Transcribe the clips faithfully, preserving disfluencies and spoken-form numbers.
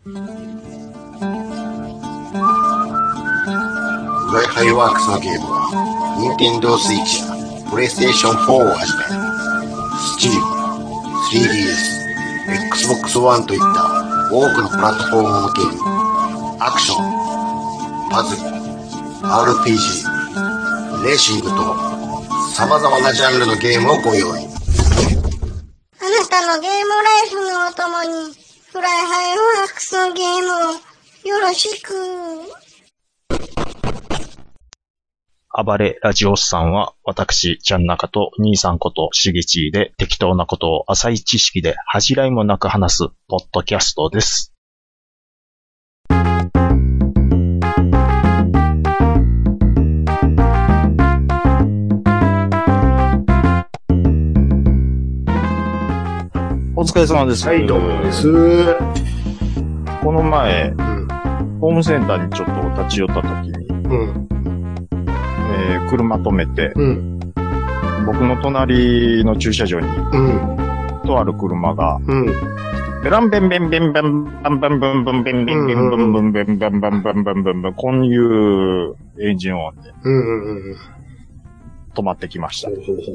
ライハイワークスのゲームは、Nintendo Switch や PlayStation フォーをはじめ、Steam、スリーディーエス、Xbox One といった多くのプラットフォーム向けに、アクション、パズル、アールピージー、レーシングと、様々なジャンルのゲームをご用意。 あなたのゲームライフのお供に、フライハイワークスのゲームをよろしく。 暴れラジオスさんは、私、ちゃんなかと兄さんことしげちーで適当なことを浅い知識で恥じらいもなく話す、ポッドキャストです。お疲れ様です。 はい、どうもです。 この前、 うん、 ホームセンターにちょっと立ち寄った時に、 うんえー、車止めて、 うん、 僕の隣の駐車場に、 うん、 とある車が、 うん、 ベランベンベンベンベンバンバンバンバンベンベンベンバンバンベンバンバンバンバンバンバンこういうエンジン音で止まってきました。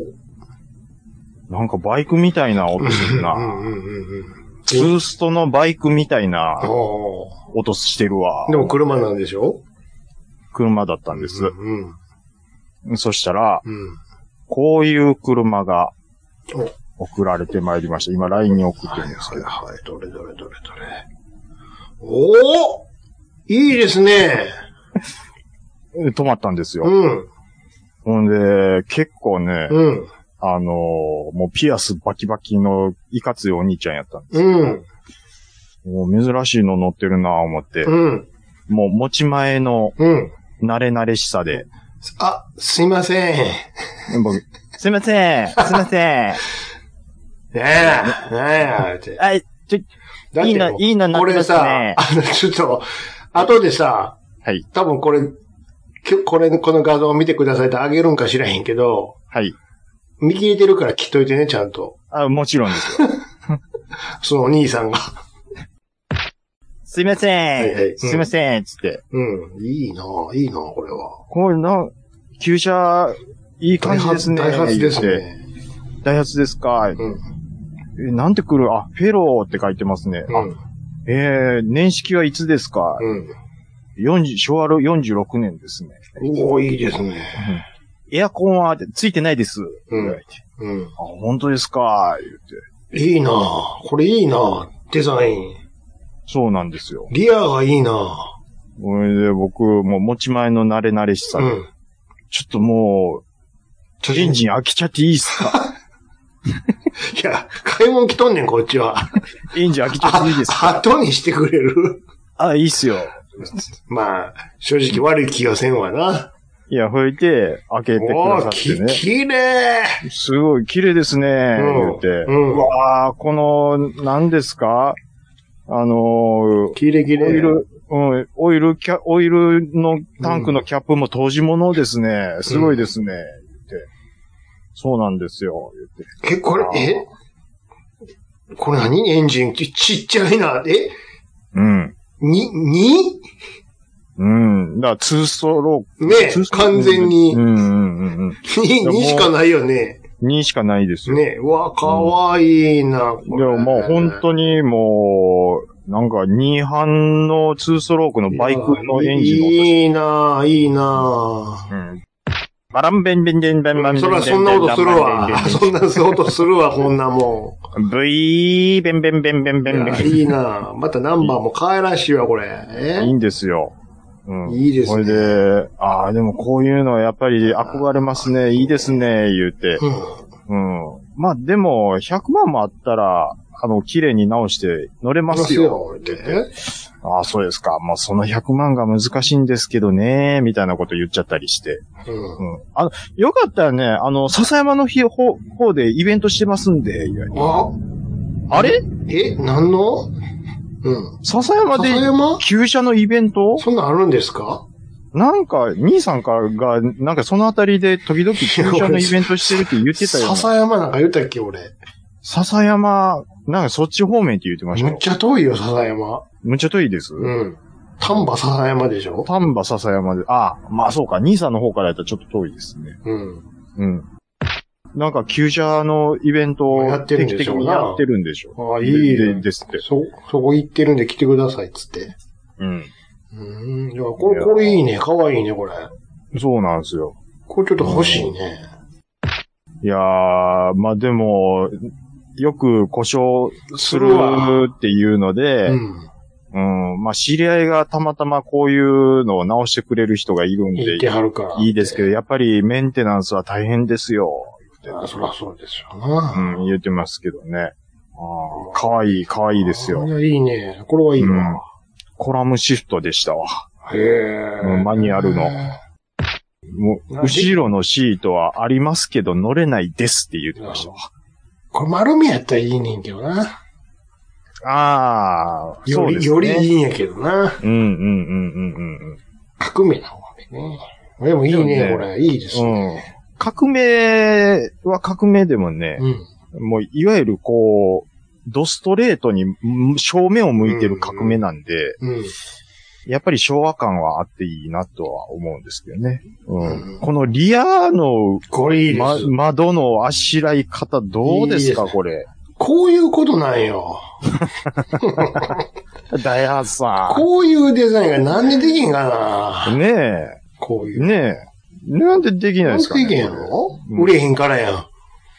なんかバイクみたいな音するな。ツーストのバイクみたいな音してるわ。 でも車なんでしょ？ 車だったんです。 うんうん、そしたら、 うん、こういう車が送られてまいりました。今 ライン に送ってるんですけど。 はいはいはい、どれどれどれどれ。おー！いいですね。 止まったんですよ。 うん。 ほんで、結構ね、 うん。 あのー、もうピアスバキバキのいかついお兄ちゃんやったんですよ。うん。もう珍しいの乗ってるなぁ思って。うん。もう持ち前の、うん。慣れ慣れしさで。 あ、すいません。 すいません。すいません。 ねえ、ねえ、って。 あ、ちょ、いいの、いいの乗ってますね。 これさ、あの、ちょっと、後でさ、はい。多分これ、これ、この画像を見てくださいってあげるんか知らへんけど、はい。見切れてるから切っといてね、ちゃんと。 あ、もちろんですよ。 そのお兄さんが。 すいません。はいはい、すいません、つって。 うん。いいなぁ、いいなぁ、これは。 これな、旧車、いい感じですね。 ダイハツですね。 ダイハツですか。うん。え、なんて来る？あ、フェローって書いてますね。うん、あ、えー、年式はいつですか？うん。よんじゅう、昭和よんじゅうろくねんですね。 おー、いいですね。 うん、エアコンはついてないです。うん。うん。あ、本当ですか？言って。 いいなぁ。これいいなぁ。デザイン。 そうなんですよ。 リアがいいなぁ。 これで僕、もう持ち前の慣れ慣れしさで。うん、ちょっともう、エンジン開けちゃっていいっすか？ いや、買い物来とんねん、こっちは。 エンジン開けちゃっていいですか？ 後にしてくれる？ あ、いいっすよ。 まあ、正直悪い気がせんわな。 いや、吹いて、開けてくださってね。 き、きれい！ すごい、綺麗ですね、言うて。うん。うわぁ、この、何ですか？あのー、 きれいきれい。 オイル、うん、オイルキャ、オイルのタンクのキャップも当時物ですね。すごいですね、言って。そうなんですよ、 言って。え、これ、えこれ何？エンジンち、ちっちゃいな。えうん。 に、に？ うん。だから、ツーストローク。 ねえ、完全に。 うんうんうんうん。 に、にしかないよね。 にしかないですよ。 ねえ、うわ、かわいいな。 うん、でももう本当にもう、なんかに班のツーストロークのバイクのエンジンの音。 いいな、いいな。 うん。バランベンベンベンベンベンベン。 そらそんな音するわ。そんな音するわ、こんなもん。ブイーベンベンベンベンベンベン。 いいな。またナンバーも可愛らしいわ、これ。 えいいんですよ。 うん。いいですね。 これで、ああ、でもこういうのはやっぱり憧れますね。いいですね、言うて。うん。うん。まあでも、ひゃくまんもあったら、あの、綺麗に直して乗れますよ。って言って。ああ、そうですか。もうそのひゃくまんが難しいんですけどね、みたいなこと言っちゃったりして。うん。うん、あの、よかったらね、あの、笹山の日方、方でイベントしてますんで、言われて。ああれえ、何のうん。 笹山で、旧車のイベントそんなんあるんですか？ なんか、兄さんからが、なんかそのあたりで時々旧車のイベントしてるって言ってたよ。 笹山なんか言ったっけ、俺。 笹山、なんかそっち方面って言ってましたよ。 めっちゃ遠いよ、笹山。 むっちゃ遠いです。 うん。丹波篠山でしょ？ 丹波篠山で、あ、まあそうか、兄さんの方からやったらちょっと遠いですね。 うん。 うん。なんか、旧車のイベントをやってるんでしょうな。 やってるんでしょう。 ああ、いいでですって。 そ、そこ行ってるんで来てください、つって。 うん。 うん。いや、これ、これいいね。かわいいね、これ。 そうなんですよ。 これちょっと欲しいね。 いやー、まあでも、よく故障するっていうので、うん。うん。まあ、知り合いがたまたまこういうのを直してくれる人がいるんで、 言ってはるから。 いいですけど、やっぱりメンテナンスは大変ですよ。 あ、そりゃそうですよな。 うん、言ってますけどね。ああ、かわいい、かわいいですよ。 いや、いいね。これはいいわ。うん、 コラムシフトでしたわ。 へえ。 マニュアルの。もう、後ろのシートはありますけど乗れないですって言ってましたわ。 これ丸めやったらいいねんけどな。 ああ、 より、ね、よりいいんやけどな。 うんうんうんうんうん。 革命な方でね。でもいいね、これ。いいですね。 うん革命は革命でもね、うん、もういわゆるこう、ドストレートに正面を向いてる革命なんで、うんうん、やっぱり昭和感はあっていいなとは思うんですけどね。うんうん、このリアの、 これいいです、 ま、窓のあしらい方どうですか、いいですこれ。 こういうことなんよ。 ダイハツさん。こういうデザインがなんでできんかな。 ねえ。 こういう。 ねえ。なんでできないですかね。 なんでできんの、うん、売れへんからやん。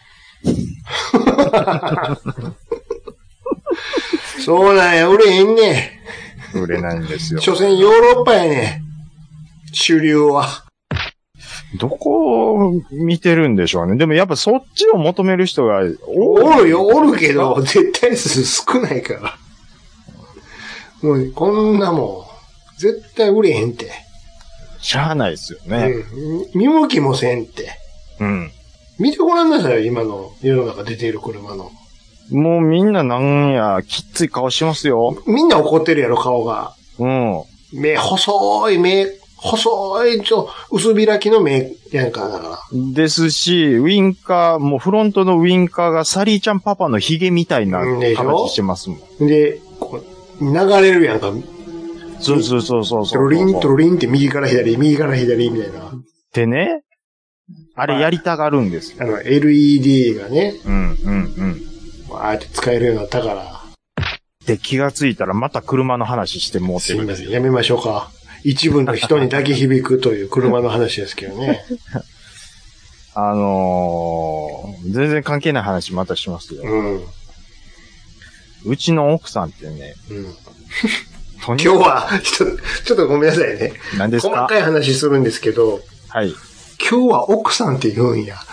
そうなんや、売れへんねん。売れないんですよ。 所詮ヨーロッパやねん。主流は。 どこを見てるんでしょうね。でもやっぱそっちを求める人がおるよ、おるけど、絶対数少ないから。もうこんなもん、絶対売れへんって。 しゃあないですよね。 うん。見向きもせんって。 うん。 見てごらんなさいよ、今の世の中出ている車の。 もうみんななんや、きっつい顔しますよ。 みんな怒ってるやろ、顔が。 うん。 目細い、目、細い、ちょ、薄開きの目やんか、だから。 ですし、ウィンカー、もうフロントのウィンカーがサリーちゃんパパのヒゲみたいな形してますもん。 で、こう流れるやんか。 そうそうそうそう。 トロリン、トロリンって右から左、右から左みたいな。 でね、あれやりたがるんですよ。 あの、エルイーディー がね。 うん、うん、うん。 ああやって使えるようになったから。 で、気がついたらまた車の話してもうてる。 すみません、やめましょうか。一部の人にだけ響くという車の話ですけどね。 あのー、全然関係ない話またしますよ。うん。うちの奥さんってね、うん。 今日は、ちょっと、ちょっとごめんなさいね。 何ですか？ 細かい話するんですけど、 はい。 今日は奥さんって言うんや。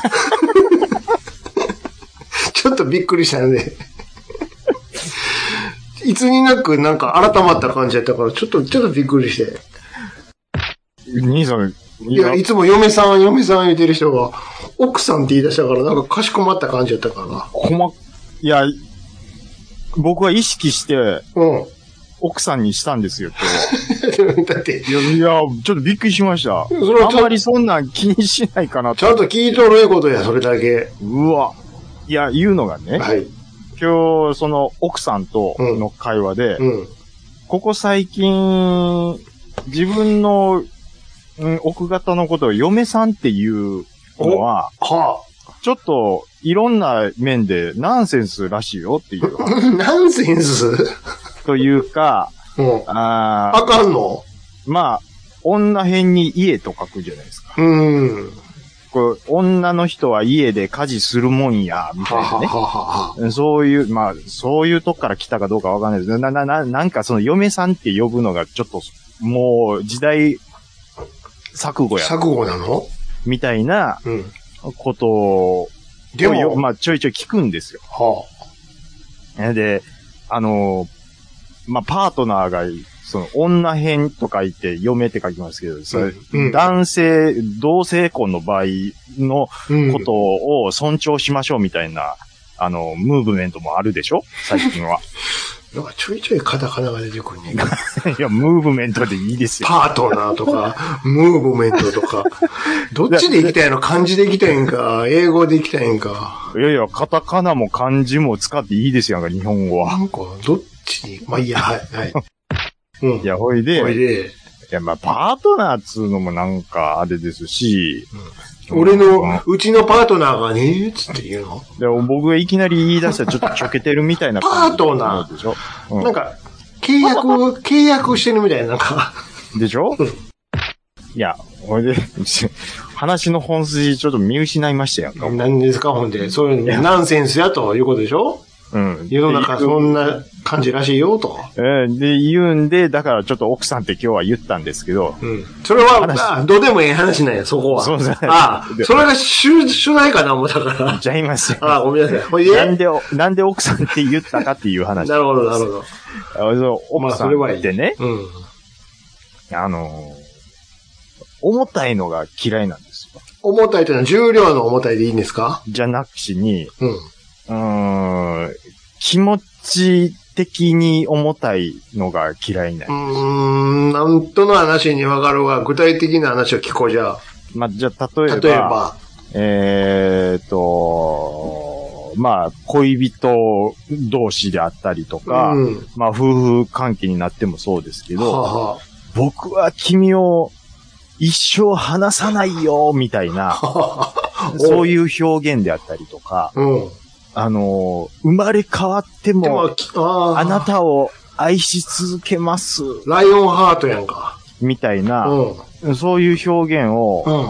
ちょっとびっくりしたんで。いつになくなんか改まった感じやったから、ちょっと、ちょっとびっくりして。 兄さん、 いや、いつも嫁さん、嫁さん言ってる人が、奥さんって言い出したから、なんかかしこまった感じやったからな。 こま、いや、僕は意識して、うん。奥さんにしたんですよ、 今日。だって。 いや、いや、ちょっとびっくりしました。それはあんまりそんなん気にしないかなと。 ちゃんと聞いとるええことや、それだけ。 うわ。いや、言うのがね。 はい。 今日、その、奥さんとの会話で、うんうん、ここ最近、自分の、うん、奥方のことを嫁さんっていうのは、はあ、ちょっと、いろんな面でナンセンスらしいよっていう。 ナンセンスというか、 うん、ああかんの？ まあ、女編に家と書くじゃないですか。 うん。 こう女の人は家で家事するもんや、みたいなね。ははははそういう、まあ、そういうとこから来たかどうかわかんないです。な、な、な、なんかその嫁さんって呼ぶのがちょっと、もう時代錯誤や。 錯誤なの？ みたいなことを、うん、でも、まあちょいちょい聞くんですよ。はあ、で、あの、まあパートナーが、その、女編と書いて、嫁って書きますけど、それ、うん、男性、同性婚の場合のことを尊重しましょうみたいな、あの、ムーブメントもあるでしょ最近は。 なんかちょいちょいカタカナが出てくるねん。いや、ムーブメントでいいですよ。 パートナーとか、ムーブメントとか。どっちで行きたいの？漢字で行きたいんか、英語で行きたいんか。 いやいや、カタカナも漢字も使っていいですよ、日本語は。 なんか、どっちに。まあいいや、はい、はい。うん。 いや、ほいで、 ほいで、 いや、まあ、パートナーっつうのもなんか、あれですし、 うん、俺の、うちのパートナーがね、つって言うのでも僕がいきなり言い出したらちょっとちょけてるみたいな感じ。パートナーでしょ、うん、 なんか、契約、契約してるみたいな、なんか。 でしょ、うん、いや、ほいで、話の本筋ちょっと見失いましたよ。 何ですか、ほんで。そういうの、ナンセンスやということでしょうん。世の中そんな感じらしいよと。 えー、で、言うんで、だからちょっと奥さんって今日は言ったんですけど。 うん。それは、あどうでもええ話なんや、そこは。そうですね。ああ、それが主、主題かな思ったから。 ちゃいますよ。 ああ、ごめんなさい。ほいでなんで、なんで奥さんって言ったかっていう話。 なるほど、なるほど。 奥さんってね、まあ、うん。あのー、重たいのが嫌いなんですよ。 重たいというのは重量の重たいでいいんですか？ じゃなくしに、うん。うーん、気持ち的に重たいのが嫌いなんです。うーん、なんとの話にわかるが、具体的な話を聞こうじゃあ。 まあ、じゃあ、例えば、例えば、えーと、まあ、恋人同士であったりとか、うん、まあ、夫婦関係になってもそうですけど、はは僕は君を一生離さないよ、みたいな、そういう表現であったりとか、うんあの、生まれ変わっても、あ, あなたを愛し続けます。 ライオンハートやんか。 みたいな、うん、そういう表現を、うん、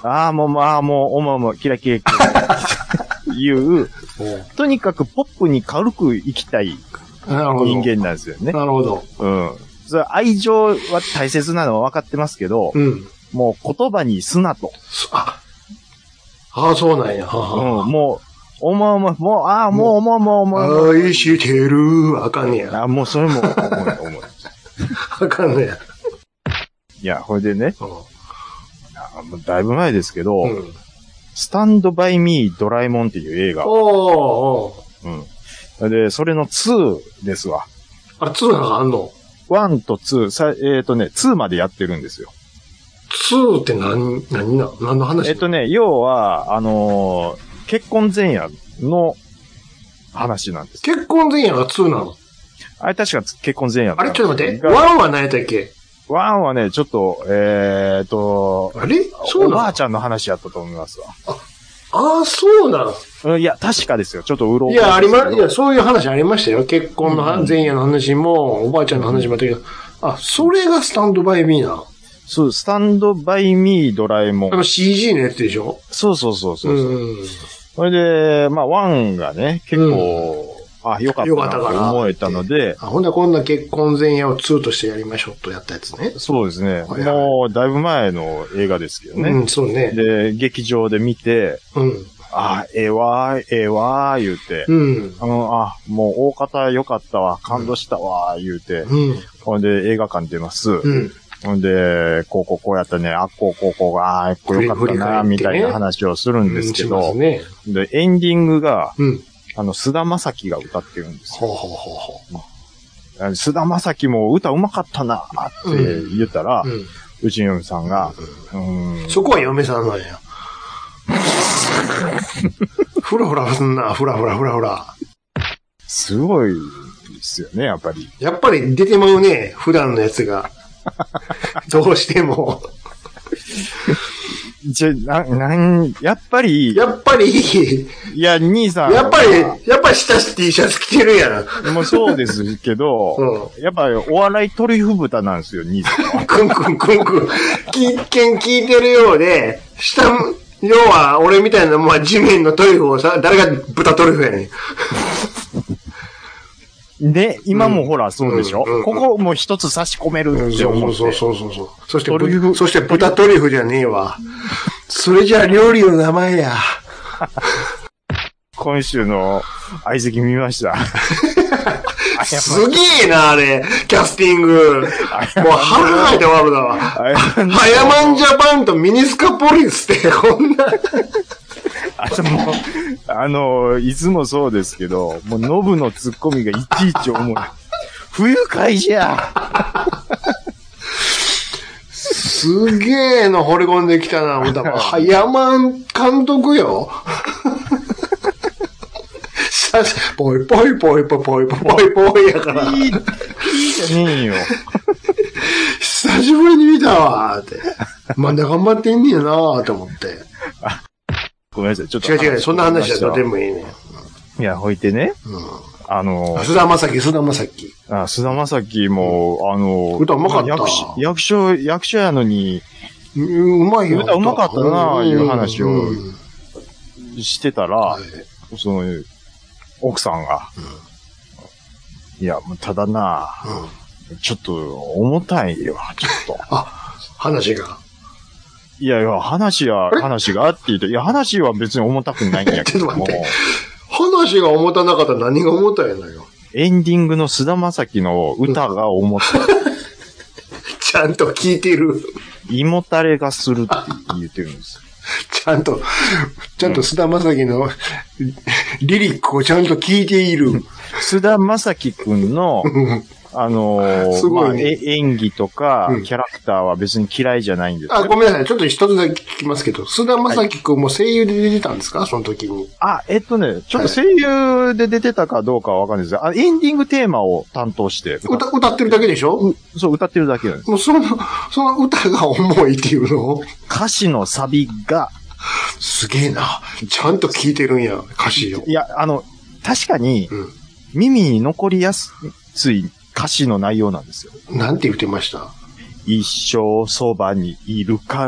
ああ、もう、まあ、もう、おまも、キラキラキラ、いう、とにかくポップに軽く生きたい人間なんですよね。 なるほど。 うん。それ愛情は大切なのは分かってますけど、うん、もう言葉にすなと。 ああ、そうなんや。ははうん、もう、おまおま、もう、ああ、もう、もう、もう、もう。 愛してる。あかんねや。 あもう、それも、重い、重い。 あかんねや。 いや、これでね、うん、だいぶ前ですけど、うん、スタンドバイミードラえもんっていう映画。おーおーうん。で、それのツーですわ。 あ、ツーなんかあんの？ ワンとツー、さ、えっ、ー、とね、ツーまでやってるんですよ。 ツーって何、何な、何の話？ えっとね、要は、あのー、結婚前夜の話なんです。 結婚前夜がツーなの？ あれ確か結婚前夜。 あれちょっと待って。ワンは何やったっけ？ ワンはね、ちょっと、えーと、 あれそうなの？ おばあちゃんの話やったと思いますわ。 ああ、そうなのいや、確かですよ。ちょっとうろうろ。 いや、ありま、いや、そういう話ありましたよ。結婚の前夜の話も、おばあちゃんの話もあったけど、あ、それがスタンドバイミーな。 そう、スタンドバイミードラえもん。 あの シージー のやつでしょ？ そうそうそうそう。うん。それで、まあ、ワンがね、結構、うん、あ、良かったなと思えたので。 あ、ほんならこんな結婚前夜をツーとしてやりましょうとやったやつね。 そうですね。はいはい、もう、だいぶ前の映画ですけどね。 うん、そうね。 で、劇場で見て、うん。あ、ええわー、ええわー、言うて。うん。あの、あ、もう大方良かったわ、感動したわ、言うて。うん。ほんで、映画館出ます。うん。ほんで、こうこうこうやったね、あっこうこうこうが、あっこよかったな、みたいな話をするんですけど、ね、で、エンディングが、うん、あの、菅田将暉が歌ってるんですよ。ほうほうほうほう。菅田将暉も歌うまかったな、って言ったら、うんうん、うちの嫁さんが、 うんうん、そこは嫁さんなんや。ふらふらすんな、ふらふらふらふら。 すごいですよね、やっぱり。 やっぱり出てまうね、普段のやつが。どうしても。 じゃ、な、なん、やっぱり。 やっぱり。 いや、兄さん。 やっぱり、やっぱり下 T シャツ着てるやん。 もうそうですけど、うん、やっぱりお笑いトリュフ豚なんですよ、兄さんは。 くんくんくんくん。一見聞いてるようで、下、要は俺みたいな、まあ地面のトリュフをさ、誰が豚トリュフやねん。 で、今もほら、そうでしょ、うんうん、ここも一つ差し込めるって思って。 そうそうそうそう。そして、そして豚トリュフじゃねえわ。それじゃ料理の名前や。 今週の相席見ました。 すげえな、あれ。キャスティング。もう腹がいて終わるだわ。ハヤマンジャパンとミニスカポリスって、こんな。 あの、あの、いつもそうですけど、もうノブのツッコミがいちいち重い。不愉快じゃ。 すげえの掘り込んできたな、思った。ハヤマン監督よ。 久し、ぽいぽいぽいぽいぽいぽいぽいやから。 いい、いいじゃねえよ。 久しぶりに見たわーって。まだ頑張ってんねやなーって思って。 ごめんなさい、ちょっと。 違う違う、そんな話はとてもいいね。 いや、ほいてね。 うん。 あの、 菅田将暉、菅田将暉。 あ、菅田将暉も、うん、あの、 歌うまかった。 役所、役所、役所やのに、 う, うまいよ。 歌うまかったなあ、いう話をしてたら、うん、その、奥さんが、うん、いや、もうただな、うん、ちょっと重たいよ、ちょっと。 あ、話が。 いやいや、話は、話がって言うと、いや、話は別に重たくないんやけど。 ちょっと待って。話が重たなかったら何が重たいのよ。 エンディングの菅田将暉の歌が重たい。 ちゃんと聞いてる。 胃もたれがするって言ってるんですよ。 ちゃんと、ちゃんと菅田将暉のリリックをちゃんと聞いている。 菅田将暉くんの、あのー、すごいね、まあ、演技とか、うん、キャラクターは別に嫌いじゃないんですよ。 あ、ごめんなさい。ちょっと一つだけ聞きますけど、菅田将暉くんも声優で出てたんですか、はい、その時に。 あ、えっとね、ちょっと声優で出てたかどうかはわかんないですが、あ、エンディングテーマを担当して歌。歌、歌ってるだけでしょ？ うそう、歌ってるだけなんです。 もうその、その歌が重いっていうの？ 歌詞のサビが。 すげえな。ちゃんと聞いてるんや、歌詞を。 いや、あの、確かに、うん、耳に残りやすい歌詞の内容なんですよ。 なんて言ってました？ 一生そばにいるから、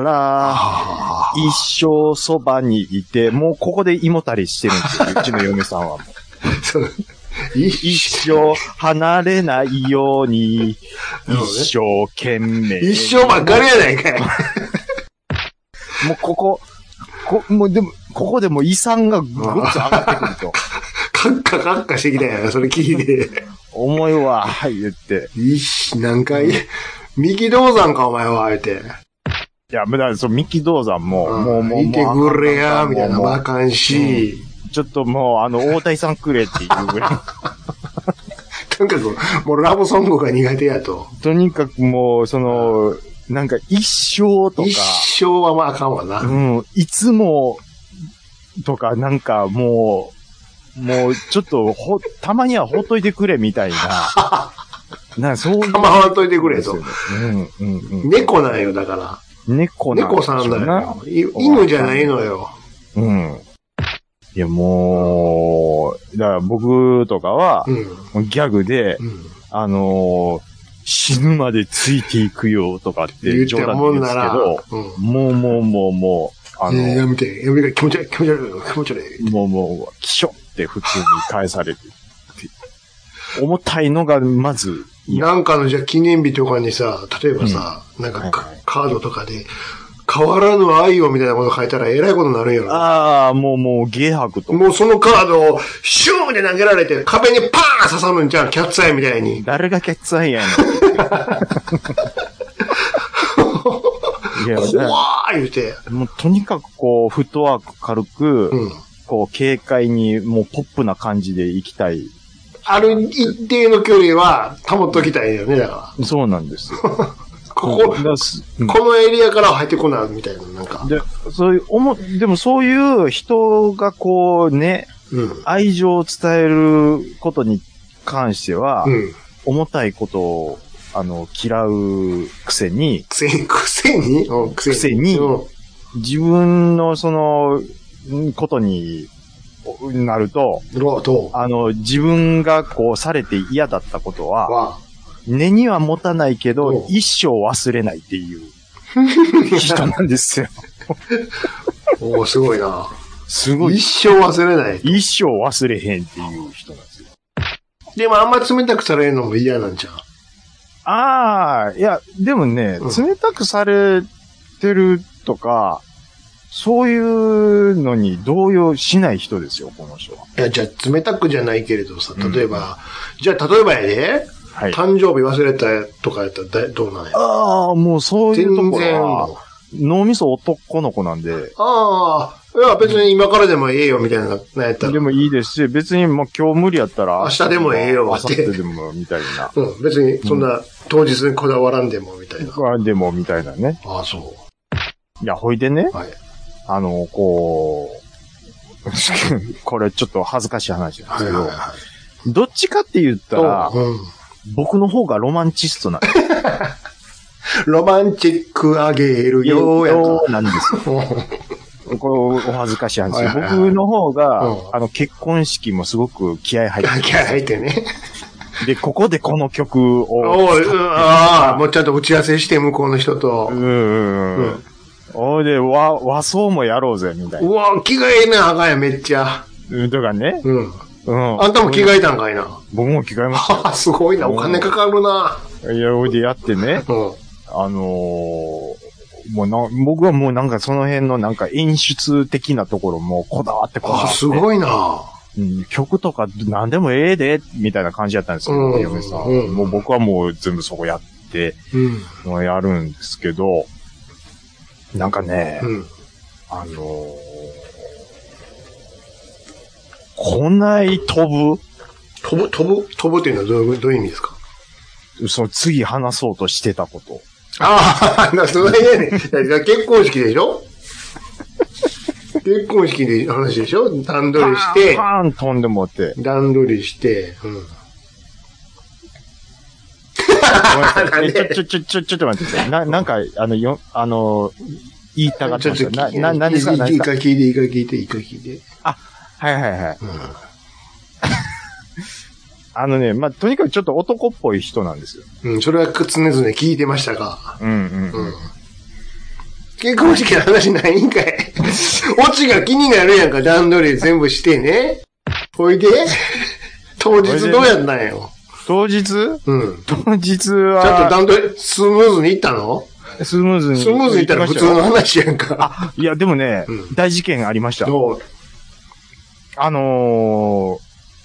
一生そばにいて、もうここで胃もたれしてるんですよ、うちの嫁さんはもう。一生離れないように、一生懸命。 一生ばっかりやないかい。 もうここ、こ、もうでも、ここでもう胃酸がぐっと上がってくると。 カッカカッカしてきたやん、それ聞いて。 重いわ、言って。 いし、何回、三木道山か、お前は、あえて。 いや、だからそう、三木道山も、うん、もう、もう、 見てくれや、みたいな、わかんし、 うん。ちょっともう、あの、大谷さんくれっていうぐらい。 とにかく、もうラブソングが苦手やと。 とにかくもう、その、なんか一生とか。 一生はまああかんわな。 うん。いつも、とか、なんかもう、もうちょっとほ、たまにはほっといてくれみたいな。なんかそういう。 たまほっといてくれと。 うんうんうん。 猫なんよ、だから。 猫なん猫さんだよ。犬じゃないのよ。 うん。いや、もう、だから僕とかは、うん、ギャグで、うん、あのー、死ぬまでついていくよとかって冗談なんですけど、うん、もうもうもうもう、あの、 えー、やめて、やめて、気持ち悪い、気持ち悪い、気持ち悪い。 もうもう、キショって普通に返されて。重たいのがまず。 なんかのじゃ記念日とかにさ、例えばさ、うん、なんか、はいはい、カードとかで、変わらぬ愛をみたいなこと書いたらえらいことになるんやろ。 ああ、もうもう芸博とか。 もうそのカードをシューで投げられて壁にパーン刺さるんじゃん、キャッツアイみたいに。 誰がキャッツアイやねん。いや、 怖ー言うて。 もうとにかくこう、フットワーク軽く、うん、こう、軽快にもうポップな感じで行きたい。 ある一定の距離は保っときたいよね、だから。 そうなんですよ。 ここ、うん、このエリアから入ってこないみたいな、なんか。 で、そういう、おも、でもそういう人がこうね、うん、愛情を伝えることに関しては、うん、重たいことを、あの、嫌うくせに、 くせに、くせに、 うん、くせに、うん、自分のその、ことになると、あの、自分がこうされて嫌だったことは、根には持たないけど、一生忘れないっていう人なんですよ。 おお、すごいな。 すごい。 一生忘れない。 一生忘れへんっていう人なんですよ。 でもあんま冷たくされるのも嫌なんじゃん。 ああ、いや、でもね、うん、冷たくされてるとか、そういうのに動揺しない人ですよ、この人は。 いや、じゃあ冷たくじゃないけれどさ、例えば、うん、じゃあ例えばやで、はい、誕生日忘れたとかやったらどうなんや。 ああ、もうそういうところは、脳みそ男の子なんで。 ああ、いや別に今からでもええよみたいな、なんやったら。 でもいいですし、別にもう今日無理やったら。 明日でもええよって。明後日でもみたいな。 うん、別にそんな、うん、当日にこだわらんでもみたいな。 こだわらんでもみたいなね。 ああ、そう。 いや、ほいでね。はい。あの、こう、 これちょっと恥ずかしい話なんですけど、 はいはいはい、 どっちかって言ったら、 うん、 僕の方がロマンチストなんです。 ロマンチックあげるよやんか。 なんですよ。これお恥ずかしい話です、はいはいはい。僕の方が、うん、あの、結婚式もすごく気合入ってる。 気合入ってね。 で、ここでこの曲を。 おああ、もうちゃんと打ち合わせして、向こうの人と。うんうんうん。おいで、和、和装もやろうぜ、みたいな。 うわ、着替えなあかんや、めっちゃ。 うん、とかね。 うん。うん。あんたも着替えたんかいな。 僕も着替えました。 すごいな、お金かかるな。 いや、おいでやってね。うん。あのー、もうな、僕はもうなんかその辺のなんか演出的なところもこだわってこだわって。 あ、すごいな。 うん、曲とか何でもええで、みたいな感じだったんですよ、うん、嫁さん、うん。もう僕はもう全部そこやって、うん、もうやるんですけど、なんかね、うん、あのー、こない飛ぶ飛ぶ飛ぶ飛ぶっていうのはどういう、どういう意味ですか？ その次話そうとしてたこと。 ああ、それやね。結婚式でしょ？結婚式で話でしょ？段取りして。 パーン飛んでもって。 段取りして。うん。 ちょ、ちょ、ちょ、ちょ、ちょっと待ってください。な、なんか、あの、よ、あの、言いたがってました。な、な、なんですか？ いいか聞いて、いいか聞いて、いいか聞いて。 あ、はいはいはい。うん、あのね、まあ、とにかくちょっと男っぽい人なんですよ。 うん、それは常々聞いてましたが。 うんうん、うん。 結婚式の話ないんかい。オチが気になるやんか、段取り全部してね。ほいで、当日どうやったんよ。 当日？うん。当日は。 ちゃんと段取り、スムーズにいったの？ スムーズに。 スムーズにいったら普通の話やんか。 あ、いや、でもね、うん、大事件ありました。 どう？ あのー、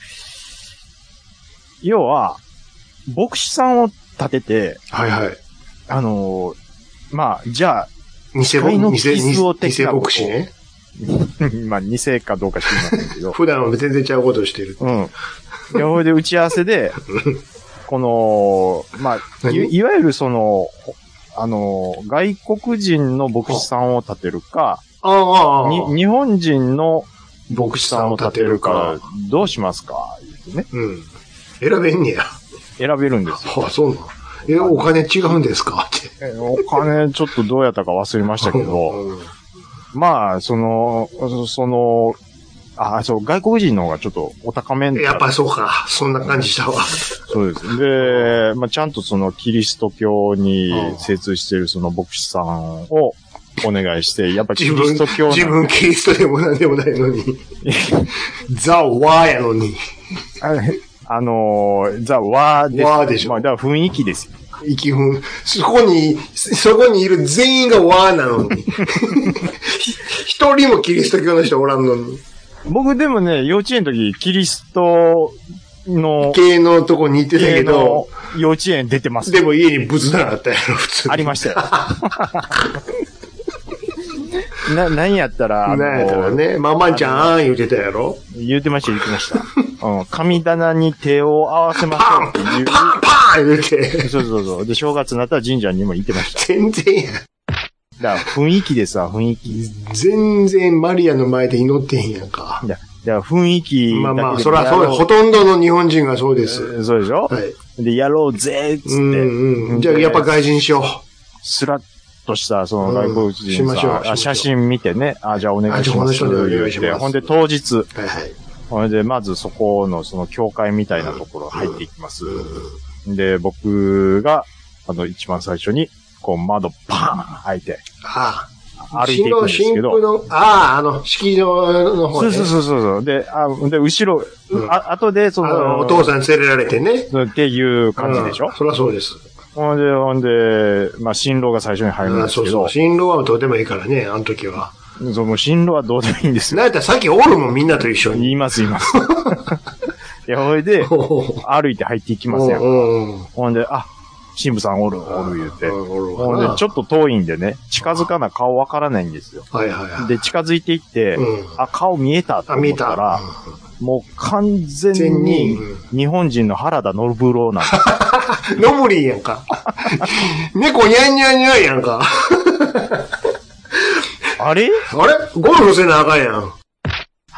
要は、牧師さんを立てて、 はいはい。 あのー、まあ、じゃあ、 偽牧師、偽牧師ね。 まあ、偽かどうか知りませんけど。 普段は全然ちゃうことをしてる。 うん。で、ほいで打ち合わせで、この、まあ、い, いわゆるその、あの、外国人の牧師さんを立てるか、 あああに日本人の牧師さんを立てるか、どうしますか言ってね。 うん。選べんねや。 選べるんですよ。 ああ、そうなの。え、お金違うんですかって。 お金ちょっとどうやったか忘れましたけど、うん、まあ、その、その、あ、そう、外国人の方がちょっとお高めんだ。 やっぱりそうか。そんな感じしたわ。 そうです。で、まあ、ちゃんとそのキリスト教に精通しているその牧師さんをお願いして、やっぱキリスト教自分、自分キリストでも何でもないのに。ザ・ワーやのに。 あのー、ザ・ワーです。 ワーでしょ。 まあ、だから雰囲気ですよ。 息雰。そこに、そこにいる全員がワーなのに。一人もキリスト教の人おらんのに。 僕でもね、幼稚園の時、キリストの、 系のとこに行ってたけど、 幼稚園出てます。 でも家に仏壇あったやろ、普通に。 ありましたよ。な、何やったら、 あのー、何やったらね、ママちゃん言うてたやろ言うてました、言うてました。うん、神棚に手を合わせましょうっていう。 パンパン言うて。 そうそうそう。で、正月になったら神社にも行ってました。 全然や。 だから雰囲気でさ、雰囲気。 全然マリアの前で祈ってへんやんか。 いや、だから雰囲気。 まあまあ、そらそう、ほとんどの日本人がそうです。 えー、そうでしょ？はい。で、やろうぜっつって。うんうん。じゃあやっぱ外人しよう。 スラッとした、その外国人さ、うん、しましょう。あ、写真見てね。あ、じゃあお願いします。 お願いします。 ほんで当日。 はいはい。 ほんで、まずそこのその教会みたいなところ入っていきます。うん、で、僕が、あの、一番最初に、こう窓パーン開いて。 ああ。 歩いていくんですけど。 のああ、あの、式場の方ね。 そうそうそうそう。で、あ、で、後ろ、うん、あ、後で、その、 の、お父さん連れられてね。 っていう感じでしょ、うん、 そりゃそうです。 ほんで、ほんで、まあ、新郎が最初に入るんですけど。そうそう。 新郎はどうでもいいからね、あの時は。 そう、もう新郎はどうでもいいんですよ。 なんやったらさっきおるもん、みんなと一緒に。 言います、言います。いや、ほいで、歩いて入っていきますよ。ほんで、あ、神父さんおる、おる言うて。ほんで、ちょっと遠いんでね、近づかな顔わからないんですよ。 はいはいはい。 で、近づいていって、うん、あ、顔見えたと思ったら、 うん、 もう完全に日本人の原田信郎なんです。 ノムリーやんか。猫ニャンニャンニャンやんか。 あれあれゴルフせなあかんやん。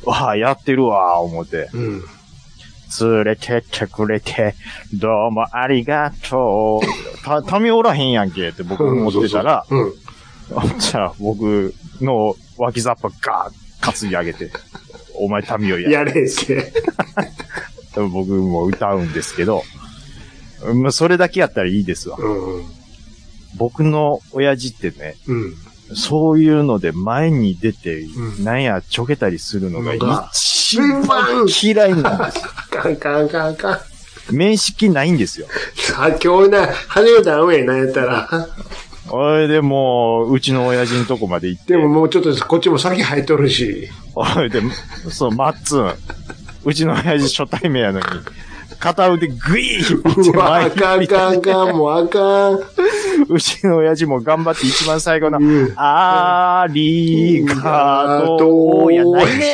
わあ、やってるわ、思って。 うん。 連れてってくれて、どうもありがとう。た、ためおらへんやんけって僕思ってたら、 うん。 じゃあ僕の脇ザッパガーッ担ぎ上げて、お前民をややれって。 僕も歌うんですけど、まあ、それだけやったらいいですわ。 うん、 僕の親父ってね、 うん、 そういうので前に出て、うん、なんやちょけたりするのが一番嫌いなんですよ。 カンカンカンカン。 面識ないんですよ。 さあ、今日な、初めて会うんやな、やったら。 おい、でもう、うちの親父のとこまで行って。 でももうちょっとこっちも先入っとるし。 おい、でも、そう、マッツン。うちの親父初対面やのに。片腕グイーン引っ張って前に。 あかん、あかん、あかん、もうあかん。 うちの親父も頑張って一番最後の、うん、ありがとうやないねん。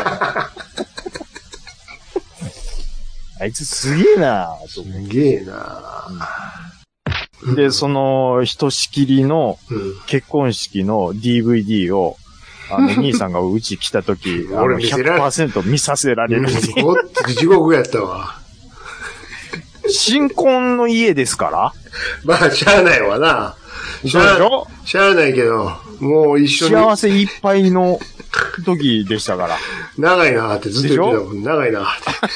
あいつすげえなぁ。 すげえなぁ。で、その、ひとしきりの結婚式の ディーブイディー を、あの、兄さんがうち来た時、あの、ひゃくパーセント 見させられる。 地獄やったわ。 新婚の家ですからまあ、しゃあないわな。 しゃあ、 しゃあないけど、もう一緒に。 幸せいっぱいの時でしたから。 長いなってずっと言ってたもん。長いなって。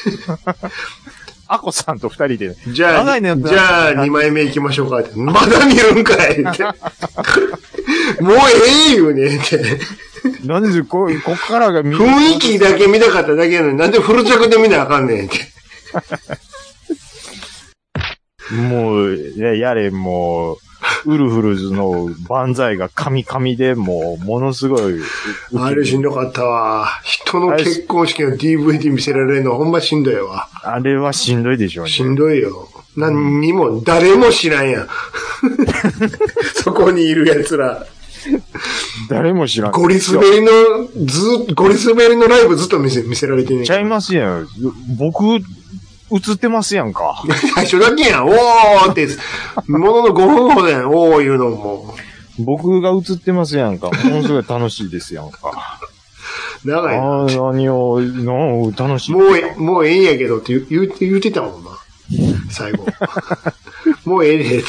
アコさんと二人で。 じゃあ、長いね、じゃあにまいめ行きましょうかって。まだ見るんかいって。もうええよねって。 なんでこ、こっからが見る雰囲気だけ見たかっただけなのに、なんでフル着で見なあかんねんって。 もう、やれ、もう、ウルフルズの万歳が神々で、もう、ものすごい。 あれしんどかったわ。人の結婚式の ディーブイディー 見せられるのほんましんどいわ。 あれはしんどいでしょうね。 しんどいよ。何にも、誰も知らんやん。そこにいる奴ら。 誰も知らん。 ゴリスベリの、ず、ゴリスベリのライブずっと見せ、見せられてんねん。 ちゃいますやん。僕、映ってますやんか。 最初だけやん。おーって、もののごふんほどやん。おー言うのも。 僕が映ってますやんか。ものすごい楽しいですやんか。 長いな。 ああ、何を、何楽しい。 もうえ、もうええんやけどって言う、言う言うてたもんな。最後。もうええでって。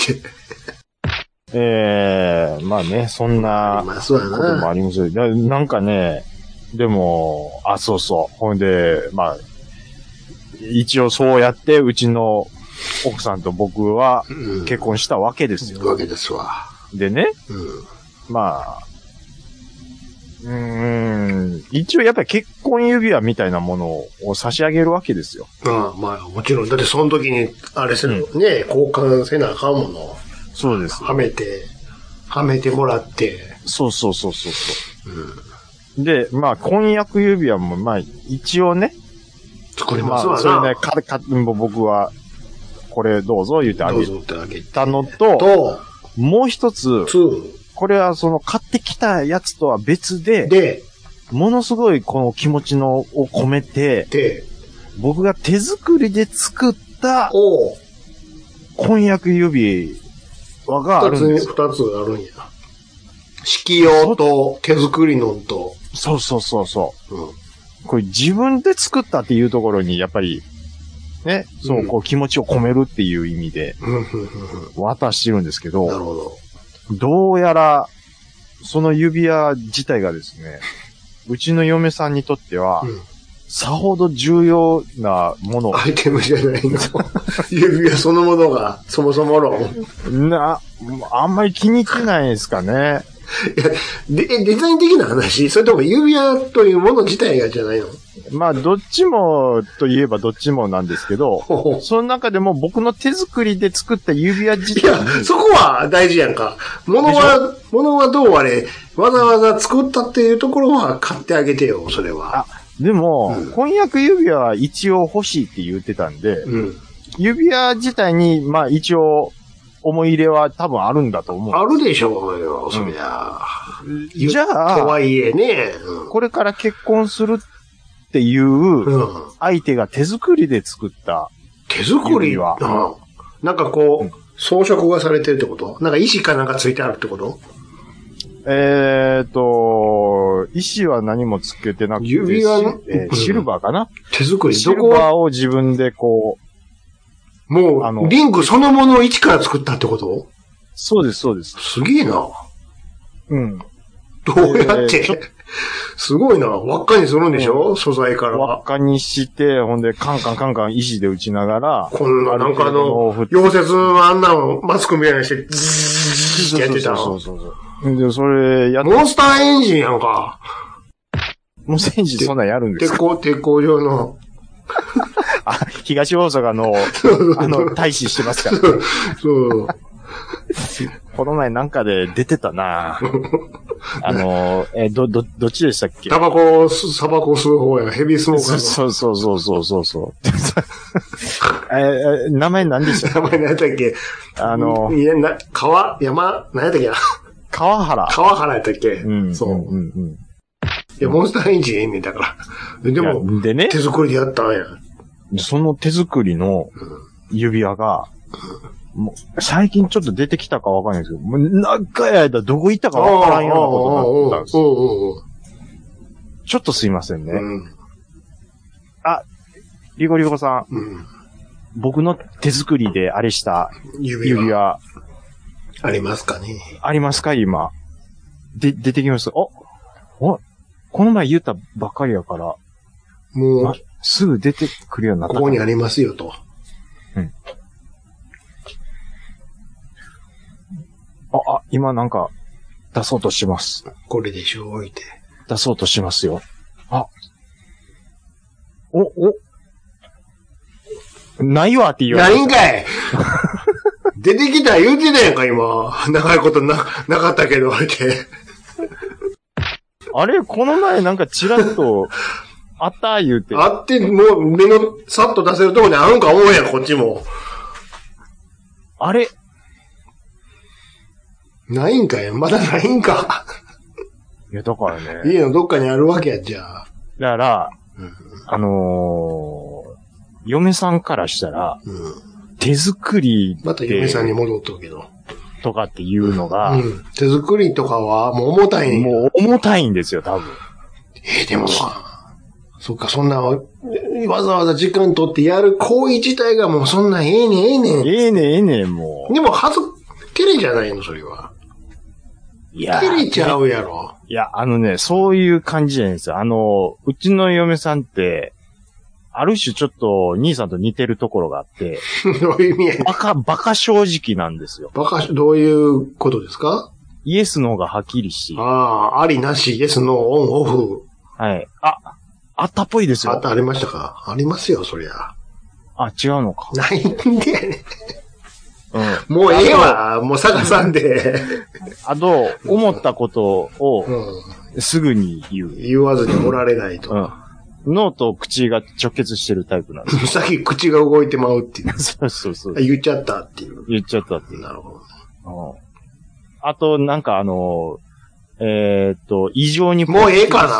ええー、まあね、そんな、 まあそうやな。 こともありますよ。なんかね、でも、あ、そうそう。ほんで、まあ、一応そうやって、うちの奥さんと僕は結婚したわけですよ。 うん、わけですわ。 でね、 うん、 まあ、うーん、一応やっぱり結婚指輪みたいなものを差し上げるわけですよ。 ああ、まあもちろん。だってその時に、あれせる、うん、ね、交換せなあかんもの。 そうです。 はめて、はめてもらって。 そうそうそうそうそう、うん。で、まあ婚約指輪もまあ一応ね、 作りますわな。 まあ、それね、か、か、僕は、これどうぞ言ってあげたのと、 ともう一つ、これはその買ってきたやつとは別で、 で、 ものすごいこの気持ちのを込めて、 で、 僕が手作りで作った婚約指輪があるんですよ。 二つ、二つあるんや。式用と手作りのと。 そうそうそうそう。 うん、 これ自分で作ったっていうところにやっぱり、ね、そう、こう気持ちを込めるっていう意味で、渡してるんですけど、 なるほど。 どうやら、その指輪自体がですね、うちの嫁さんにとっては、うん、さほど重要なもの。 アイテムじゃないの。指輪そのものが、そもそもの。 な、あんまり気に入ってないですかね。 いや、で、デザイン的な話？それとも指輪というもの自体がじゃないの？ まあ、どっちもといえばどっちもなんですけど、ほほその中でも僕の手作りで作った指輪自体に。 いや、そこは大事やんか。物は、物はどうあれ、わざわざ作ったっていうところは買ってあげてよ、それは。 あ、でも、うん、婚約指輪は一応欲しいって言ってたんで、うん、指輪自体に、まあ一応、思い入れは多分あるんだと思う。 あるでしょうよ、そりゃ。 うん、じゃあ、 とはいえね、 うん、これから結婚するっていう相手が手作りで作った手作りは、うん、なんかこう、うん、装飾がされてるってこと？なんか石かなんかついてあるってこと？ えーと、 石は何もつけてなくて、 指輪の、 えー、シルバーかな、 手作り、 シルバーを自分でこう、もう、あの、リングそのものを一から作ったってこと？ そうです、そうです。 すげえな。 うん。 どうやって、えー、すごいな。輪っかにするんでしょ、うん、素材から。 輪っかにして、ほんで、カンカンカンカン石で打ちながら。 こんな、なんかあの、溶接のあんなのマスクみたいにして、ズーってやってたの。 そうそうそうそう。で、それやっモンスターエンジンやんか。 モンスターエンジンそんなんやるんですか？ 鉄鋼、鉄鋼状の。 あ、東大阪の、あの、大使してますから、ね。そう。この前なんかで出てたなあの、え、ど、ど、どっちでしたっけ？ タバコ、タバコ吸う方や、ヘビースモーカーの。 そうそうそうそうそうそう。え、え、名前何でしたっけ？ 名前何やったっけ？あの、いや、な、川、山、何やったっけな？ 川原。 川原やったっけ？ うん。 そう。 うんうんうん。 いや、モンスターエンジンええねんだから。でも、でね、手作りでやったんや。 その手作りの指輪が、もう最近ちょっと出てきたかわかんないですけど、もう長い間どこ行ったかわからんようなことになったんですよ。ちょっとすいませんね。うん、あ、リゴリゴさん、うん。僕の手作りであれした指輪。指輪ありますかね？ ありますか今。で、出てきます。おおこの前言ったばっかりやから、もう、すぐ出てくるようになった。 ここにありますよと。うん。 あ、あ、今なんか、出そうとします。 これでしょ、置いて。 出そうとしますよ。あ。お、お。ないわって言われないんかい出てきた言うてたやんか、今。長いことな、なかったけど、あれて。 あれこの前なんかチラッと、あった言うて。 あって、もう目のさっと出せるとこにあるんか思うやん、こっちも。 あれないんかいまだないんかいや、だからね。 家のどっかにあるわけや、じゃあ。 だから、うん、あのー、嫁さんからしたら、うん、手作りまた嫁さんに戻っとるけど。 とかっていうのが、うん、 手作りとかはもう重たいんや。もう重たいんですよ、多分。 えー、でも、そっか、そんな、わざわざ時間取ってやる行為自体がもうそんなええねん、ええねん。 ええねん、ええねん、もう。でも、はず、照れじゃないの、それは。いや。照れちゃうやろ。 いや、あのね、そういう感じじゃないですよ。あの、うちの嫁さんって、ある種ちょっと兄さんと似てるところがあって。 どういう意味やバカ、バカ正直なんですよ。 バカ、どういうことですか？ イエスの方がはっきりし。 ああ、ありなし、イエスのオンオフ。 はい。あ、あったっぽいですよ。 あった、ありましたか？ありますよ、そりゃ。 あ、違うのか。 ないんでやね。うん。もうええわ、もう探さんで。 あと、思ったことを、すぐに言う。 言わずにおられないと。うん脳と口が直結してるタイプなんです。 さっき口が動いてまうっていう。 そうそうそう。 言っちゃったっていう。 言っちゃったっていう。 なるほど、ね。 うん。あと、なんかあの、えー、っと、異常に。 もうええか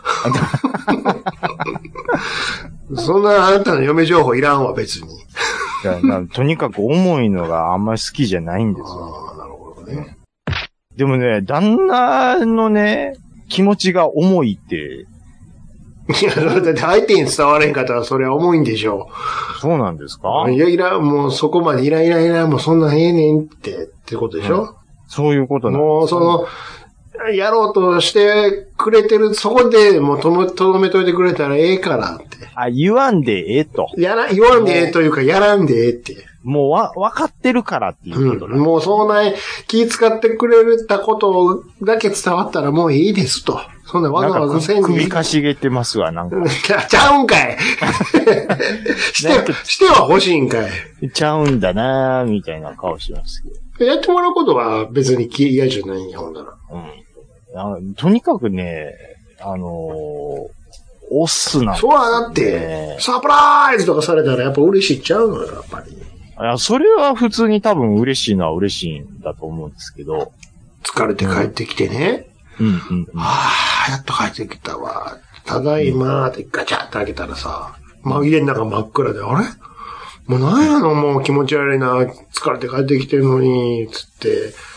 なそんなあなたの嫁情報いらんわ、別に。いやなとにかく重いのがあんまり好きじゃないんですよ。ああ、なるほどね。 でもね、旦那のね、気持ちが重いって、 いや、だって相手に伝われんかったらそれは重いんでしょう。そうなんですか？ いや、いら、もうそこまでイライライラ、もうそんなんええねんって、ってことでしょ、うん、 そういうことなんです、ね。 もうその、やろうとしてくれてる、そこでもうとも、とどめといてくれたらええからって。 あ、言わんでええと。 やら、言わんでええというか、やらんでええって。 もうわ、わかってるからっていうことだ、 うん。もうそんな気使ってくれたことだけ伝わったらもういいですと。そんなわざわざせんに。 首かしげてますわ、なんか。 ちゃ、ちゃうんかいして、しては欲しいんかい。 ちゃうんだなーみたいな顔しますけど。やってもらうことは別に嫌じゃないんや、ほんなら。 うん。とにかくね、あのー、オスなんですね。そうはだって、サプライズとかされたらやっぱ嬉しいっちゃうのよ、やっぱり。 いや、それは普通に多分嬉しいのは嬉しいんだと思うんですけど。 疲れて帰ってきてね。 うんうんうん、 はぁ、やっと帰ってきたわ。ただいまーってガチャって開けたらさ、まあ、家の中真っ暗で、あれもうなんやのもう気持ち悪いな、疲れて帰ってきてるのに、つって、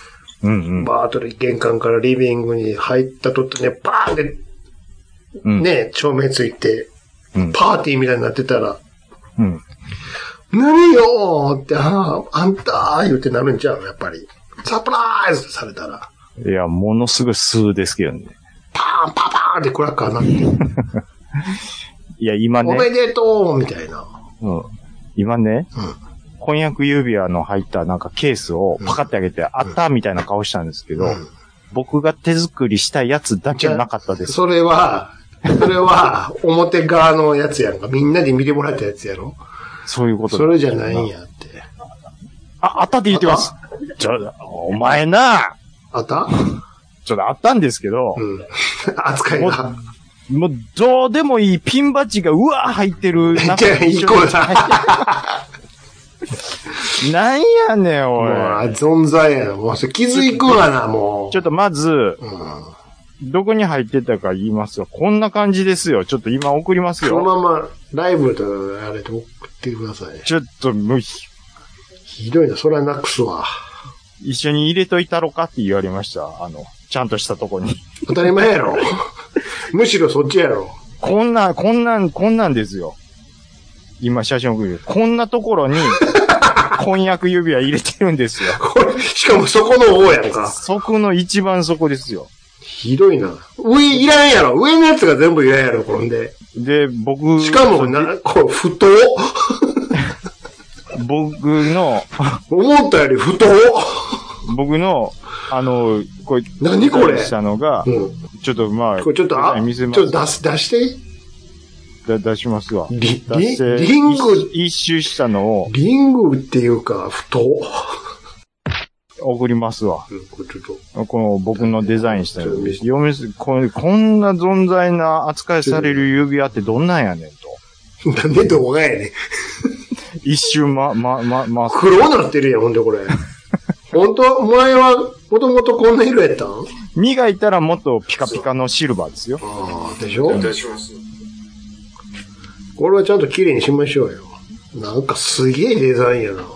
うんうん。 バーッと玄関からリビングに入ったとってね、バーンって、うん、ね、照明ついて、うん、パーティーみたいになってたら、うん、何よーって、ああ、あんたー言ってなるんちゃうやっぱり。サプライズされたら。 いや、ものすごい数ですけどね。 パーンパパーンってクラッカーなって。 いや、今ね。 おめでとうみたいな。 うん。今ね、うん、婚約指輪の入ったなんかケースをパカってあげて、うん、あったみたいな顔したんですけど、うん、僕が手作りしたやつだけなかったです。 それは、それは表側のやつやんか。みんなで見てもらったやつやろ。 そういうことそれじゃないんやって。 あ、あったって言ってます。ちょ、お前な。 あったちょっとあったんですけど。うん。 扱いが。 もう、どうでもいいピンバッジがうわー入ってる。 じゃあ、いい子だ。 なんやねん、おい。もう、 存在やな。もう、それ気づくわな、もう。 ちょっとまず、うん、どこに入ってたか言いますよ。こんな感じですよ。ちょっと今送りますよ。 そのまま、ライブとあれで送ってください。 ちょっと、もう、 ひどいな、それはなくすわ。 一緒に入れといたろかって言われました。あの、ちゃんとしたとこに。 当たり前やろ。むしろそっちやろ。 こんな、こんなん、こんなんですよ。今写真送る。こんなところに、婚約指輪入れてるんですよ。 これ、しかもそこの方やんか。 そこの一番そこですよ。 ひどいな。上いらんやろ。上のやつが全部いらんやろ、こんで。 で、僕。 しかもな、こう、太僕の、 思ったより太僕の、あの、これ、 何これしたのが、うん、ちょっとまあ、 これちょっと、あ、見せます。ちょっと出す、出してだ出しますわ。 リ、リリング一周したのを。 リングっていうか、太送りますわ。 うん、これちょっと。 この僕のデザインしたよ。嫁これ、こんな存在な扱いされる指輪ってどんなんやねんと。なんでどこがやねん。 一周ま、ま、ま、ま、 黒なってるやん、ほんでこれ。本当お前は、もともとこんな色やったん？ 磨いたらもっとピカピカのシルバーですよ。 ああ、でしょ？お願いします。これはちゃんと綺麗にしましょうよ。なんかすげえデザインやな。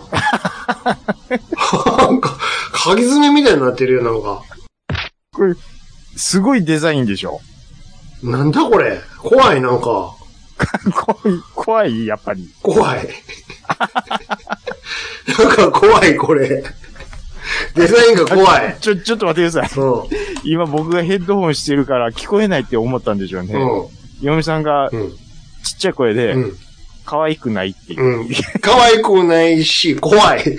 なんか、鍵爪みたいになってるよ、なんか。 これ、すごいデザインでしょ？ なんだこれ？怖い、なんか。 怖い、怖い、やっぱり。 怖い。なんか怖い、これ。デザインが怖い。 ちょ、ちょっと待ってください。うん、今僕がヘッドホンしてるから聞こえないって思ったんでしょうね。うん、嫁さんが、ちっちゃい声で、うん、可愛くないっていう、うん。 可愛くないし、怖い。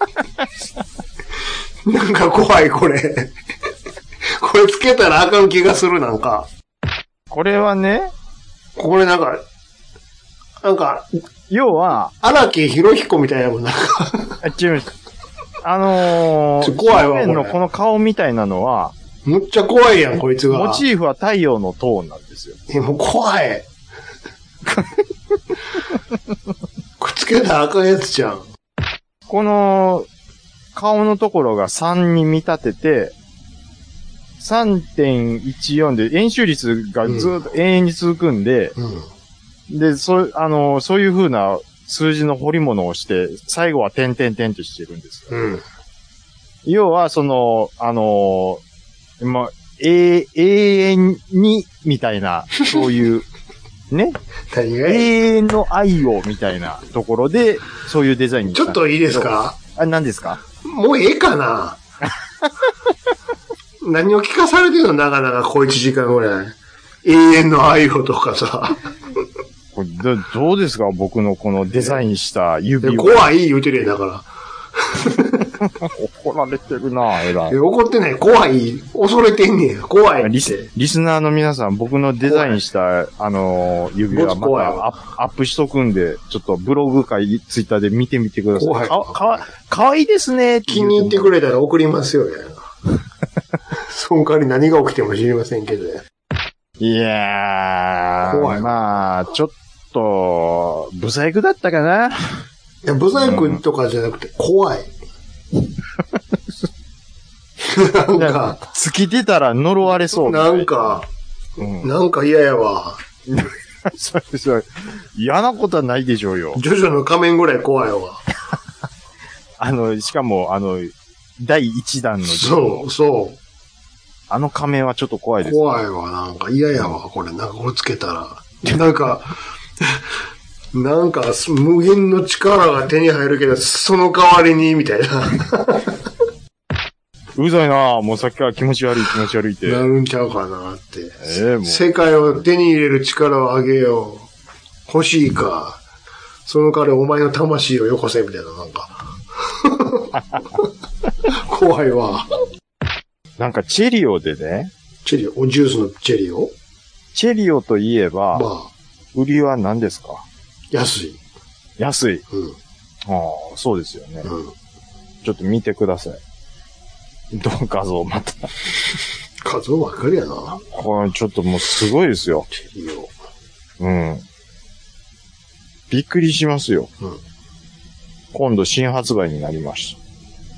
なんか怖い、これ。これつけたらあかん気がする、なんか。 これはね、 これなんか、なんか、 要は、 荒木博彦みたいなもんなんか。 違います。あのー、 怖いわ。 のこの顔みたいなのは、 むっちゃ怖いやん、こいつが。 モチーフは太陽のトーンなんですよ。 え、もう怖い。くっつけたらあかんやつじゃん。 この、顔のところがさんに見立てて、さんてんいちよん で円周率がずっと永遠に続くんで、うん、で、そ、あの、そういう風な数字の彫り物をして、最後は点々点としてるんですよ。うん、要は、その、あの、まあ、永遠に、みたいな、そういう、ね。 何が永遠の愛を、みたいなところで、そういうデザインに。 ちょっといいですか？ あ、何ですか？ もうええかな何を聞かされてるのなかなか小一時間ぐらい。永遠の愛をとかさ。 これど, どうですか僕のこのデザインした指輪。 怖い言うてるやんだから。 怒られてるなえらい。 怒ってない。怖い。恐れてんねん。怖いってリス。リスナーの皆さん、僕のデザインした、あのー、指輪またアップしとくんで、ちょっとブログかツイッターで見てみてください。怖い。か、かわ、かわいいですねって気に入ってくれたら送りますよ、や。その代わり何が起きても知りませんけどね。 いやー。怖い。まあ、ちょっと、ブサイクだったかな。 いや、ブサイクとかじゃなくて、怖い。なんか、 尽きてたら呪われそう、 ね。なんか、うん、なんか嫌やわ。 それそれ嫌なことはないでしょうよ。 ジョジョの仮面ぐらい怖いわ。 あの、しかも、あの、 だいいちだんの。 そう、そう。 あの仮面はちょっと怖いです、ね。 怖いわ、なんか嫌やわ、これ。なんかこれつけたら。なんか、なんか無限の力が手に入るけど、その代わりに、みたいな。 うざいなもうさっきから気持ち悪い気持ち悪いって。 なるんちゃうかなって。 えー、もう世界を手に入れる力をあげよう。欲しいか。その代わりお前の魂をよこせ、みたいな、なんか。怖いわ。 なんかチェリオでね。 チェリオ、ジュースのチェリオ？ チェリオといえば、まあ、売りは何ですか？ 安い。 安い。 うん。 ああ、そうですよね。 うん。 ちょっと見てください。どの画像また。 画像ばっかりやな。 これちょっともうすごいですよ。 チェリオ。 うん。びっくりしますよ。 うん。 今度新発売になりました。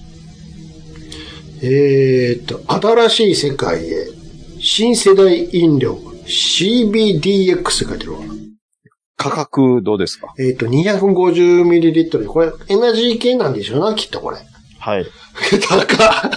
えーっと、新しい世界へ、新世代飲料、シービーディーエックス って書いてるわ。 価格どうですか？ えーっと、にひゃくごじゅうミリリットル。これ、エナジー系なんでしょうな、きっとこれ。 はい。 高っ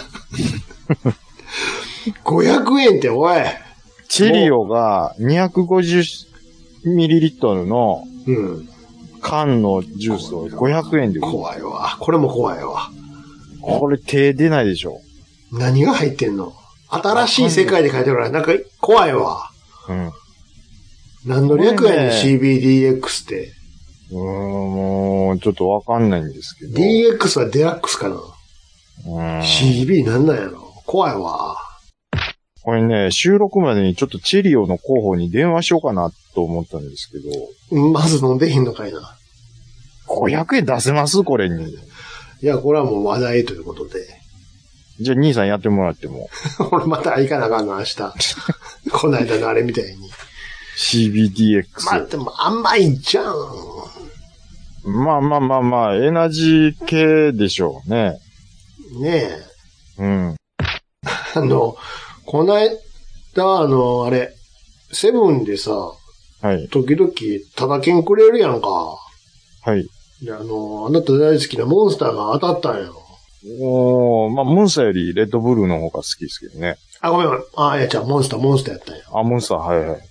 ごひゃくえんって、おい。 チェリオが にひゃくごじゅうミリリットル の缶のジュースをごひゃくえんで売る。 怖いわ。これも怖いわ。 これ手出ないでしょ。 何が入ってんの？新しい世界で書いてるから、なんか怖いわ。 うん。 何の略やねん、シービーディーエックス って。 うーん、もう、ちょっとわかんないんですけど。 ディーエックス はデラックスかな。 うん。 シービー なんなんやろ。怖いわ。 これね、収録までにちょっとチェリオの広報に電話しようかなと思ったんですけど。 まず飲んでへんのかいな。 ごひゃくえん出せますこれに。 いや、これはもう話題ということで。 じゃあ兄さんやってもらっても。 俺また行かなあかんの、明日。この間のあれみたいに。 シービーディーエックス。 まあ、でも甘いじゃん。 まあまあまあまあ、エナジー系でしょうね。 ねえ。 うん。 あの、この間、あの、あれ、セブンでさ、 はい。 時々、ただ券くれるやんか。 はい。 で、あの、あなた大好きなモンスターが当たったんやろ。 おー、まあ、モンスターよりレッドブルーの方が好きですけどね。 あ、ごめんごめん。あ、いや、じゃあ、モンスター、モンスターやったんや。 あ、モンスター、はいはい。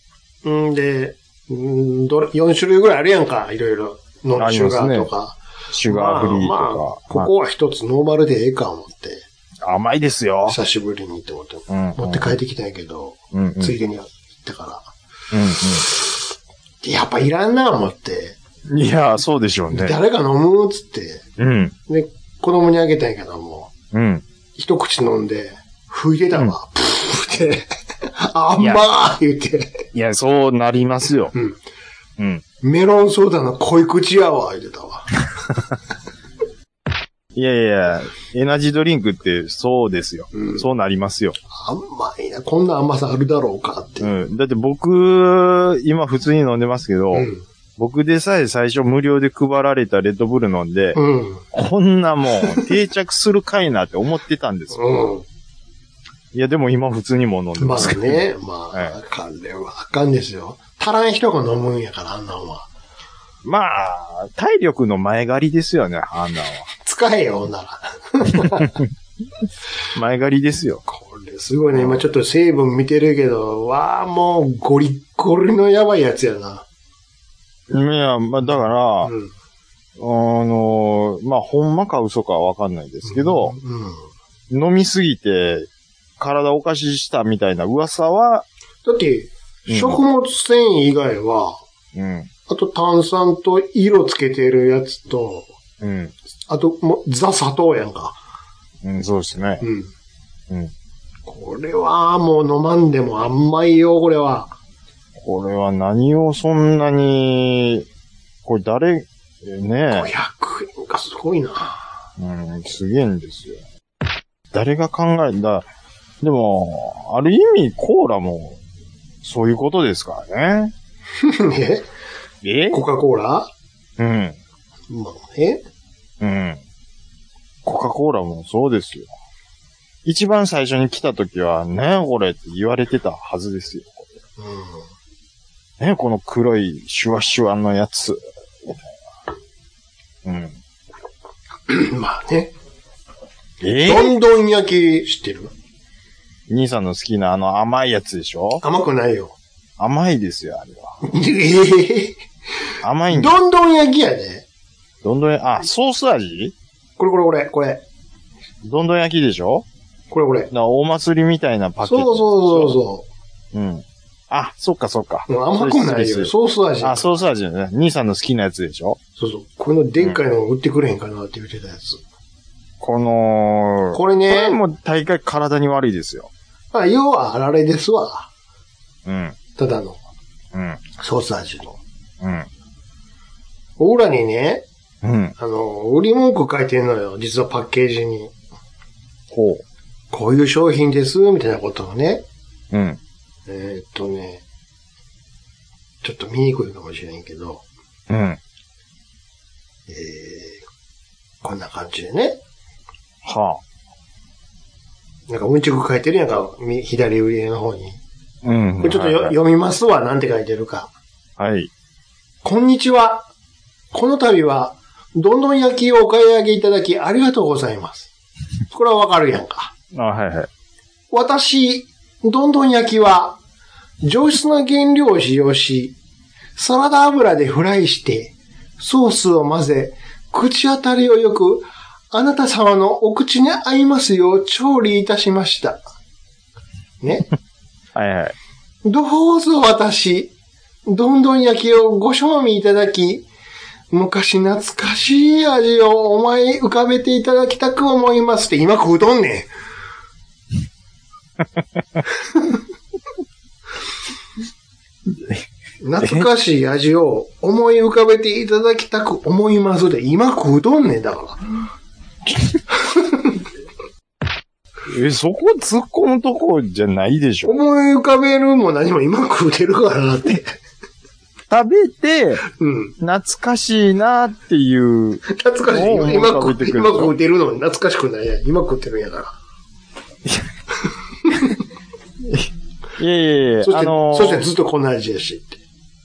んで、んどれ、よん種類ぐらいあるやんか、いろいろ。ノンシュガーとか。 シュガーフリーとか。 まあ、まあ、ここは一つノーマルでええか思って。 甘いですよ。 久しぶりにって思って、 うんうん、 持って帰ってきたんやけど、 うんうん、 ついでに行ったから。 うんうん、やっぱいらんな思って。 いや、そうでしょうね。 誰か飲むつって。 うん。 で、子供にあげたんやけども。 うん。 一口飲んで、吹いてたわ。うん、プーって。あんまー言って。 いや、そうなりますよ。 うん。 うん。 メロンソーダの濃い口やわ、言ってたわ。 いやいや、エナジードリンクってそうですよ。うん、そうなりますよ。 甘いな。こんな甘さあるだろうかって。 うん。だって僕、今普通に飲んでますけど、うん、僕でさえ最初無料で配られたレッドブル飲んで、うん、こんなもん定着するかいなって思ってたんですよ。うん、いや、でも今普通にも飲んでますけど。 まあね、まあ、はい、彼はあかんですよ。足らん人が飲むんやから、あんなんは。 まあ、体力の前借りですよね、あんなんは。 使えよ、ほんなら。 前借りですよ。 これすごいね。今ちょっと成分見てるけど、わあ、もうゴリッゴリのやばいやつやな。 いや、まあだから、うん、あの、まあほんまか嘘かはわかんないですけど、うんうん、飲みすぎて体おかししたみたいな噂は、 だって、食物繊維以外は、うん、あと炭酸と色つけてるやつと、うん、あともザ砂糖やんか。 うん、そうですね。うん。 うん。これはもう飲まんでも甘いよ、これは。 これは何をそんなに、これ誰、ねえ。 ごひゃくえんかすごいな。 うん、すげえんですよ。誰が考えた、でも、ある意味コーラも、そういうことですからね。 ええコカ・コーラうん。 まあね。 うん。コカ・コーラもそうですよ。一番最初に来た時は、ねこれって言われてたはずですよ。うん、ねこの黒いシュワシュワのやつ。みたいな。うん。 まあね。 えどんどん焼き知ってる？ 兄さんの好きなあの甘いやつでしょ？ 甘くないよ。 甘いですよ、あれは。 ええ甘いんだ。 どんどん焼きやで。 どんどん、あ、ソース味？ これこれこれ、これ。 どんどん焼きでしょ？ これこれ。 なお祭りみたいなパッケージ。 そうそうそうそう。 うん。あ、そっかそっか。 甘くないよ。ソース味。 あ、ソース味ね。兄さんの好きなやつでしょ？ そうそう。このでっかいの売ってくれへんかなって言ってたやつ。 この、 これね。 これも大概体に悪いですよ。 あ、要はあられですわ。 うん。 ただの。 うん。 ソース味の。 うん。 裏にね、 うん。 あの、売り文句書いてんのよ。実はパッケージに。 ほう。 こういう商品です、みたいなことをね。 うん。 えー、っとね、ちょっと見にくいかもしれんけど。 うん。 えー、こんな感じでね。 はあ。なんかうんちく書いてるやんか、左上の方に。 うん。 これちょっとよ、はいはい、読みますわ、なんて書いてるか。 はい。 こんにちは。この度は、どんどん焼きをお買い上げいただきありがとうございます。これはわかるやんか。 あ、はいはい。 私、どんどん焼きは、上質な原料を使用し、サラダ油でフライして、ソースを混ぜ、口当たりをよく、あなた様のお口に合いますよう調理いたしました。ね。 はいはい。 どうぞ私、どんどん焼きをご賞味いただき、昔懐かしい味を思い浮かべていただきたく思いますって今食うとんねん。懐かしい味を思い浮かべていただきたく思いますで今食うとんねんだから。 え、そこ突っ込むとこじゃないでしょ。 思い浮かべるも何も今食うてるからって。 食べて、 うん、 懐かしいなっていう。 懐かしい。今食うて今食うてるのに懐かしくないやん。今食ってるんやから。 いやいやいや、 そして、 あのー、 そしてずっとこんな味やしって。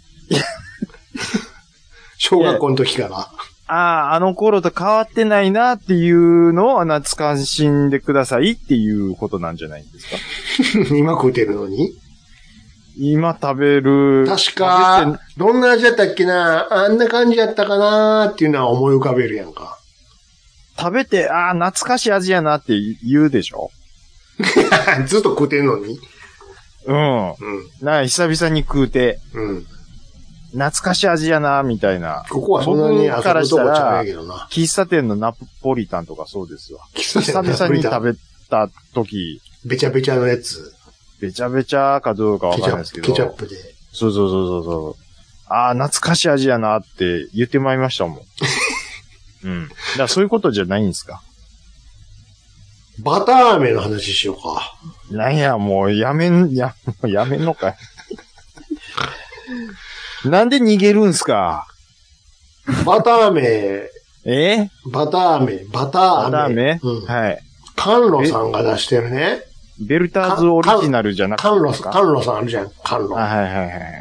小学校の時から。 ああ、あの頃と変わってないなっていうのを懐かしんでくださいっていうことなんじゃないんですか？ 今食うてるのに今食べる。 確か、どんな味だったっけな、あんな感じだったかなっていうのは思い浮かべるやんか。 食べて、ああ、懐かしい味やなって言うでしょ？ ずっと食うてんのにうん。うん。な、久々に食うて。 うん。 懐かしい味やな、みたいな。 ここはそんなに遊ぶとこちゃうけどな。 喫茶店のナポリタンとかそうですわ。 喫茶店の久々に食べた時。 べちゃべちゃのやつ。 べちゃべちゃかどうかわかんないですけど。 ケチャップで。 そうそうそうそう。ああ、懐かしい味やなって言ってまいりましたもん。うん。だからそういうことじゃないんですか。 バター飴の話しようか。 なんや、もうやめん、や、やめんのかい。なんで逃げるんすか？ バター飴。 えバター飴。バター飴。 バター飴、 うん、 はい。 甘露さんが出してるね。 ベルターズオリジナルじゃなくて。 甘露さん、甘露さんあるじゃん。甘露。 はいはいはい。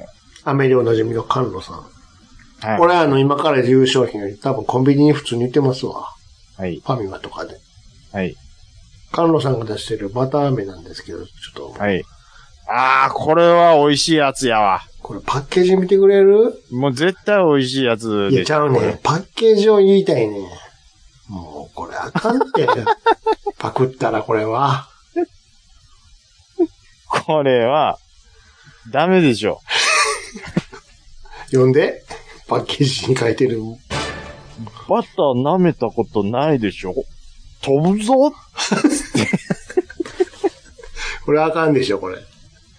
飴でおなじみの甘露さん。 はい。 これあの、今から言う商品より多分コンビニに普通に売ってますわ。 はい。 ファミマとかで。 はい。 甘露さんが出してるバター飴なんですけど、ちょっと。 はい。ああ、これは美味しいやつやわ。 これパッケージ見てくれる？ もう絶対美味しいやつで。 いや、ちゃうね。パッケージを言いたいね。もう、これあかんって。パクったらこれは。 これは、ダメでしょ。 読んで。パッケージに書いてる。 バター舐めたことないでしょ？飛ぶぞこれあかんでしょ、これ。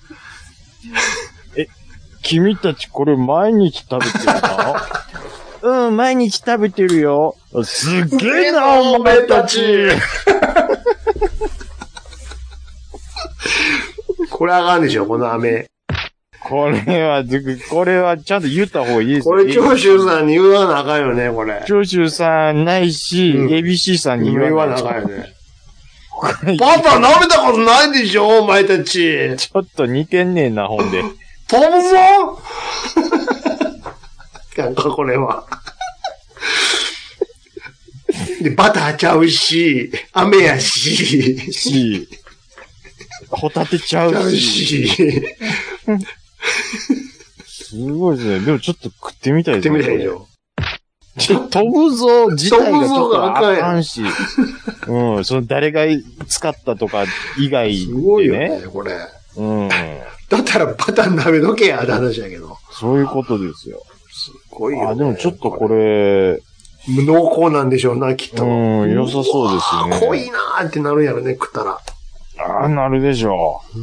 え、君たちこれ毎日食べてるの？うん、毎日食べてるよ。すっげえな、お前たちこれあかんでしょ、この飴。 これは、これはちゃんと言った方がいいですよ。これ、長州さんに言わなあかんよね、これ。 長州さんないし、うん、エービーシー さんに言わなあかんよね。バター舐めたことないでしょ、お前たち。 ちょっと似てんねんな、ほんで。 飛ぶぞなんかこれは。 で、バターちゃうし、飴やし、 し、ホタテちゃうし。 ちゃうし。 すごいですね。でもちょっと食ってみたいですね。 食ってみたいでしょ。 ちょ飛ぶぞ自体がちょっとあかんし。うん。その誰が使ったとか以外でね。 すごいよね、これ。 うん。 だったらバター鍋どけやって話やけど。 そういうことですよ。 すごいよ、ね。 あ、でもちょっとこれ、 濃厚なんでしょうな、きっと。 うん、良さそうですね。 濃いなーってなるんやろね、食ったら。 ああ、なるでしょう。うん。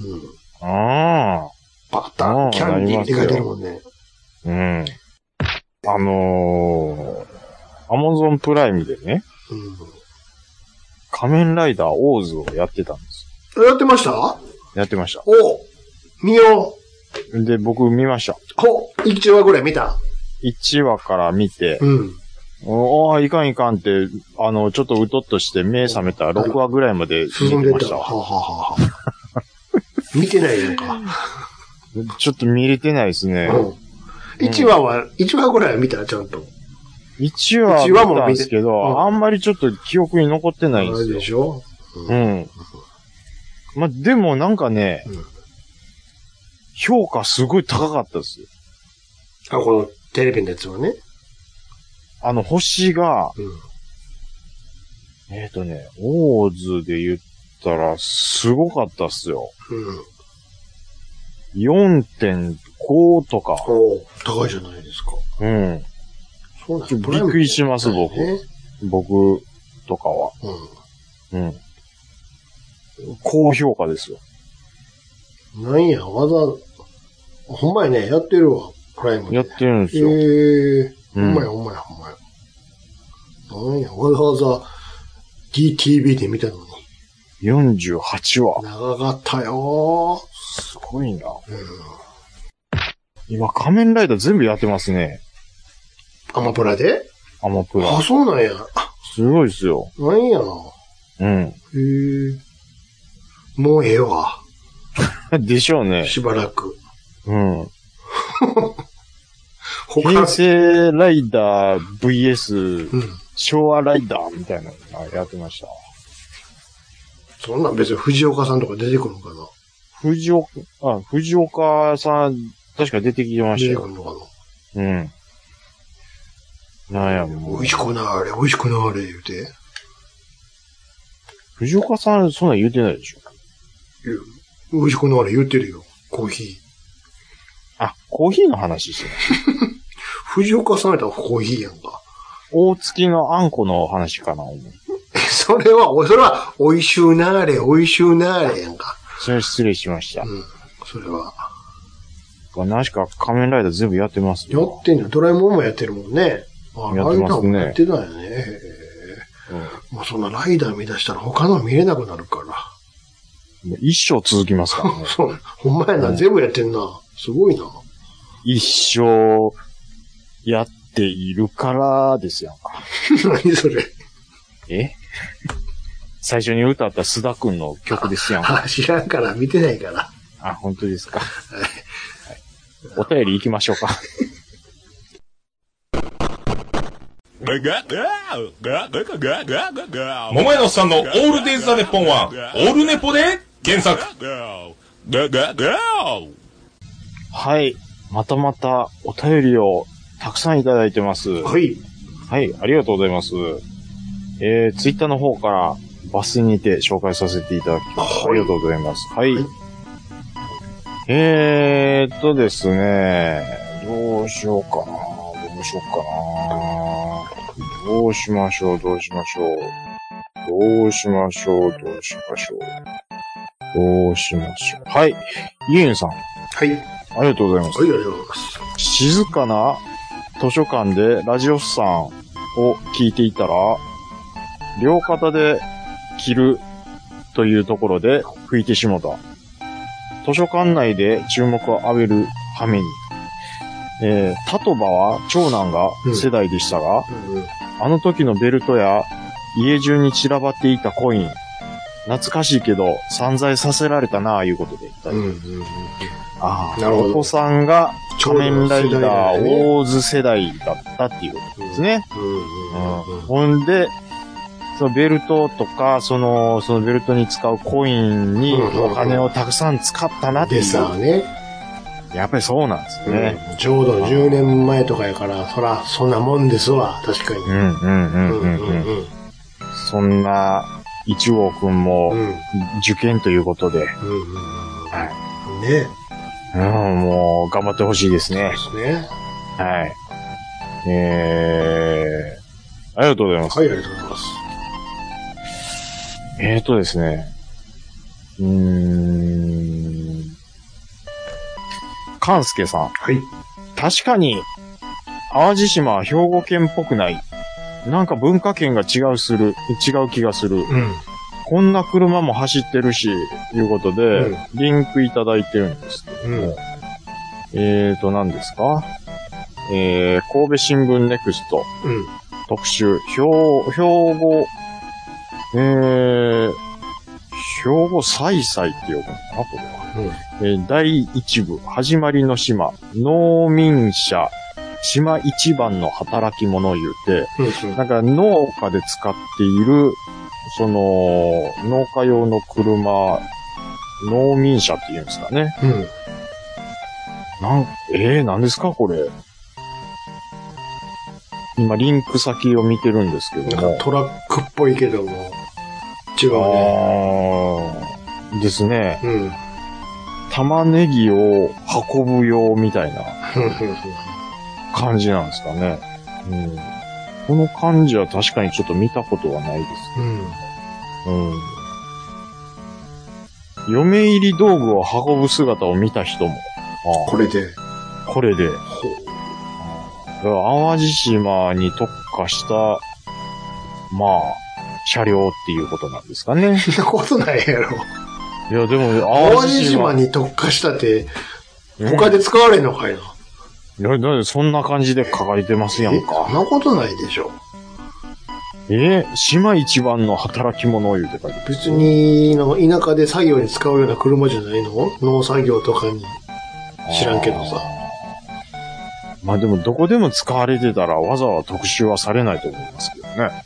ああ。 バター、キャンディーって書いてあるもんね。 うん。あのー、アマゾンプライムでね、うん、仮面ライダーオーズをやってたんですよ。やってました？ やってました。 お見よう。で、僕見ました。 ほいちわぐらい見た？ いち 話から見て、 うん。 おあ、いかんいかんって、あの、ちょっとうとっとして目覚めたらろくわぐらいまで進んでた。はははは見てないやんか。 ちょっと見れてないですね。 うん、いちわは、いちわぐらいは見たらちゃんと。 いちわ見たんですけど、うん、あんまりちょっと記憶に残ってないんですよ。 でしょ？ うん。うん、まあ、でもなんかね、うん、評価すごい高かったですよ。 あ、このテレビのやつはね。 あの、星が、うん、えっ、ー、とね、オーズで言ったらすごかったっすよ。うん、よんてんご とか。 お高いじゃないですか。 うん。そうなんです。びっくりします、僕。僕とかは。うん。うん。高評価ですよ。 なんや、わざ、ほんまやね、やってるわ、プライムで。 やってるんですよ。 へえー。ほんまや、ほんまや、ほんまや。なんや、わざわざ ディーティービー で見たのに。 よんじゅうはちわ。 長かったよー。 すごいな。うん、今、仮面ライダー全部やってますね。 アマプラで？ アマプラ。 あ、そうなんや。 すごいっすよ。 なんやな。 うん。へえ。もうええわ。 でしょうね。 しばらく。 うん。平成ライダー ブイエス、うん、昭和ライダーみたいなのやってました。 そんなん別に藤岡さんとか出てくるのかな？ 藤岡、あ、藤岡さん、確か出てきてましたよ。 出てくるのかな？うん。なんや、もう。 美味しくなーれ、美味しくなーれ、言うて。 藤岡さん、そんなん言うてないでしょ？ 美味しくなーれ言うてるよ、コーヒー。 あ、コーヒーの話してる。 藤岡さんやったらコーヒーやんか。 大月のあんこの話かな、思う。 それは、それは、美味しゅうなーれ、美味しゅうなーれやんか。 それ失礼しました。 うん、それは。 何しか仮面ライダー全部やってますね。やってんの？ドラえもんもやってるもんね。 あ、やってますね。 やってたよね。うん、もうそんなライダー見出したら他の見れなくなるから。 一生続きますからね。 そう。ほんまやな、うん、全部やってんな。すごいな。 一生やっているからですよ。 何それ。 え最初に歌った須田くんの曲ですやん。 あ、知らんから、見てないから。 あ、本当ですか。はいはい、お便り行きましょうか。 桃屋のさんのオールデイズ・ザ・ネッポンは、オールネポで検索。 はい。またまたお便りをたくさんいただいてます。 はい。 はい、ありがとうございます。えー、ツイッターの方から抜粋にて紹介させていただきます。ありがとうございます。はい。はい、えーっとですね、どうしようかな。どうしようかな。どうしましょう、どうしましょう。どうしましょう、どうしましょう。どうしましょう。はい。ゆえんさん。 はい。 ありがとうございます。 はい、ありがとうございます。 静かな図書館でラジオスさんを聞いていたら、両肩で切るというところで吹いてしもた。図書館内で注目を浴びる羽目に。えー、タトバは長男が世代でしたが、うんうん、あの時のベルトや家中に散らばっていたコイン、懐かしいけど散財させられたなあいうことで言ったり。うんうんうん、ああ、お子さんが仮面ライダーオーズ世代だったっていうことですね。うんうんうんうん、ほんで、 そのベルトとか、その、そのベルトに使うコインにお金をたくさん使ったなっていう。 でさあね。 やっぱりそうなんですね。 うん、ちょうどじゅうねんまえとかやから、そら、そんなもんですわ、確かに。 うんうんうんうんうん。そんな、一号くんも、受験ということで。うんうんはい、 ね。 うん、もう、頑張ってほしいですね。 そうですね。 はい。えー、ありがとうございます。 はい、ありがとうございます。 えーとですね。うーん。かんすけさん。 はい。 確かに、淡路島は兵庫県っぽくない。なんか文化圏が違うする、違う気がする。うん。こんな車も走ってるし、いうことで、うん、リンクいただいてるんですけども。うん、えーと、何ですかえー、神戸新聞ネクスト。うん。特集、兵、兵庫、えー、兵庫再々って呼ぶのかなこれは。うん、えー、第一部、始まりの島、農民者、島一番の働き者を言うて、うんうん、なんか農家で使っている、その、農家用の車、農民車って言うんですかね。うん。なん、えー、何ですかこれ。今、リンク先を見てるんですけども。 なんかトラックっぽいけども、違うね。 あーですね。うん。玉ねぎを運ぶ用みたいな感じなんですかね。うん。この感じは確かにちょっと見たことはないです。うん。うん。嫁入り道具を運ぶ姿を見た人も。 ああこれで。 これで。淡路島に特化した、まあ、車両っていうことなんですかね。 そんなことないやろ。 いや、でも、 淡路島に特化したって、他で使われんのかいな。 いや、だってそんな感じで書かれてますやんか。 そんなことないでしょ。 えー、島一番の働き者を言うて書いてる。 別に、田舎で作業に使うような車じゃないの？農作業とかに。知らんけどさ。 まあでもどこでも使われてたらわざわざ特集はされないと思いますけどね。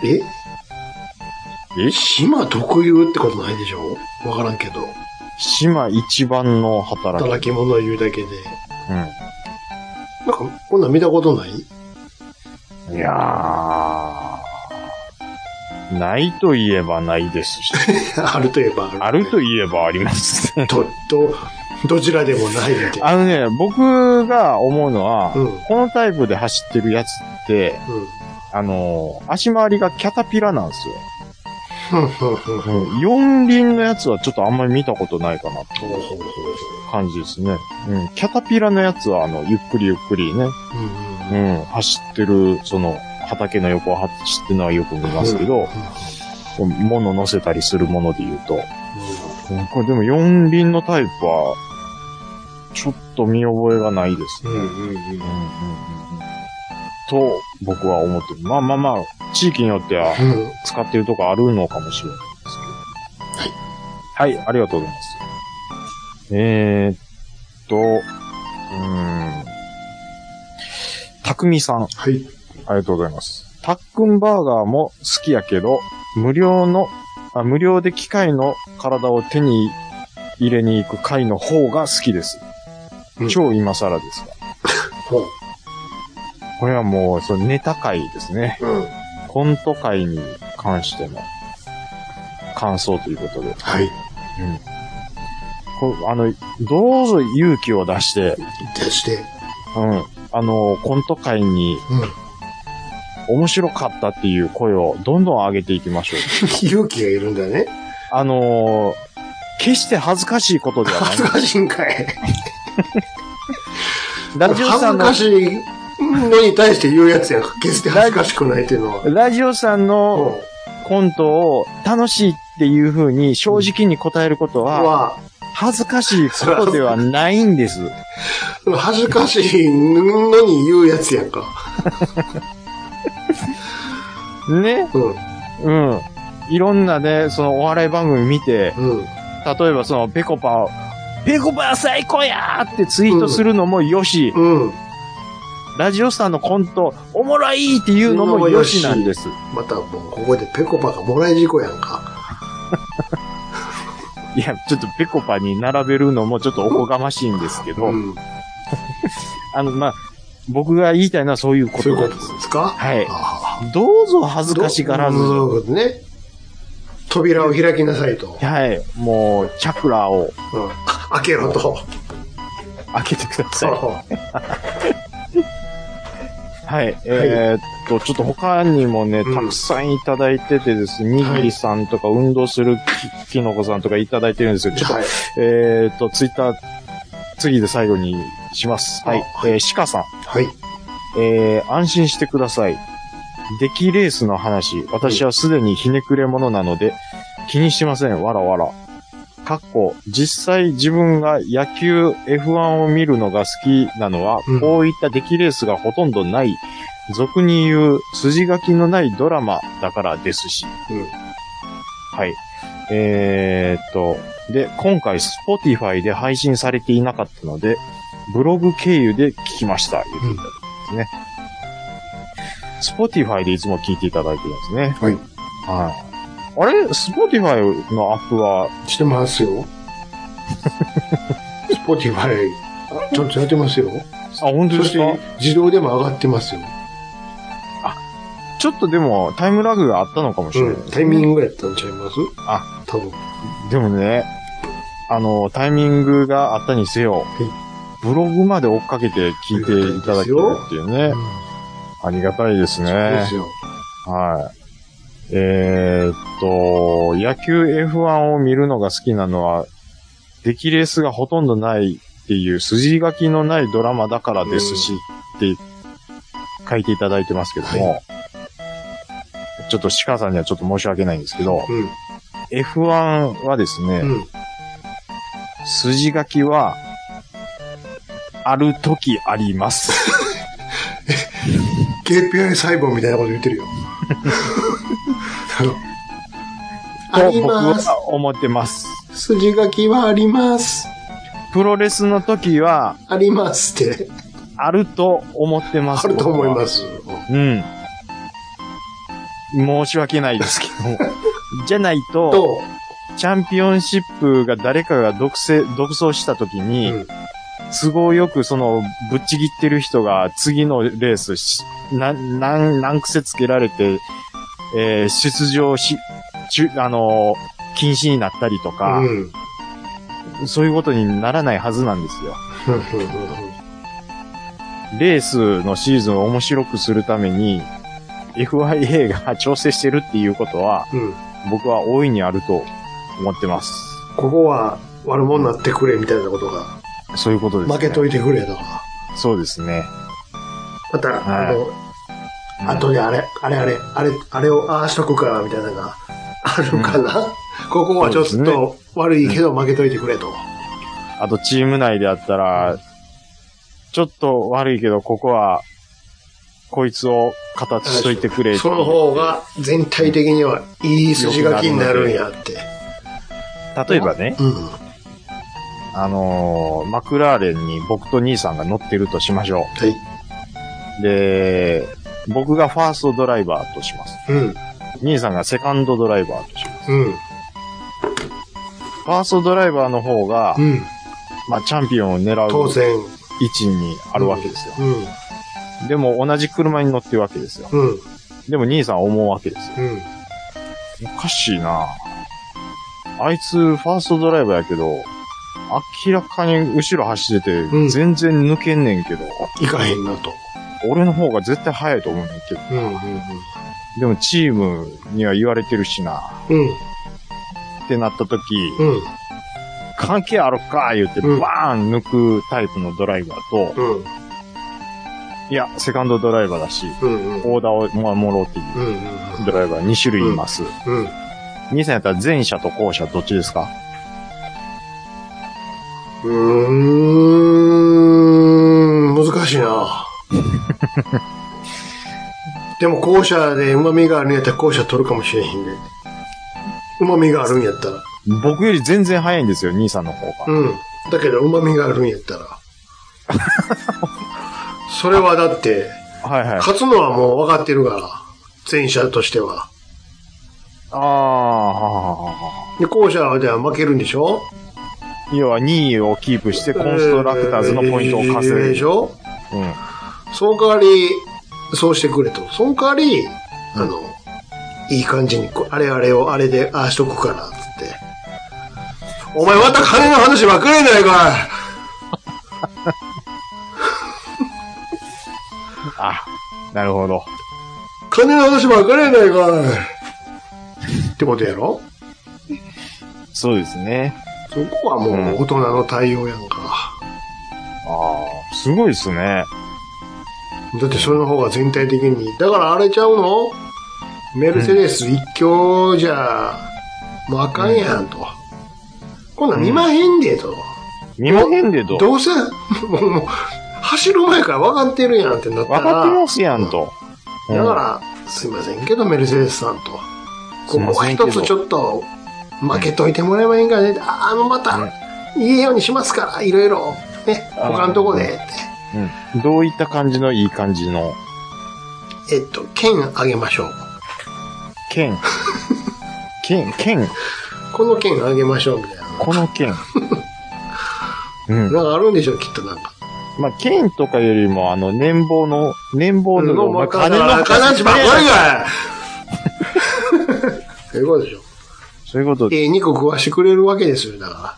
ええ島特有ってことないでしょ？わからんけど。 島一番の働き。 働き者を言うだけで。うん。なんか、こんなん見たことない？いやー。ないと言えばないですし。 あると言えばある、 ね。あると言えばありますね。 と、と、どちらでもないみたいな。 あのね、僕が思うのは、うん、このタイプで走ってるやつって、うん、あの、足回りがキャタピラなんですよ。うん、四輪のやつはちょっとあんまり見たことないかなっていう感じですね。うん、キャタピラのやつは、あの、ゆっくりゆっくりね、うん、うん、走ってる、その、畑の横を走ってるのはよく見ますけど、うん、物乗せたりするもので言うと、うん、これでも四輪のタイプは、ちょっと見覚えがないですね。うんうんうんうん、と、僕は思ってる。まあまあまあ、地域によっては、使ってるとこあるのかもしれないですけど。はい。はい、ありがとうございます。えー、っと、うーん。たくみさん。はい。ありがとうございます。タックンバーガーも好きやけど、無料の、あ無料で機械の体を手に入れに行く回の方が好きです。うん、超今更ですが。これはもう、そのネタ回ですね。うん、コント回に関しての感想ということで。はい。うん。こあの、どうぞ勇気を出して。 出して。 うん。あの、コント回に、うん、面白かったっていう声をどんどん上げていきましょう。 勇気がいるんだね。 あのー、決して恥ずかしいことではない。 恥ずかしいんかい。 ラジオさんの。 恥ずかしいのに対して言うやつやん。決して恥ずかしくないっていうのは。 ラジオさんのコントを楽しいっていう風に正直に答えることは、恥ずかしいことではないんです。 恥ずかしいのに言うやつやんか。 ね、うん。うん。いろんなね、そのお笑い番組見て、うん、例えばそのペコパを、ペコパ最高やーってツイートするのもよし、うんうん、 ラジオスターのコント、おもろいっていうのもよしなんです。 またもうここでペコパがもらい事故やんか。 いや、ちょっとペコパに並べるのもちょっとおこがましいんですけど、うん、あの、まあ、僕が言いたいのはそういうことなんです。 そういうことですか？ はい。どうぞ恥ずかしがらず。 そういうことね。扉を開きなさいと。 はい。もう、チャクラを、うん、 開けろと。 開けてください。はい。えー、っと、ちょっと他にもね、たくさんいただいててですね、にぎりさんとか、運動するき、きのこさんとかいただいてるんですよ。ちょっと、はい、えー、っと、ツイッター、次で最後にします。はい。はい、えー、シカさん。 はい。 えー、安心してください。出来レースの話、私はすでにひねくれ者なので、気にしてません。わらわら。かっこ、実際自分が野球 エフワン を見るのが好きなのは、うん、こういった出来レースがほとんどない、俗に言う筋書きのないドラマだからですし。うん、はい。えーっと、で、今回 Spotify で配信されていなかったので、ブログ経由で聞きました。言っていただいてですね。うん、Spotify でいつも聞いていただいてるんですね。 はい。 はい。あれSpotify のアップはしてますよ。Spotify、ちゃんとやってますよ。 あ、本当ですか？ そして自動でも上がってますよ。 あ、ちょっとでもタイムラグがあったのかもしれない、ねうん。タイミングやったんちゃいます？ あ、 多分。 でもね、あの、タイミングがあったにせよ、ブログまで追っかけて聞いていただけるっていうね。うん、ありがたいですね。そうですよ。 はい。えー、っと、野球 エフワン を見るのが好きなのは、出来レースがほとんどないっていう筋書きのないドラマだからですし、って書いていただいてますけども、はい、ちょっと鹿さんにはちょっと申し訳ないんですけど、うん、エフワン はですね、うん、筋書きは、ある時あります。 ケーピーアイ 細胞みたいなこと言ってるよ。あります。 僕は思ってます。 筋書きはあります。 プロレスの時は、 ありますって。 あると思ってます。 あると思います。 うん。申し訳ないですけど。じゃないと、とチャンピオンシップが誰かが独占、独走した時に、うん、都合よくそのぶっちぎってる人が次のレースし、な、なん、何癖つけられて、えー、出場し、ちゅ、あのー、禁止になったりとか、うん、そういうことにならないはずなんですよ。レースのシーズンを面白くするために、エフアイエー が調整してるっていうことは、うん、僕は大いにあると思ってます。 ここは悪者になってくれみたいなことが。 そういうことですね。 負けといてくれとか。 そうですね。 また、はい、あの、うん、後であれ、あれあれ、あれ、あれをああしとくからみたいなのがあるかな、うん、ここはちょっと悪いけど負けといてくれと。 あとチーム内であったら、ちょっと悪いけどここは、こいつを形しといてくれって。 その方が全体的にはいい筋書きになるんやって。 例えばね、うん、あのー、マクラーレンに僕と兄さんが乗ってるとしましょう。はい。で、僕がファーストドライバーとします。うん。兄さんがセカンドドライバーとします。うん。ファーストドライバーの方が、うん、まあチャンピオンを狙う当然位置にあるわけですよ。うん。うん、でも同じ車に乗ってるわけですよ。うん。でも兄さんは思うわけですよ。うん。おかしいな。あいつファーストドライバーやけど、明らかに後ろ走ってて、うん、全然抜けんねんけど。 いかへんなと。 俺の方が絶対速いと思うんだけど。うんうんうん。でもチームには言われてるしな。うん。ってなった時、うん。関係あるか言ってバーン抜くタイプのドライバーと、うん。いや、セカンドドライバーだし、うんうん、オーダーを守ろうっていうドライバーに種類います。うん。うん、兄さんやったら前者と後者どっちですか？ うーん、難しいな。でも後者で旨味があるんやったら後者取るかもしれへんで。旨味があるんやったら。 僕より全然早いんですよ、兄さんの方が。 うん。だけど旨味があるんやったら。 それはだって、 はいはい。 勝つのはもう分かってるから、前者としては。 ああ、はははで、後者では負けるんでしょ？ 要はにいをキープしてコンストラクターズのポイントを稼ぐ。 でしょ？ うん。 その代わり、そうしてくれと。その代わり、あの、いい感じに、あれあれをあれで、ああしとくから、つって。お前また金の話ばっかりやないかい。 あ、なるほど。 金の話ばっかりやないかい。ってことやろ？ そうですね。 そこはもう大人の対応やんか。 うん、ああ、すごいですね。 だってそれの方が全体的に。だからあれちゃうの？メルセデス一強じゃ、もうあかんやんと。うん、こんなん見まへんでと。 見まへんでと。 どうせ、もう、もう走る前から分かってるやんってなったら。 分かってますやんと。 うん、だから、すいませんけど、メルセデスさんと。ここは一つちょっと、負けといてもらえばいいんかね。うん、あの、また、いいようにしますから、いろいろ。ね、他のとこで、って。 うん。どういった感じのいい感じの？ えっと、剣あげましょう。 剣剣剣この剣あげましょうみたいな。 この剣うん。なんかあるんでしょう、きっとなんか。 まあ、剣とかよりも、あの、年俸の、年俸の、 まあ、金の話ばっかりかいそういうことでしょ。 そういうことで。 ええ、肉食わしてくれるわけですよ、だから。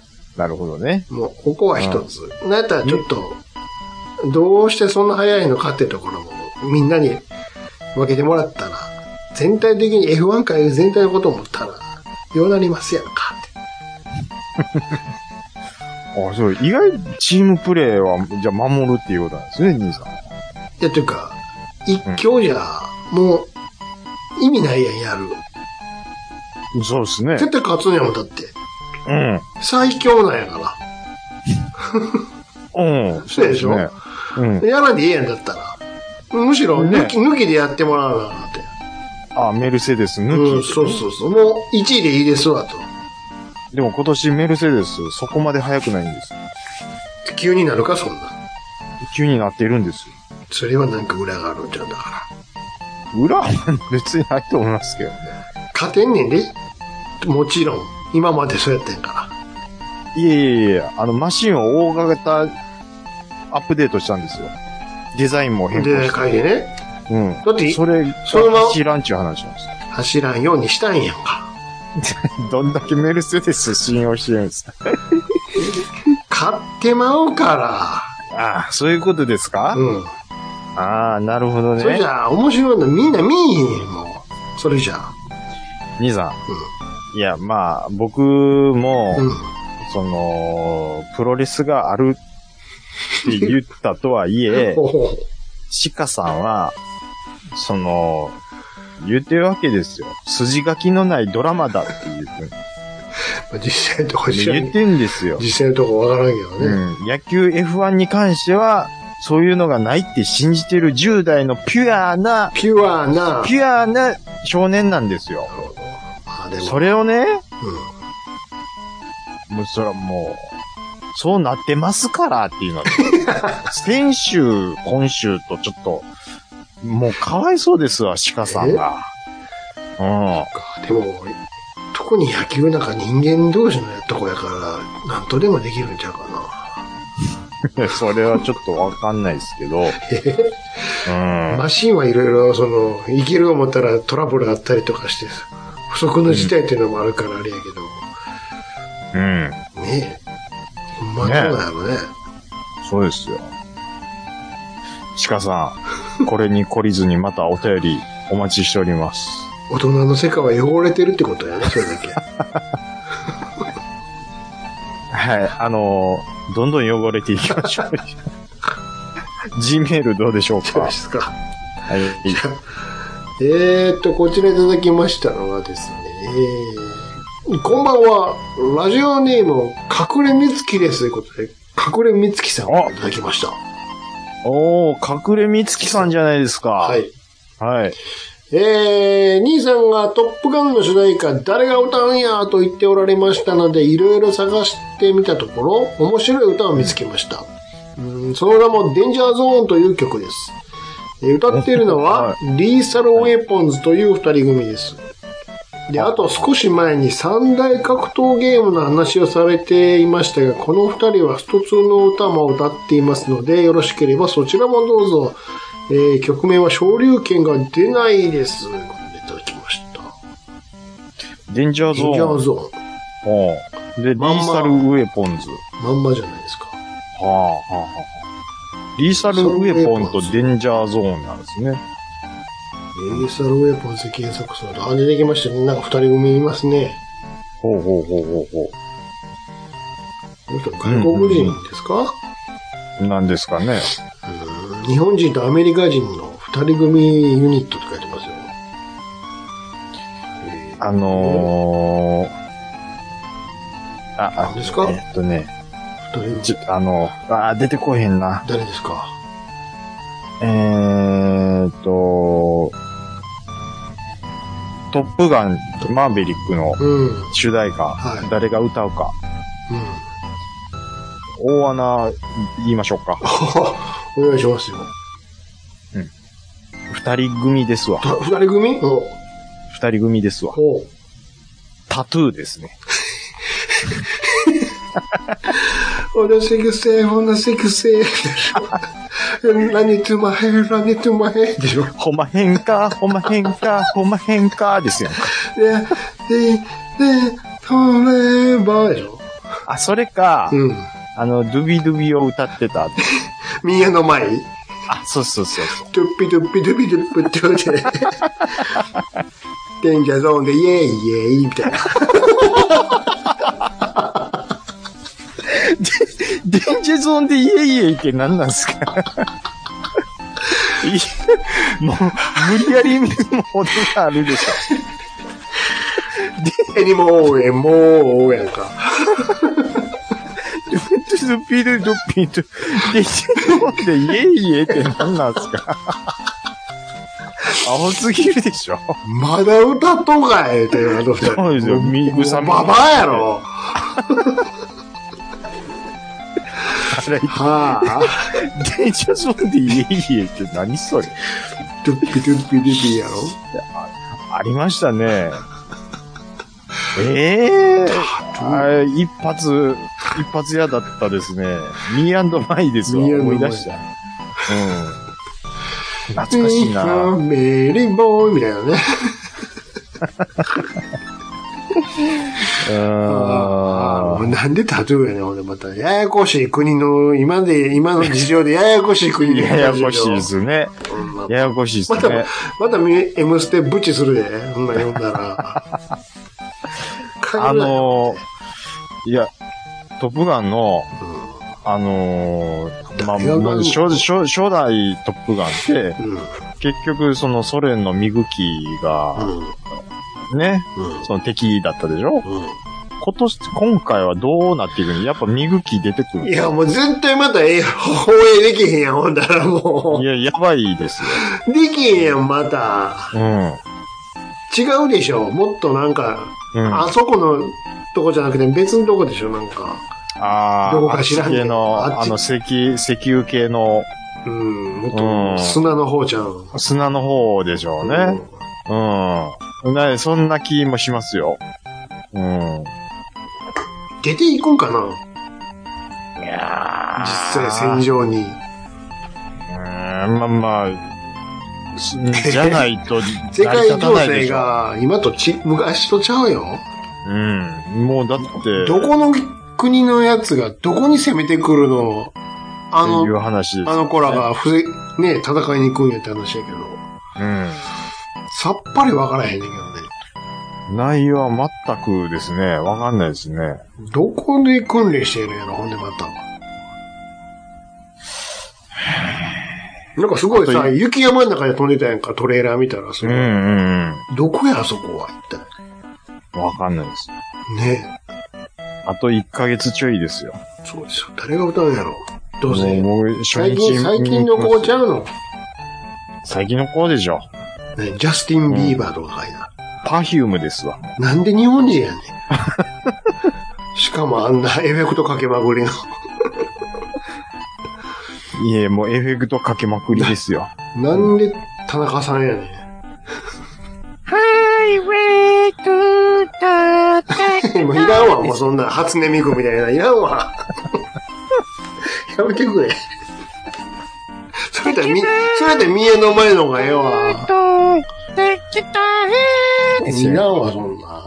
なるほどね。 もう、ここは一つ。うん、なんやったらちょっと、どうしてそんな早いのかってところも、みんなに分けてもらったら、全体的に エフワン 界全体のことを思ったら、ようなりますやんかって。 あ、そう、意外チームプレーは、じゃあ守るっていうことなんですね、兄さん。いや、というか、一強じゃ、もう、意味ないやん、やる。 そうですね。 絶対勝つんやもん、だって。 うん。 最強なんやから。 うん。 そうでしょ、ね、うん。やらんでいいやんだったら。むしろ抜き、ね、抜きでやってもらうなって。 あ、メルセデス抜き、ね、 うん、そうそうそう。もういちいでいいですわと。 でも今年メルセデスそこまで速くないんですよ。 急になるか、そんな。 急になってるんですよ。 それはなんか裏があるんちゃうんだから。 裏は別にないと思いますけどね。 勝てんねんで。もちろん。今までそうやってんから。 いえいえいえ、あの、マシンを大型アップデートしたんですよ。デザインも変更して。 デザイン変えてね。 うん。 だって、 それ、そのまま走らんちゅう話なんですよ。 走らんようにしたんやんか。 どんだけメルセデス信用してるんですか買ってまうから。 ああ、そういうことですか？うん。ああ、なるほどね。 それじゃあ、面白いのみんな見えへんねん、もう。それじゃあ。 兄さん。うん。いや、まあ、僕も、うん、その、プロレスがあるって言ったとはいえ、鹿さんは、その、言ってるわけですよ。筋書きのないドラマだって言う。 実際のとこ言ってんですよ。 実際のとこわからんけどね、 うん。野球 エフワン に関しては、そういうのがないって信じてるじゅう代のピュアな、 ピュアな、 ピュアな少年なんですよ。 あでもそれをね、うん、もうそれはもう、そうなってますからっていうのは、先週、今週とちょっと、もうかわいそうですわ、鹿さんが。うん。 でも、特に野球なんか人間同士のやった子やから、なんとでもできるんちゃうかな。それはちょっとわかんないですけど。うん、 マシンはいろいろ、その、いける思ったらトラブルあったりとかして、不測の事態っていうのもあるからあれやけど。 うん。 ねえ。まあ、そうだよね。 そうですよ。鹿さん、これに懲りずにまたお便りお待ちしております。 大人の世界は汚れてるってことやね、それだけ。 はい、あのー、どんどん汚れていきましょう。G メールどうでしょうか？ そうですか。 はい。 えーっと、こちらいただきましたのがですね、えー、こんばんは、ラジオネーム、隠れみつきですということで、隠れみつきさんをいただきました。 おー、隠れみつきさんじゃないですか。 はい。 はい。 えー、兄さんがトップガンの主題歌、誰が歌うんやと言っておられましたので、いろいろ探してみたところ、面白い歌を見つけました。 うん、その名もデンジャーゾーンという曲です。えー、歌っているのは、はい、リーサルウェポンズという二人組です。で、あと少し前に三大格闘ゲームの話をされていましたが、この二人はストツーの歌も歌っていますので、よろしければそちらもどうぞ。えー、曲名は昇竜拳が出ないです。これでいただきました。 デンジャーゾーン。 デンジャーゾーン。はあ、で、リーサルウェポンズ。 まんまじゃないですか。 はあ、はあ、はあ。リーサルウェポンとデンジャーゾーンなんですね。 リーサルウェポンズで検索すると、あ、出てきましたね。なんか二人組いますね。 ほうほうほうほうほう。 この人外国人ですか？ うん、なんですかね。 うん、日本人とアメリカ人の二人組ユニットって書いてますよ。 あのー、あ、 何ですか？ えっとね、 二人ちあの、あ、出てこへんな。 誰ですか？ えーっと、トップガン、マーベリックの主題歌、うんはい、誰が歌うか。うん、大穴言いましょうか。 お願いしますよ。 うん。二人組ですわ。 二人組？お二人組ですわ。タトゥーですね。 おなせくせ、おなせくせ。ラニトゥマヘン、ラニトゥマヘンでしょ。 ほまへんか、ほまへんか、ほまへんかですよ。 で、で、で、トレーバーでしょ。 あ、それか、うん、あの、ドゥビドゥビを歌ってた。 宮の前あ、そうそうそう。 ドゥッピドゥッピドゥビドゥッピって言って。デンジャーゾーンでイェイイェイみたいな。 デンジャーゾーンでイェイイェイって何なんですか？もう、無理やり見るほどがあるでしょ。エニモーエモーやんか。 ドゥピドゥドゥピドゥ、デンジャーゾーンでイェイイェイって何なんですか？アホすぎるでしょ。 まだ歌っとんかいって言われて。 そうですよ、ミグサミ。 ババアやろ。 はあ。電車ゾーンでイエイエイって何それ？ ドゥッピドゥッピドゥッピやろ？ あ, ありましたね。ええー、一発、一発屋だったですね。ミー&マイですわ。思い出した。うん。懐かしいな。 メリーボーイみたいなね。ああ、なんでタトゥーやねん、俺また。ややこしい国の、今で、今の事情でややこしい国で。 ややこしいですね。ややこしいですね。 また、また M ステブチするで、そんな読んだら。 あのー、いや、トップガンの、うん、あのー、まあ、初, 初, 初代トップガンって、うん、結局そのソ連のミグ機が、うん、ね、うん、その敵だったでしょ、うん、今年、今回はどうなっていくの？やっぱミグ機出てくる？ いや、もう絶対またええ、放映できへんやん、ほんだらもう。 いや、やばいですよ。 できへんやん、また。うん。違うでしょ、もっとなんか、うん、あそこのとこじゃなくて別のとこでしょ、なんか。 ああ、どこか知らんけど。あの、石、石油系の。 うん、もっと砂の方じゃん。 うん、砂の方でしょうね。うん。うん、ね、そんな気もしますよ。うん。 出ていくんかな？いやー。実際戦場に。うーん、まあまあ、じゃないと世界情勢が今とち、昔とちゃうよ。 うん。もうだって。 どこの国のやつがどこに攻めてくるの？あの、 いう話ですね、 あの子らがふぜ、ね、戦いに行くんやって話やけど。うん。さっぱりわからへんねんけどね。 内容は全くですね、わかんないですね。 どこで訓練してるんやろ、ほんでまた。なんかすごいさ、雪山の中で飛んでたやんか、トレーラー見たら、それ。うんうんうん。どこや、あそこは、一体。わかんないです。 ね。 あといっかげつちょいですよ。 そうですよ。誰が歌うんやろ。どうせ。 もう初日最近、最近の子ちゃうの？ 最近の子でしょ。 ね、ジャスティン・ビーバーとかかいな。うん、 パフュームですわ。 なんで日本人やねん。しかもあんなエフェクトかけまぐりの。 いえ、もうエフェクトかけまくりですよ。 なんで田中さんやねん。 ハイウェイトゥータもういらんわ、もうそんな初音ミクみたいな。いらんわ。やめてくれ。それだったらみ、それだったら三重の前の方がええわ。いらんわ、そんな。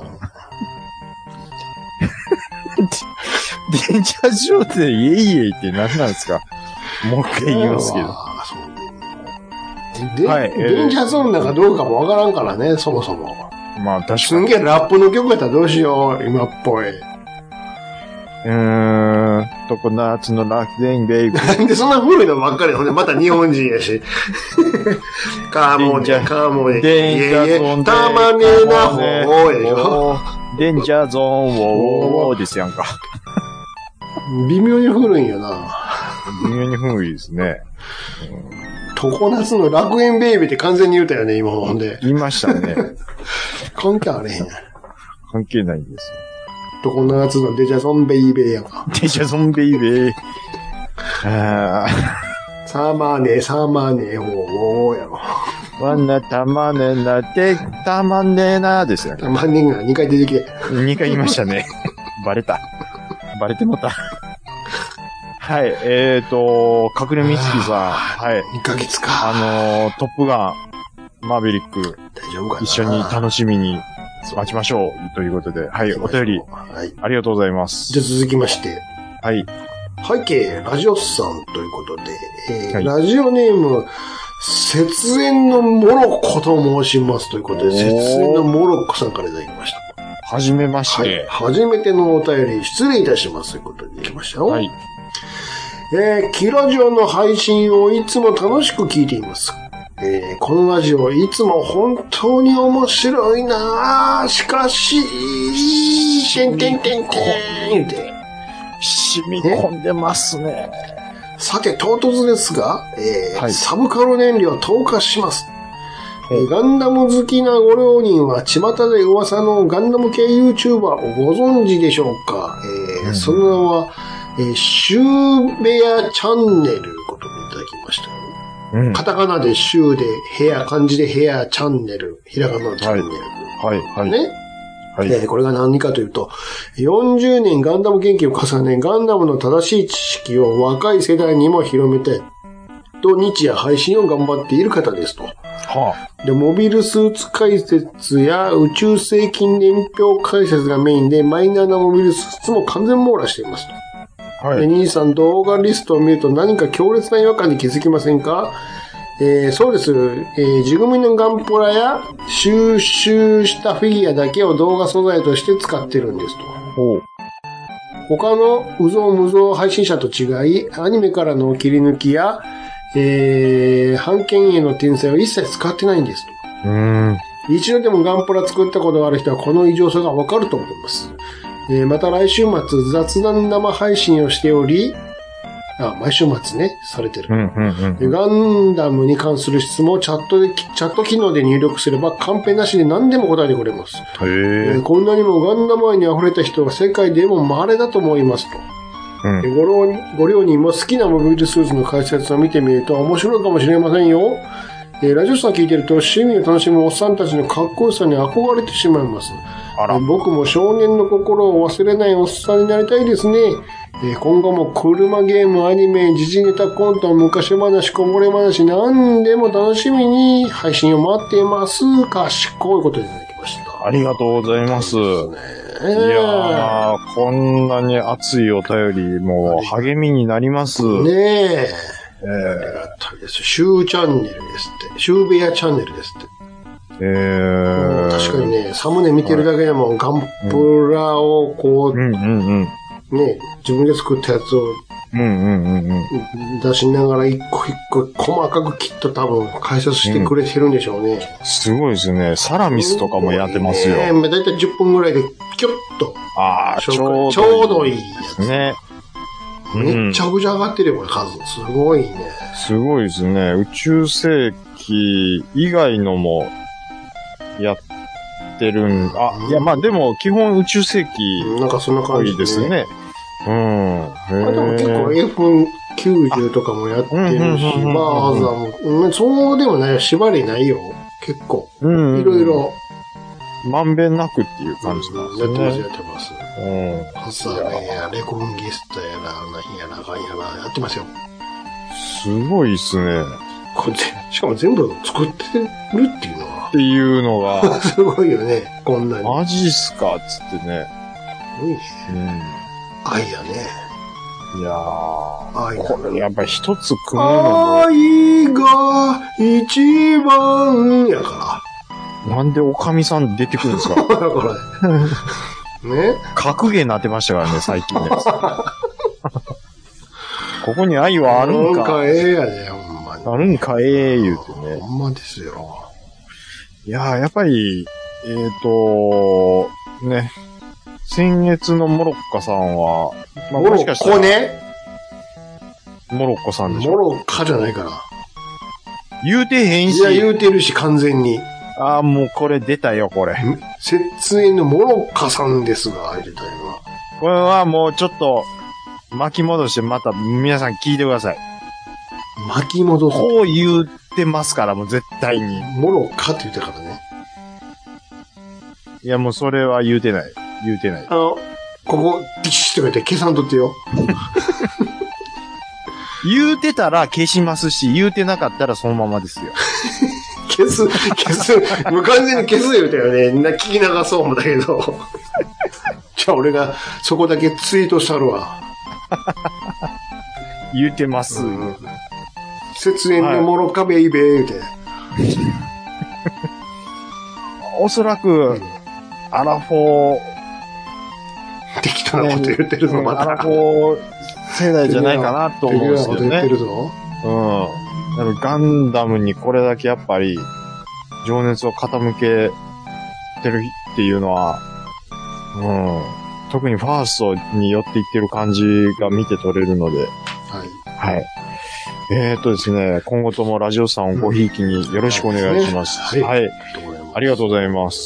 電車上でイエイエイって何なんですか？もう一回言いますけど。 で、 はい、えー、 電車ゾーンなんかどうかもわからんからね、そもそも。 まあ確かに。 すんげえラップの曲やったらどうしよう、今っぽい。 うーん、常夏の楽園ベイビー。 なんでそんな古いのばっかりほんで、また日本人やし。カーモネ、カーモネ。 電車ゾーンで。 たまねえな、ほうやでしょ。 デンジャーゾーン、ウォーウォーですやんか。 微妙に古いんよな。 微妙に古いですね。 常夏の楽園ベイビーって完全に言うたよね、今ほんで。 言いましたね。 関係あれへん。 関係ないんですよ。常夏のデジャソンベイベーやんか。 デジャソンベイベー。あーサーマーネー、サーマーネー、ほう、ほうやろ。 わな、たまねな、で、たまねな、ですよね。 たまねがにかい出てきて。 にかい言いましたね。バレた。バレてもた。はい、えーと、隠れみつきさん。はい。 にかげつか。 あのー、トップガン、マーベリック。 大丈夫かな。 一緒に楽しみに待ちましょう。ということで、はい、お便り。はい。ありがとうございます。 じゃあ続きまして。 はい。 背景、ラジオスさんということで、えーはい、 ラジオネーム、雪煙のモロッコと申しますということで、雪煙のモロッコさんからいただきました。 はじめまして。 はい。初めてのお便り、失礼いたしますということで来ましたよ。はい。えー、キラジオの配信をいつも楽しく聞いています。えー、このラジオいつも本当に面白いなぁ。しかし、てんてんてんてん言うて。 染み込んでますね。 さて、唐突ですが、えーはい、サブカル燃料投下します。えー、ガンダム好きなご両人は、巷で噂のガンダム系 YouTuber をご存知でしょうか。えーうん、その名は、えー、シューベアチャンネルこといただきました。うん、カタカナでシューでヘア、漢字でヘアチャンネル、ひらがなのチャンネル。 はい、はい、はい。 ね。はい、えー、これが何かというと、よんじゅうねんガンダム研究を重ね、ガンダムの正しい知識を若い世代にも広めて、と日夜配信を頑張っている方ですと。はあ、で、モビルスーツ解説や宇宙世紀年表解説がメインで、マイナーなモビルスーツも完全網羅していますと。はい。で、兄さん動画リストを見ると何か強烈な違和感に気づきませんか？えー、そうです。えー、地組みのガンプラや収集したフィギュアだけを動画素材として使ってるんですと。ほう。他のうぞうむぞう配信者と違い、アニメからの切り抜きや、えー、版権への転載を一切使ってないんですと。うーん。一度でもガンプラ作ったことがある人はこの異常さがわかると思います。えー、また来週末雑談生配信をしており、あ、毎週末ね、されてる、うんうんうんで。ガンダムに関する質問をチャットで、チャット機能で入力すればカンペなしで何でも答えてくれます。へー、えー、こんなにもガンダム愛に溢れた人は世界でも稀だと思いますと。うん、ご両ご両人も好きなモビルスーツの解説を見てみると面白いかもしれませんよ。えー、ラジオさん聞いてると趣味を楽しむおっさんたちのかっこよさに憧れてしまいます。あら、えー、僕も少年の心を忘れないおっさんになりたいですね。えー、今後も車ゲーム、アニメ、時事ネタコント、昔話、こぼれ話、何でも楽しみに配信を待っています。賢いこといただきました。 ありがとうございます。いやー、こんなに熱いお便り、もう励みになります。 ねえ。えー、ありがたいです。シューチャンネルですって。シューベアチャンネルですって。えー、確かにね、サムネ見てるだけでも、はい、ガンプラをこう、うんうんうん、ね、自分で作ったやつを、うんうんうんうん、出しながら一個一個細かくきっと多分解説してくれてるんでしょうね。 うん、すごいですね。サラミスとかもやってますよ。 ね、だいたいじゅっぷんぐらいでキュッと。 ああ、ちょうどいい。 ちょうどいいやつ。ね。めっちゃくちゃ上がってるよ、これ数。すごいね。 すごいですね。宇宙世紀以外のもやってるん、あ、いや、まあでも基本宇宙世紀なんかそんな感じですね。うん。 あ、でも結構 F、 きゅうじゅうとかもやってるし、バーザーも、うん、そうでもないよ。縛りないよ。結構。いろいろ。 まんべんなくっていう感じなんですね。 やってます、やってます。うん。ハサメやレコンギスタやら、なんやら、かんやら、やってますよ。 すごいっすね。 これ、しかも全部作ってるっていうのは。 っていうのが。 すごいよね、こんなに。 マジっすかっつってね。 すごいね。うん。愛やね。 いやー。 愛これやっぱり一つ組むのも。愛が一番やから。 なんでおかみさん出てくるんですかこれ。ね格言になってましたからね、最近ね。ここに愛はあるんか。 なんかええやね、ほんまに。 あるんかええ言うてね。 ほんまですよ。 いやー、やっぱり、えっと、ね、先月のモロッカさんは、 まあ、モロッコね。 モロッコさんでしょ。 モロッカじゃないから。 言うてへんし。 いや、言うてるし、完全に。 ああ、もうこれ出たよ、これ。 節縁のモロッカさんですが、入れたいのは。 これはもうちょっと、巻き戻してまた皆さん聞いてください。 巻き戻す。 こう言ってますから、もう絶対に。 モロッカって言ったからね。 いや、もうそれは言うてない。言うてない。 あの、ここ、ピシッとか言って計算取ってよ。 言うてたら消しますし、言うてなかったらそのままですよ。 消す、消す。もう完全に消す言うたよね。な、聞き流そう思ったけど。じゃあ俺がそこだけツイートしたるわ。 言うてます。 節縁のモロッカベイベー言うて。 おそらく、うん、アラフォー、 適当なこと言ってるぞ、また。 アラフォー世代じゃないかなと思うんですよね。 言ってるぞ。 うん。ガンダムにこれだけやっぱり、情熱を傾けてるっていうのは、うん。特にファーストに寄っていってる感じが見て取れるので。はい。はい。えーっとですね、今後ともラジオさんをごひいきによろしくお願いします。うん、はい。はい。ありがとうございます。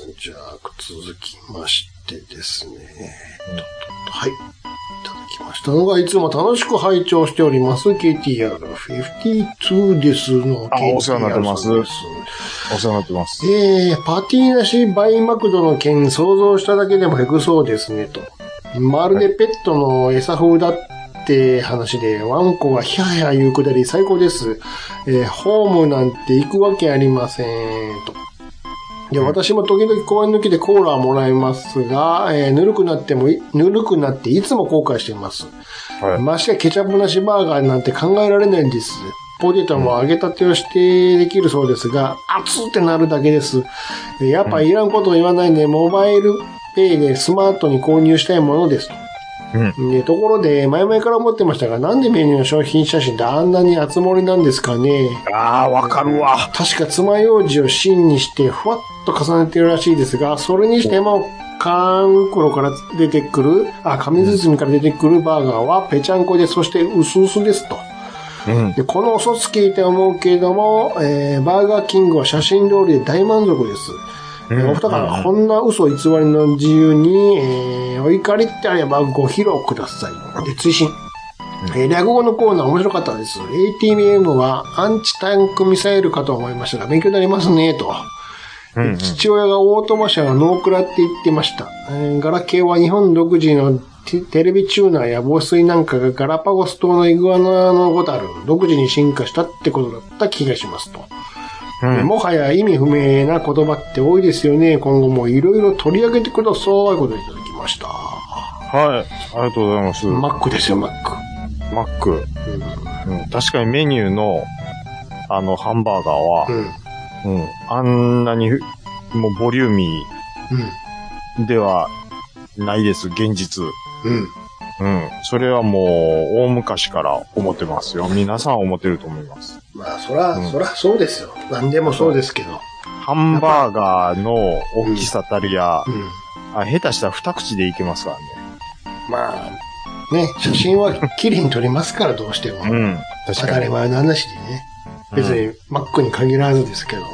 じゃあ、続きましてですね。うん、はい。いただきましたのが、いつも楽しく拝聴しております、ケーティーアールごじゅうに ですの、 あ、お世話になってます。お世話になってます。 えー、パティなしバイマクドの件想像しただけでもヘクそうですね、と。まるでペットの餌風だって話で、ワンコがヒャヒャ言うくだり最高です。えー、ホームなんて行くわけありません、と。で、私も時々公園抜きでコーラをもらいますが、えー、ぬるくなっても、ぬるくなっていつも後悔しています。はい、ましてやケチャップなしバーガーなんて考えられないんです。ポテトも揚げたてをしてできるそうですが、熱ってなるだけです。やっぱいらんことを言わないんで、モバイルペイでスマートに購入したいものですと。うん、でところで、前々から思ってましたが、なんでメニューの商品写真ってあんなに熱盛なんですかね。 ああ、わかるわ。 確か爪楊枝を芯にして、ふわっと重ねてるらしいですが、それにしても、缶袋から出てくる、あ、紙包みから出てくるバーガーはぺちゃんこで、そして薄々ですと。うん、でこの嘘つきって思うけれども、えー、バーガーキングは写真通りで大満足です。うん、お二方、こんな嘘偽りの自由に、えー、お怒りってあればご披露ください。で、追伸。うん、えー、略語のコーナー面白かったです。エーティービーエム はアンチタンクミサイルかと思いましたが、勉強になりますね、と。うんうん、父親がオートマ車はノークラって言ってました。えー、ガラケーは日本独自のテレビチューナーや防水なんかがガラパゴス島のイグアナのごたる独自に進化したってことだった気がしますと。うん、もはや意味不明な言葉って多いですよね。今後もいろいろ取り上げてください。ということでいただきました。 はい。ありがとうございます。 マックですよ、マック。 マック。うんうん、確かにメニューの、あの、ハンバーガーは、うんうん、あんなに、もうボリューミーではないです、現実。うんうん。それはもう、大昔から思ってますよ。皆さん思ってると思います。 まあ、そら、うん、そらそうですよ。何でもそうですけど。 ハンバーガーの大きさたるや、うんうん、あ下手したら二口でいけますからね。 まあ、ね、写真は綺麗に撮りますから、どうしても。うん。確かに。当たり前の話でね。別に、マックに限らずですけど。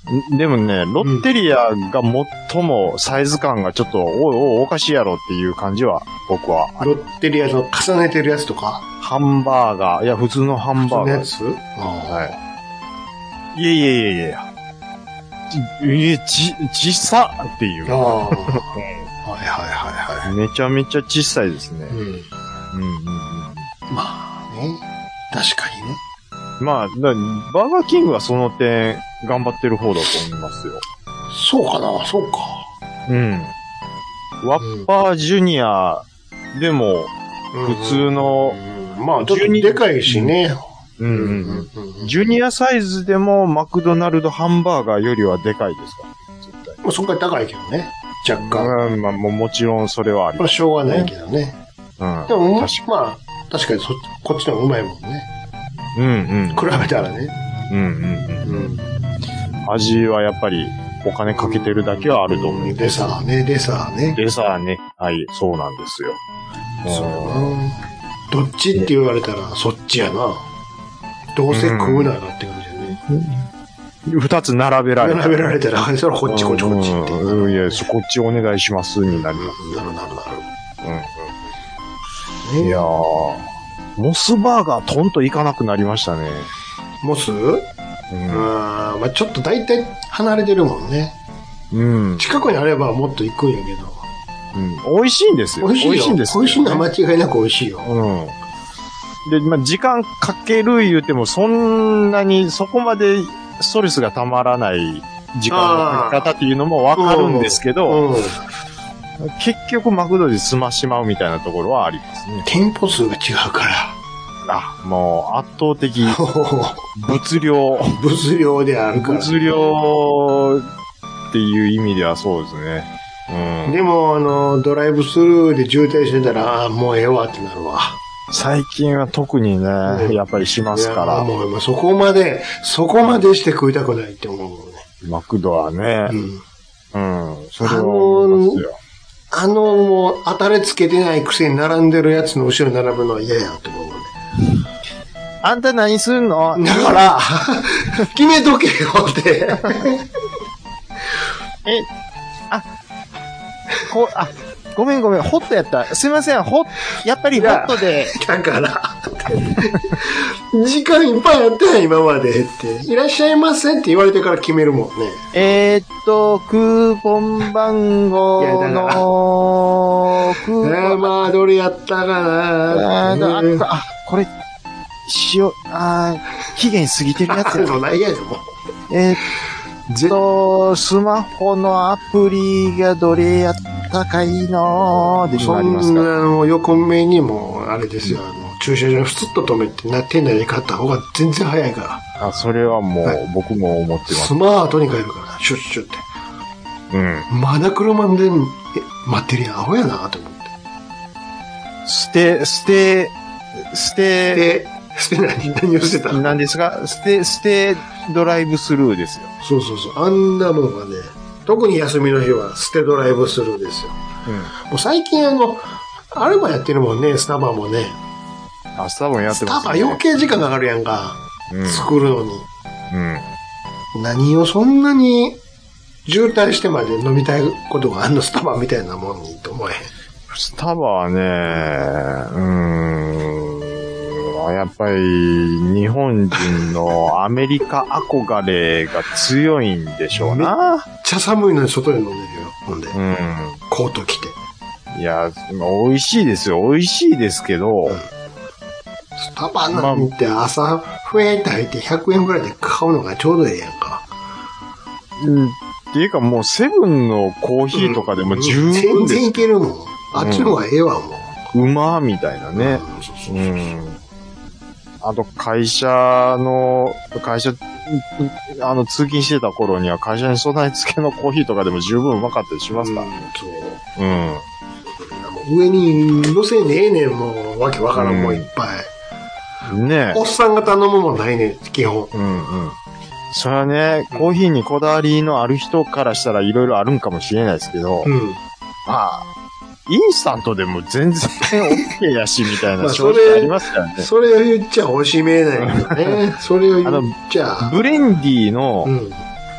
でもね、ロッテリアが最もサイズ感がちょっと、おいおいおかしいやろっていう感じは、僕は。 ロッテリアの重ねてるやつとかハンバーガー、いや、普通のハンバーガー。 普通のやつはい。いやいやいやいや。いや、ち、小さっていう。 ああ。はいはいはいはい。 めちゃめちゃ小さいですね。うん。うんうんうん。 まあね。確かにね。 まあ、バーガーキングはその点、頑張ってる方だと思いますよ。 そうかな、そうか。 うん。ワッパージュニアでも、普通の、 うん、まあ、ちょっとでかいしね。 うんうんうん。ジュニアサイズでもマクドナルドハンバーガーよりはでかいですか絶対。 まあ、そこから高いけどね。若干。 うん、まあ、も, もちろんそれはあります、 ね。まあ、しょうがないけどね。うん。でも、確かまあ、確かにそこっちの方がうまいもんね。 うんうん。 比べたらね。 うんうんうん。うん、味はやっぱりお金かけてるだけはあると思う。 レサーね、レサーね。 レサーね。はい、そうなんですよ。 そう。どっちって言われたらそっちやな。どうせ食うならって感じだね。 うん、二つ並べられたら。 並べられたら、それはこっちこっちこっちって。 うん、いや、そこっちお願いしますになります。 なるなるなる。 うん。いやー、モスバーガートンといかなくなりましたね。 モス？うん。あまあちょっと大体離れてるもんね。うん。近くにあればもっと行くんやけど。 うん。美味しいんですよ。 美味しいよ。美味しいんですよ、ね。美味しいのは間違いなく美味しいよ。 うん。で、まあ、時間かける言うても、そんなに、そこまでストレスがたまらない時間のかけ方っていうのもわかるんですけど、うんうん、結局マクドで済ましまうみたいなところはありますね。 店舗数が違うから。 あ、もう圧倒的物量。 物量であるから。 物量っていう意味ではそうですね。 うん、でも、あの、ドライブスルーで渋滞してたら、ああ、もうええわってなるわ。 最近は特にね、ねやっぱりしますから。 もうそこまで、そこまでして食いたくないって思うもんね。 マクドはね。うん。うん。それは思いますよ。 あの、もう、当たりつけてないくせに並んでるやつの後ろに並ぶのは嫌やって思うもんね。 あんた何すんの？ だから、決めとけよって。 え、あ、こう、あ、ごめんごめん、ホットやった。すいません、ホッ、やっぱりホットで。 だから、時間いっぱいやったやん、今までって。いらっしゃいませって言われてから決めるもんね。 えー、っと、クーポン番号の、 クーポン。まあ、どれやったかな。 あ、あ、これ、塩、あ、期限過ぎてるやつや。 そうないやでも。 えー、っと、スマホのアプリがどれやったかいいのーで今ありますか。 そんなの横目にも、あれですよ、あの、駐車場にふつっと止めて、な、店内で買った方が全然早いから。 あ、それはもう、はい、僕も思ってます。 スマートに買えるから、シュッシュって。うん。まだ車で待ってるやん、アホやなと思って。 捨て、捨て、捨て、 捨て何何を捨てた何ですか捨て、捨てドライブスルーですよ。 そうそうそう。あんなもんはね、特に休みの日は捨てドライブスルーですよ。うん。もう最近あの、あれもやってるもんね、スタバもね。 あ、スタバもやってますね。 スタバ余計時間かかるやんか。うん、作るのに。うん。何をそんなに渋滞してまで飲みたいことがあんのスタバみたいなもんにと思えへん。 スタバはね、うーん。やっぱり日本人のアメリカ憧れが強いんでしょうな。 めっちゃ寒いのに外で飲んでるよ。ほんで。うん。コート着て。 いや、美味しいですよ。美味しいですけど。うん、 スタバなんて朝、ふえーって入ってひゃくえんぐらいで買うのがちょうどええやんか。 うん。っていうかもうセブンのコーヒーとかでも十分です、 うん、全然いけるもん。あっちの方がええわ、もう。うまーみたいなね。うん。そうそうそうそう。うんあと、会社の、会社、あの、通勤してた頃には会社に備え付けのコーヒーとかでも十分うまかったりしますからね。うん、そう。うん。 上に乗せんでええねん、もう、わけわからんもんいっぱい。うん、ねおっさんが頼むもんないねん、基本。うんうん。 それはね、コーヒーにこだわりのある人からしたらいろいろあるんかもしれないですけど、うん。まあ、インスタントでも全然 OK やし、みたいな正直ありますからね。 それを言っちゃおしめないよね。それを言っちゃ。 ブレンディの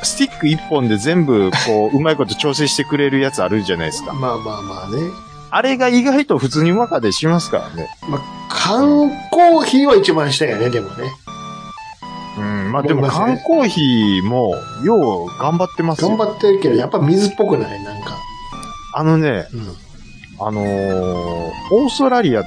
スティック一本で全部、こう、うまいこと調整してくれるやつあるじゃないですか。 まあまあまあね。 あれが意外と普通にうまかでしますからね。 まあ、缶コーヒーは一番下やね、でもね。 うん、まあでも缶コーヒーも、よう頑張ってますよ。 頑張ってるけど、やっぱ水っぽくないなんか。 あのね、 うん、 あのー、オーストラリアって、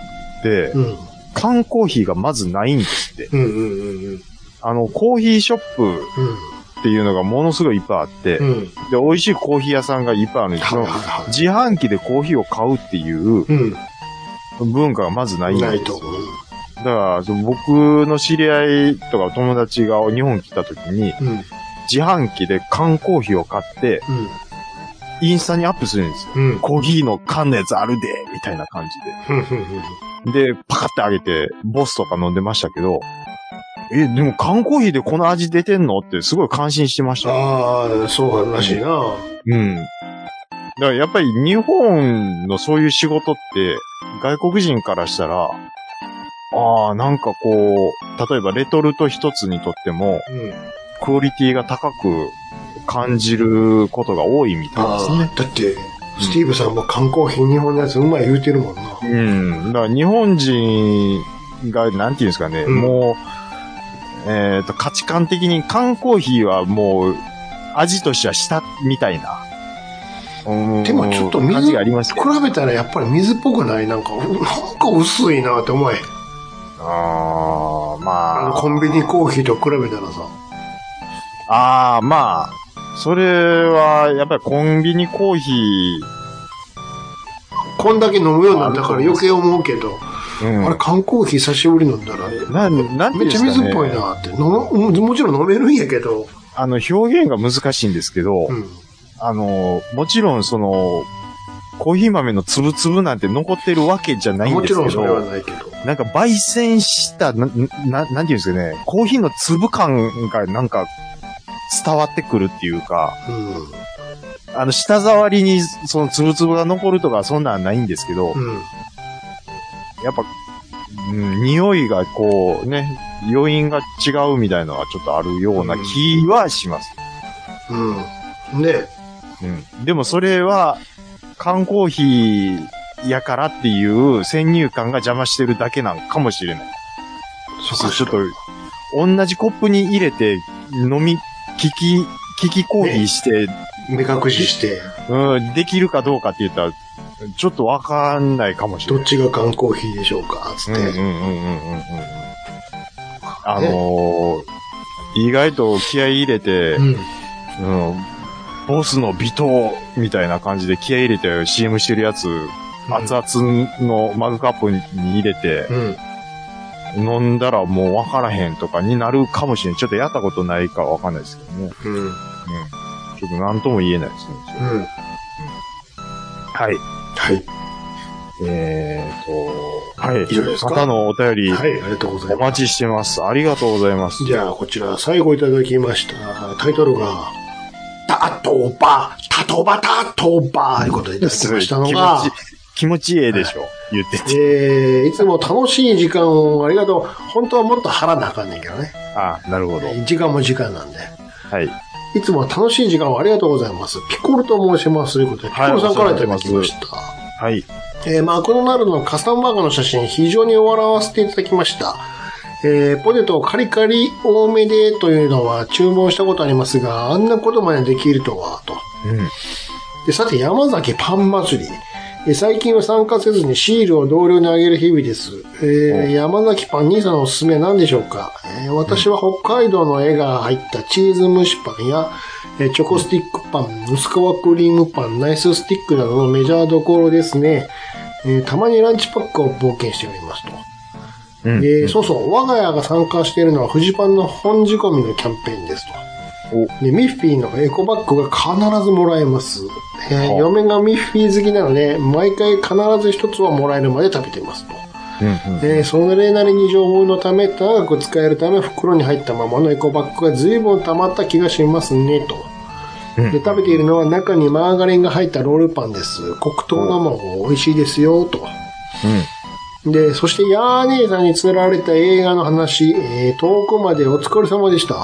うん、缶コーヒーがまずないんですって。 うんうんうんうん、あの、コーヒーショップっていうのがものすごいいっぱいあって、うん、で、美味しいコーヒー屋さんがいっぱいあるんですけど、自販機でコーヒーを買うっていう文化がまずないんですよ。ないと。だから、僕の知り合いとか友達が日本来た時に、うん、自販機で缶コーヒーを買って、うんインスタにアップするんですよ。うん、コーヒーの缶のやつあるで、みたいな感じで。で、パカってあげて、ボスとか飲んでましたけど、え、でも缶コーヒーでこの味出てんのってすごい感心してました。 ああ、そうらしいな。 うん。だからやっぱり日本のそういう仕事って、外国人からしたら、ああ、なんかこう、例えばレトルト一つにとっても、うん、クオリティが高く、感じることが多いみたいですね。 だって、スティーブさんも缶コーヒー日本のやつうまい言うてるもんな。 うん。だから日本人が、なんていうんですかね、うん、もう、えっと、価値観的に缶コーヒーはもう、味としては下みたいな。 でもちょっと水、比べたらやっぱり水っぽくないなんか、なんか薄いなって思え。 ああ、まあ。 あのコンビニコーヒーと比べたらさ。 ああ、まあ。それは、やっぱりコンビニコーヒー。 こんだけ飲むようになったから余計思うけど、うん、あれ缶コーヒー久しぶり飲んだら、 ななんめっちゃ水っぽいなって。もちろん飲めるんやけど。 あの、表現が難しいんですけど、うん、あの、もちろんその、コーヒー豆のつぶつぶなんて残ってるわけじゃないんですけど。 もちろんそれはないけど。 なんか焙煎した、な、ななんていうんですかね、コーヒーの粒感がなんか、伝わってくるっていうか、うん、あの、舌触りにそのつぶつぶが残るとかそんなんはないんですけど、うん、やっぱ、うん、匂いがこうね、余韻が違うみたいなのはちょっとあるような気はします。 うん。ね。 うん。でもそれは、缶コーヒーやからっていう先入観が邪魔してるだけなのかもしれない。そうちょっと、同じコップに入れて飲み、利き、利きコーヒーして、 目隠しして、 うん、できるかどうかって言ったら、ちょっとわかんないかもしれない。 どっちが缶コーヒーでしょうかつって。うんうんうんうんうん。 あのー、意外と気合い入れて、うん、うん、ボスの微糖みたいな感じで気合い入れて シーエム してるやつ、うん、熱々のマグカップに入れて、うん飲んだらもう分からへんとかになるかもしれん。ちょっとやったことないか分かんないですけどね。うん。うん。ちょっと何とも言えないですね。うん。うん、はい。 はい。 えーと、はい。 以上ですか？ またのお便り。 はい、ありがとうございます。 お待ちしてます。ありがとうございます。 じゃあ、こちら最後いただきました。タイトルが、タトバ、タトバタトバということでいただきましたのが、 気持ちいいでしょ、はい、言ってて。 えー、いつも楽しい時間をありがとう。本当はもっと払わなあかんねんけどね。 ああ、なるほど。 時間も時間なんで。 はい。 いつも楽しい時間をありがとうございます。ピコルと申します。ということで、ピコルさんからいただきました。 はい。 えー、マクドナルドのカスタムバーガーの写真、非常に笑わせていただきました。えー、ポテトカリカリ多めでというのは注文したことありますが、あんなことまでできるとは、と。うん。で、さて、山崎パン祭り。最近は参加せずにシールを同僚にあげる日々です。えー、山崎パン兄さんのおすすめは何でしょうか、えー、私は北海道の絵が入ったチーズ蒸しパンや、えー、チョコスティックパン、薄皮クリームパン、ナイススティックなどのメジャーどころですね。えー、たまにランチパックを冒険しておりますと。うんえー、そうそう、我が家が参加しているのはフジパンの本仕込みのキャンペーンですと。でミッフィーのエコバッグが必ずもらえます。えー、嫁がミッフィー好きなので、毎回必ず一つはもらえるまで食べていますと。うんうんえー、それなりに丈夫のため、長く使えるため、袋に入ったままのエコバッグが随分溜まった気がしますねと。で食べているのは中にマーガリンが入ったロールパンです。黒糖のも美味しいですよと。うん、で、そしてヤー姉さんに連れられた映画の話、えー、遠くまでお疲れ様でした。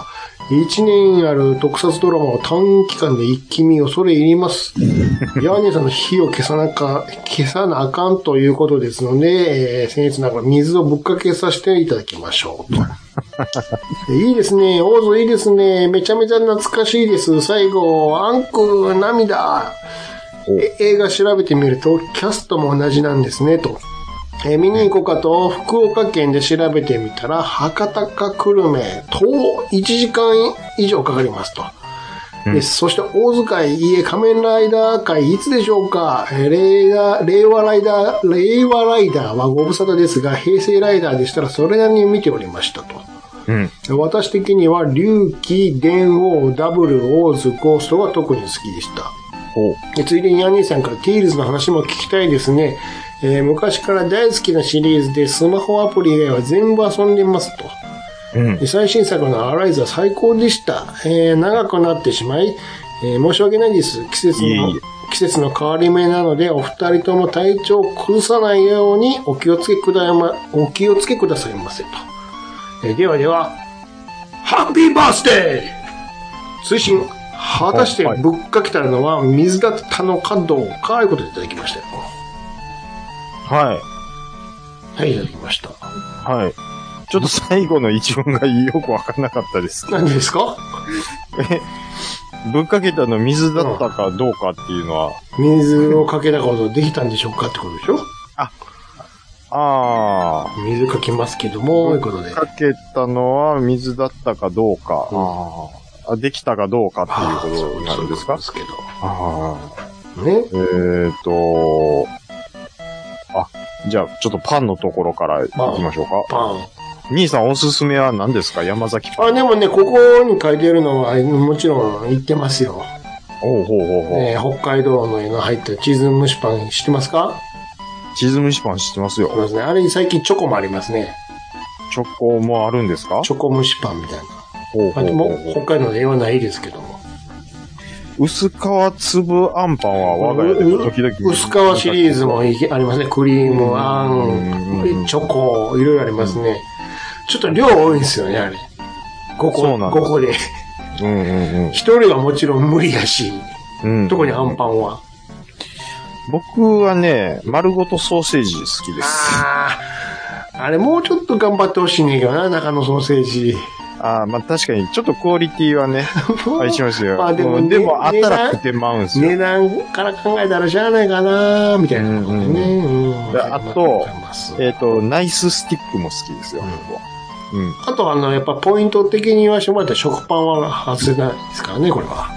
一年ある特撮ドラマを短期間で一気見恐れ入ります。ヤーネさんの火を消さなか、消さなあかんということですので、えー、僭越ながら水をぶっかけさせていただきましょうと。いいですね。オーズいいですね。めちゃめちゃ懐かしいです。最後、アンク涙。映画調べてみると、キャストも同じなんですね、と。えー、見に行こうかと、福岡県で調べてみたら、博多か久留米、といちじかん以上かかりますと。うん、そして、大塚いいえ、仮面ライダー会いつでしょうか。えー、令和、令和ライダー、令和ライダーはご無沙汰ですが、平成ライダーでしたらそれなりに見ておりましたと。うん、私的には、龍騎、電王、ダブル、オーズ、ゴーストが特に好きでした。でついでにヤンニーさんからティールズの話も聞きたいですね。えー、昔から大好きなシリーズでスマホアプリ以外は全部遊んでますと。うん、最新作のアライズは最高でした。えー、長くなってしまい、えー、申し訳ないです。季節の、いえいえ季節の変わり目なので、お二人とも体調を崩さないようにお気をつけくだま、お気をつけくださいませと。えー、ではでは、ハッピーバースデー追伸果たしてぶっかけたのは水だったのかどうかということでいただきましたよ。 はい。 はい、いただきました。 はい。ちょっと最後の一文がよくわからなかったです。 何ですか？ え、ぶっかけたの水だったかどうかっていうのは。 うん、水をかけたことできたんでしょうかってことでしょ？ あ、ああ。 水かけますけども、ということで。 かけたのは水だったかどうか。うん、ああ。できたかどうかっていうことになるんですか？ そうですけど。 ああ。ね。 えーと、あ、じゃあ、ちょっとパンのところから行きましょうか。 パン。 兄さんおすすめは何ですか？山崎パン。 あ、でもね、ここに書いてるのは、もちろん言ってますよ。 おうほうほうほう。 えー、北海道の絵の入ったチーズ蒸しパン知ってますか？ チーズ蒸しパン知ってますよ。 そうですね。あれ最近チョコもありますね。 チョコもあるんですか？ チョコ蒸しパンみたいな。 ほうほうほうほう。 あでも、北海道の絵はないですけども。 薄皮粒あんパンは我が家で時々。 薄皮シリーズもありますね。クリーム、あん、チョコ、いろいろありますね。うん、ちょっと量多いんですよね、あれ。ごこ、ごこで。 うんうんうん。 一人はもちろん無理やし、うん、特にあんパンは。 僕はね、丸ごとソーセージ好きです。 ああ、あれもうちょっと頑張ってほしいねんけどな、中のソーセージ。 ああ、まあ確かに、ちょっとクオリティはね、あれしますよ。 まあでも、ね、 でも、あったら食ってまうんですよ。 値段から考えたらしゃあないかなみたいなことでね。うんうん、 あと、えっ、ー、と、ナイススティックも好きですよ。 うん。うん、あと、あの、やっぱポイント的に言わせてもらったら食パンは外せないですからね、これは。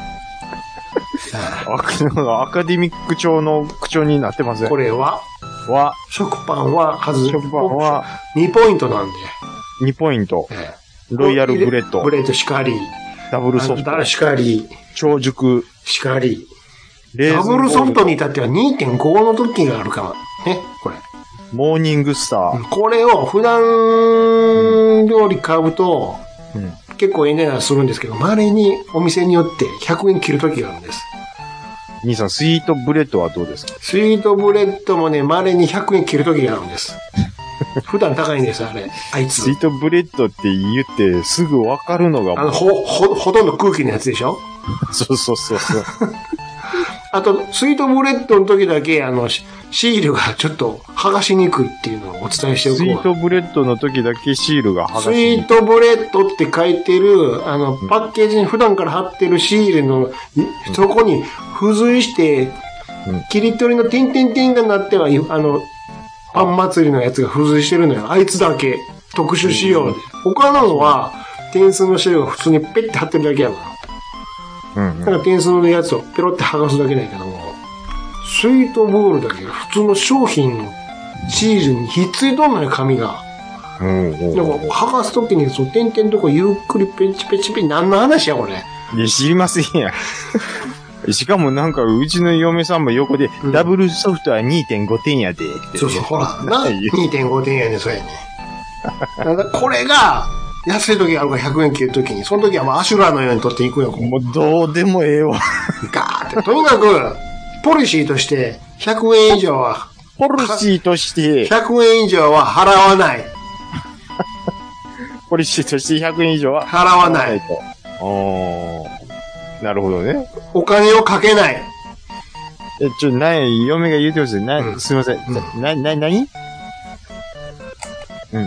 アカデミック調の口調になってますね。 これはは、 食パンは外せ食パンはにポイントなんで。 にポイント。ええロイヤルブレッド。 ブレッドしかり。 ダブルソフト。 しかり。 超熟。 しかり。ダブルソフトに至っては にてんご の時があるからね、これ。 モーニングスター。 これを普段料理買うと、うん、結構ええ値段するんですけど、稀にお店によってひゃくえん切る時があるんです。 兄さん、スイートブレッドはどうですか？ スイートブレッドもね、稀にひゃくえん切る時があるんです。普段高いんです、あれ。あいつ。 スイートブレッドって言ってすぐわかるのがもう。 あの、ほ、ほ、ほとんど空気のやつでしょ？ そうそうそうそう。 あと、スイートブレッドの時だけ、あの、シールがちょっと剥がしにくいっていうのをお伝えしておくわ。 スイートブレッドの時だけシールが剥がしにくい。 スイートブレッドって書いてる、あの、パッケージに普段から貼ってるシールの、うん、そこに付随して、うん、切り取りの点々点がなっては、あの、パン祭りのやつが付随してるのよ。あいつだけ。特殊仕様で。他ののは、点数のシールが普通にペッて貼ってるだけやから。うん、うん。だから点数のやつをペロって剥がすだけだけども、スイートボールだけ普通の商品のシールにひっついとんのよ、紙が。うん、うん。だから剥がすときに、そう、点々とこゆっくりペチペチペチ、何の話や、これ。 いや、知りませんや。しかもなんか、うちの嫁さんも横で、うん、ダブルソフトは にてんご 点やで。 そうそう、ほら、な、にてんご 点やね、それね。これが、安い時あるからひゃくえん切る時に、その時はもうアシュラーのように取っていくよ。 もうどうでもええわ。 ガーって。とにかく、ポリシーとして、ひゃくえん以上は、 ポリシーとして、 ひゃくえん以上は払わない。 ポリシーとしてひゃくえん以上は払わない。 なるほどね。 お金をかけない。 え、ちょ、なに、嫁が言うてほしい。な、 うん、 すいません。うん、な、な、なにうん。うん。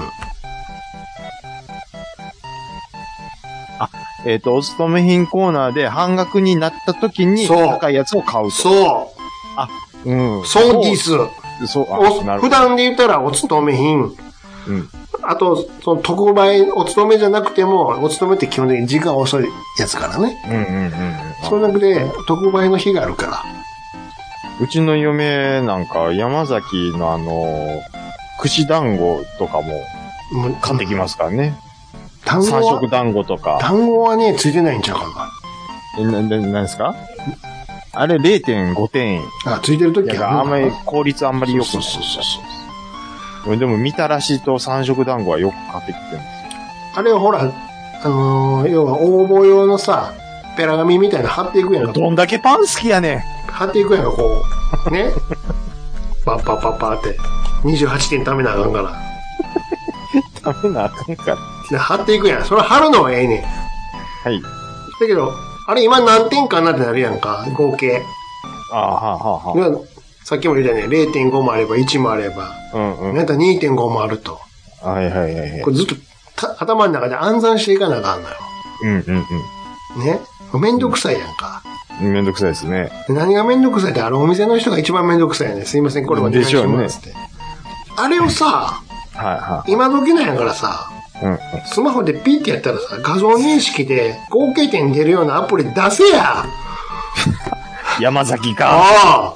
あ、えっ、ー、と、お勤め品コーナーで半額になった時に、高いやつを買うと。 そう。 あ、うん。 そうです。 そう、あ、 なるほど。普段で言ったらお勤め品。 うん。 あと、その特売、お勤めじゃなくても、お勤めって基本的に時間遅いやつからね。 うんうんうん。 それだけで、特売の日があるから。 うちの嫁なんか、山崎のあの、串団子とかも、買ってきますからね。団子三色団子とか。 団子はね、ついてないんちゃうかな。 え、な、な、なんですかあれ れいてんごてん。 あ、ついてるときはあんまり、効率あんまり良くない。そうそうそうそう。でも、みたらしと三色団子はよく買ってきてるんですよ。 あれはほら、あのー、要は応募用のさ、ペラ紙みたいな貼っていくやんか。 どんだけパン好きやねん。 貼っていくやんか、こう。ね。パッパッパッパーって。にじゅうはちてん貯めなあかんから。 貯めなあかんから。 で、貼っていくやん。それ貼るのはええねん。 はい。 だけど、あれ今何点かなってなるやんか、合計。 ああ、はあ、はあ、はあ。 さっきも言ったよね、れいてんご もあればいちもあれば。うんうん。なんか にてんご もあると。 はいはいはい。 これずっとた頭の中で暗算していかなあかんのよ。 うんうんうん。 ね。めんどくさいやんか。 めんどくさいですね。 何がめんどくさいって、あのお店の人が一番めんどくさいやね。すいません、これはお願いしますって。でしょうね。あれをさ、はいはい。今時なんやからさ、うんうん、スマホでピッてやったらさ、画像認識で合計点出るようなアプリ出せや。 山崎か。 ああ。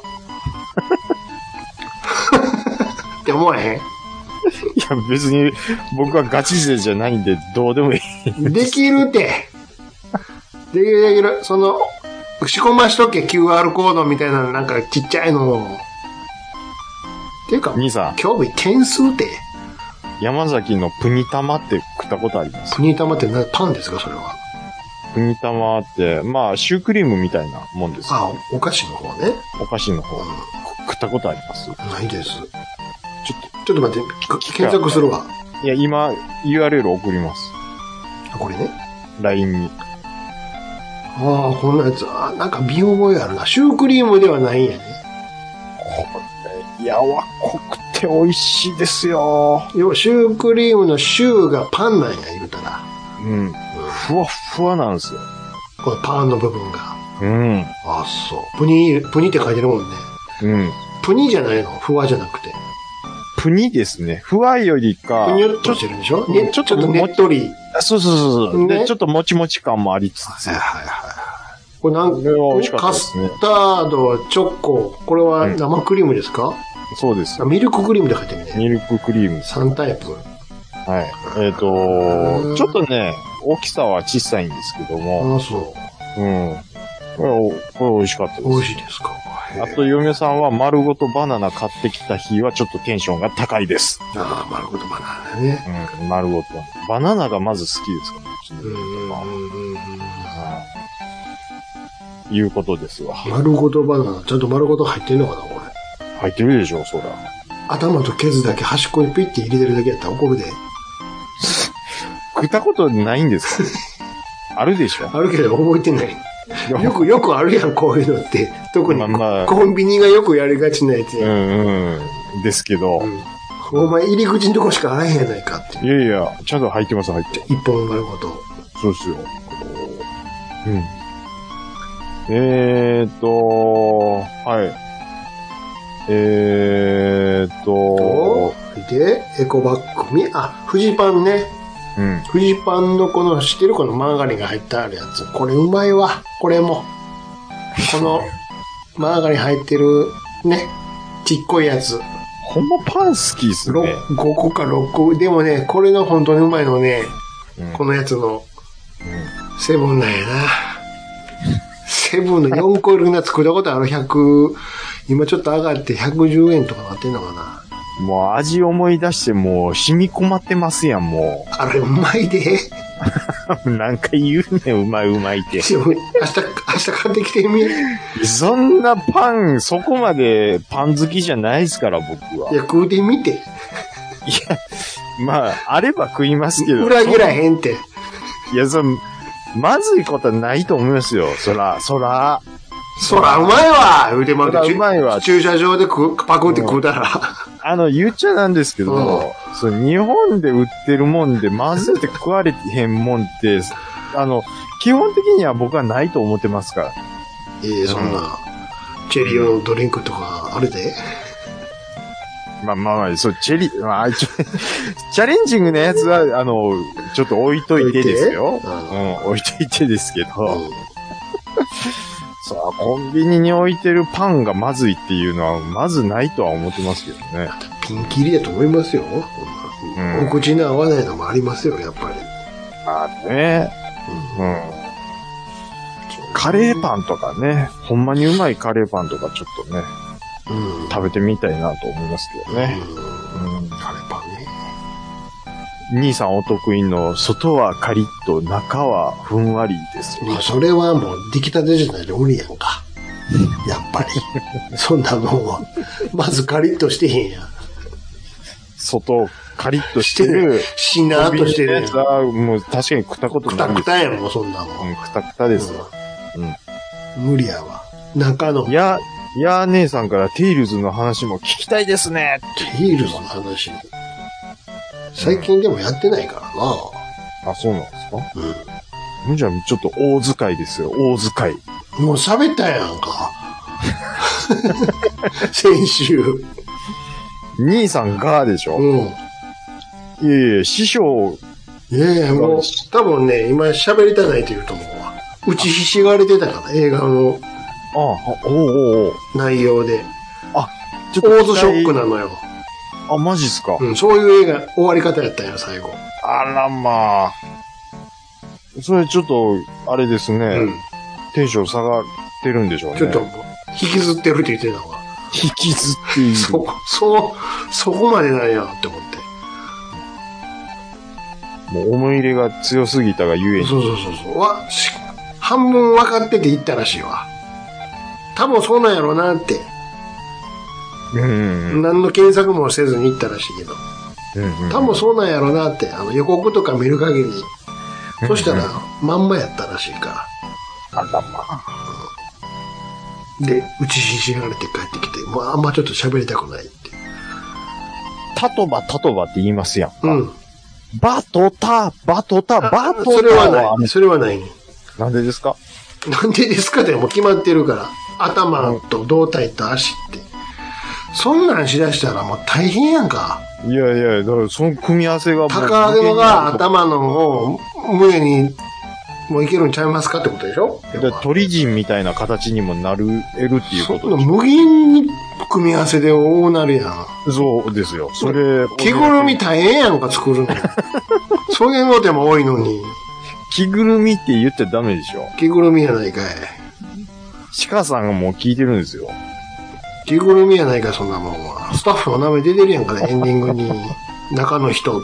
って思わへん？いや、別に僕はガチ勢じゃないんでどうでもいい。 できるって。できるできる。その、仕込ましとけ キューアール コードみたいななんかちっちゃいのを。っていうか、 兄さん。 興味点数って。 山崎のプニ玉って食ったことあります？ プニ玉って何、パンですかそれは。 プニ玉って、まあ、シュークリームみたいなもんです。 あ、お菓子の方ね。 お菓子の方。うん、食ったことあります？ ないです。ちょっと、ちょっと待って、検索するわ。 いや、今、ユーアールエル 送ります。 あ、これね。 ライン に。 ああ、こんなやつ。あ、なんか見覚えあるな。シュークリームではないんやね。 これ、やわこくて美味しいですよ。 要は、シュークリームのシューがパンなんや、言うたら。 うん。ふわふわなんですよ。 このパンの部分が。 うん。 あ、そう。プニ、プニって書いてるもんね。 うん。 プニじゃないの？ふわじゃなくて。 プニですね。ふわよりか。 ぷにゅっとしてるんでしょ？ね、ちょっとねっとり。 そうそうそうそう、ね。で、ちょっともちもち感もありつつ。 はいはいはい。これなんか、カスタード、チョコ、これは生クリームですか？うん、 そうです。 ミルククリームで書いてるね。 ミルククリーム。 さんタイプ。 はい。えっ、ー、と、ちょっとね、大きさは小さいんですけども。 ああ、そう。 うん。これ、これ美味しかったです。 美味しいですか。 あと、嫁さんは丸ごとバナナ買ってきた日はちょっとテンションが高いです。 ああ、丸ごとバナナね。 うん、丸ごと。バナナがまず好きですから、ね、うん。いうことですわ。 丸ごとバナナ、ちゃんと丸ごと入ってんのかな、これ。 入ってるでしょ、そりゃ。 頭とケツだけ端っこにピッて入れてるだけやったら怒るで。 食ったことないんですか？あるでしょ？ あるけど覚えてない。よく、よくあるやん、こういうのって。特に、まあまあ、コンビニがよくやりがちなやつやん。 うんうん。ですけど、うん。 お前入り口のとこしかあらへんやないかって。 いやいや、ちゃんと入ってます、入って。 一本丸ごと。 そうですよ。うん。えーっと、はい。えーっと、 で、エコバッグみ、あ、フジパンね。うん。フジパンのこの、知ってるこのマーガリンが入ってあるやつ。これうまいわ。これも。この、マーガリン入ってる、ね。ちっこいやつ。 ほんまパン好きっすね。 ごこかろっこ。でもね、これの本当にうまいのね、うん、このやつの、うん、セブンなんやな。セブンのよんこ入りのやつ食ったことあるひゃく、今ちょっと上がってひゃくじゅうえんとかなってんのかな。 もう味思い出してもう染み込まってますやん、もう。 あれうまいで。 なんか言うねん、うまいうまいって。 明日、明日買ってきてみ。 そんなパン、そこまでパン好きじゃないですから、僕は。 いや、食うてみて。いや、まあ、あれば食いますけど。 裏切らへんって。 いや、その、 まずいことはないと思いますよ。そら、そら。 そら、うまいわ言うてもらって、 うまいわ。 駐車場でくパクって食うたら。 あの、言っちゃなんですけど、うん、そう日本で売ってるもんで、まずいって食われへんもんって、あの、基本的には僕はないと思ってますから。 ええー、そんな、うん、チェリーのドリンクとかあるで。 まあまあまあ、そう、チェリー、まあ、チャレンジングなやつは、あの、ちょっと置いといてですよ。うん、うん、置いといてですけど。うんさあ、コンビニに置いてるパンがまずいっていうのは、まずないとは思ってますけどね。 ピンキリやと思いますよ。うん、お口に合わないのもありますよ、やっぱり。 まあね。うん。うん、カレーパンとかね、ほんまにうまいカレーパンとかちょっとね、うん、食べてみたいなと思いますけどね。 うんうん、カレーパンね。 兄さんお得意の外はカリッと中はふんわりですよ。 それはもう出来たてじゃないと無理やんか。やっぱり。そんなもんは。まずカリッとしてへんやん。 外カリッとしてる。 しなーっとしてるやつはもう確かに食ったことないです。 くたくたやんもうそんなもん。 うん、くたくたですよ。 うん。うん、無理やわ。中の。 いや、いや姉さんからテイルズの話も聞きたいですね。 テイルズの話最近でもやってないからな。 あ、そうなんですか？うん。じゃあ、ちょっと大使いですよ、大使い。 もう喋ったやんか。先週。 兄さんがでしょ？うん。いやいや、師匠。 いやいや、もう、多分ね、今喋りたないと言うと思うわ。打ちひしがれてたから、映画の。 ああ、おうおうおう。 内容で。 あ、ちょっと。 オーズショックなのよ。 あ、マジっすか？ うん、そういう映画、終わり方やったんや、最後。 あらまあ。それちょっと、あれですね。うん、テンション下がってるんでしょうね。 ちょっと、引きずってるって言ってたわ。 引きずっている。 そ、そう、そこまでなんやって思って。 もう思い入れが強すぎたがゆえに。 そうそうそうそう。わ、半分分かってて言ったらしいわ。多分そうなんやろうなって。うん、何の検索もせずに行ったらしいけど、うんうん、多分そうなんやろなって、あの予告とか見る限り、うん、そしたらまんまやったらしいから。 あらまあ。 で、打ちひしがれて帰ってきて、もうあんまちょっと喋りたくないって。 タトバタトバって言いますやんか。うん。バトタ、バトタ、バトタ。 それはない。それはない。 なんでですか？ なんでですかってもう決まってるから。頭と胴体と足って。そんなんしだしたらもう大変やんか。 いやいや、だからその組み合わせがもう。 高揚が頭のを胸にもういけるんちゃいますかってことでしょ？ だ鳥人みたいな形にもなる、得るっていうことでしょ。無限に組み合わせで大なるやん。 そうですよ。それ。 着ぐるみ大変やんか作るの。そういうのでも多いのに。 着ぐるみって言ってダメでしょ。 着ぐるみやないかい。 鹿さんがもう聞いてるんですよ。 着ぐるみやないか、そんなもんは。スタッフの名前出てるやんかね、エンディングに。中の人って。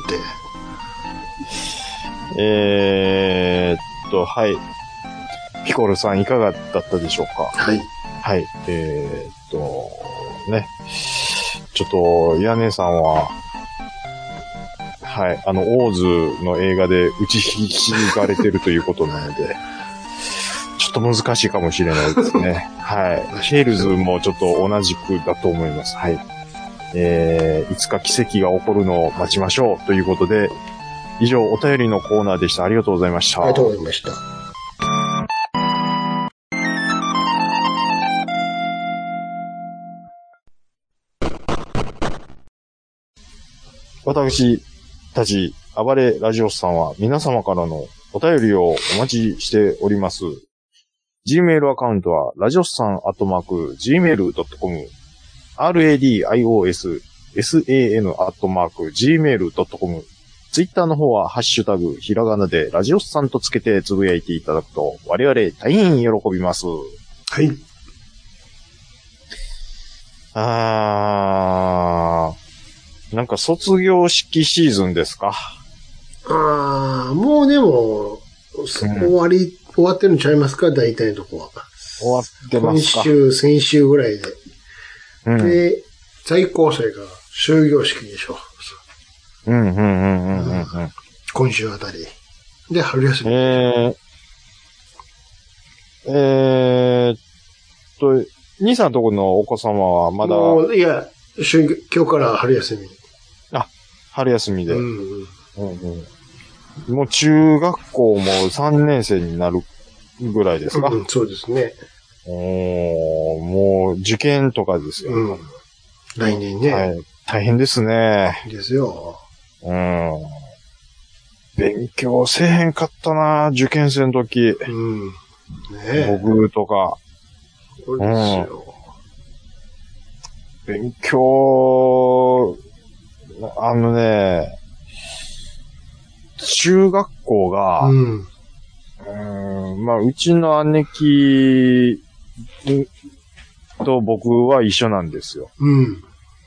えーっと、はい。ピコルさんいかがだったでしょうか？ はい。 はい。えーっと、ね。ちょっと、屋根さんは、はい。あの、オーズの映画で打ちひしがれてるということなので、ちょっと難しいかもしれないですね。はい。ヘイルズもちょっと同じくだと思います。はい。えー、いつか奇跡が起こるのを待ちましょうということで、以上、お便りのコーナーでした。ありがとうございました。 ありがとうございました。 私たち、暴れラジオスさんは皆様からのお便りをお待ちしております。Gmail アカウントは、ラジオスさんアットマーク、ジーメールドットコム、radiossan アットマーク、ジーメールドットコム、Twitter の方は、ハッシュタグ、ひらがなで、ラジオスさんとつけてつぶやいていただくと、我々大変喜びます。 はい。 あー、なんか卒業式シーズンですか？ あー、もうでも、うん、終わり、終わってるんちゃいますか？大体のとこは。 終わってますか？ 今週、先週ぐらいで。うん、で、在校生が終業式でしょ。 うん、うん、うん、うん、うん。 今週あたり。で、春休み。 えー、 えーっと、兄さんのとこのお子様はまだ、 もう、いや、春今日から春休み。 あ、春休みで。 うんうん。 うんうん、もう中学校もさんねん生になるぐらいですか、 うん、そうですね。 おー、もう受験とかですよ。 うん。来年ね。 はい。大変ですね。 ですよ。 うん。勉強せえへんかったな、受験生の時。 うん。ねえ。 僕とか。 そうですよ。 勉強、あのね、中学校が、 うん。 うーん、まあ、うちの姉貴と僕は一緒なんですよ。 うん。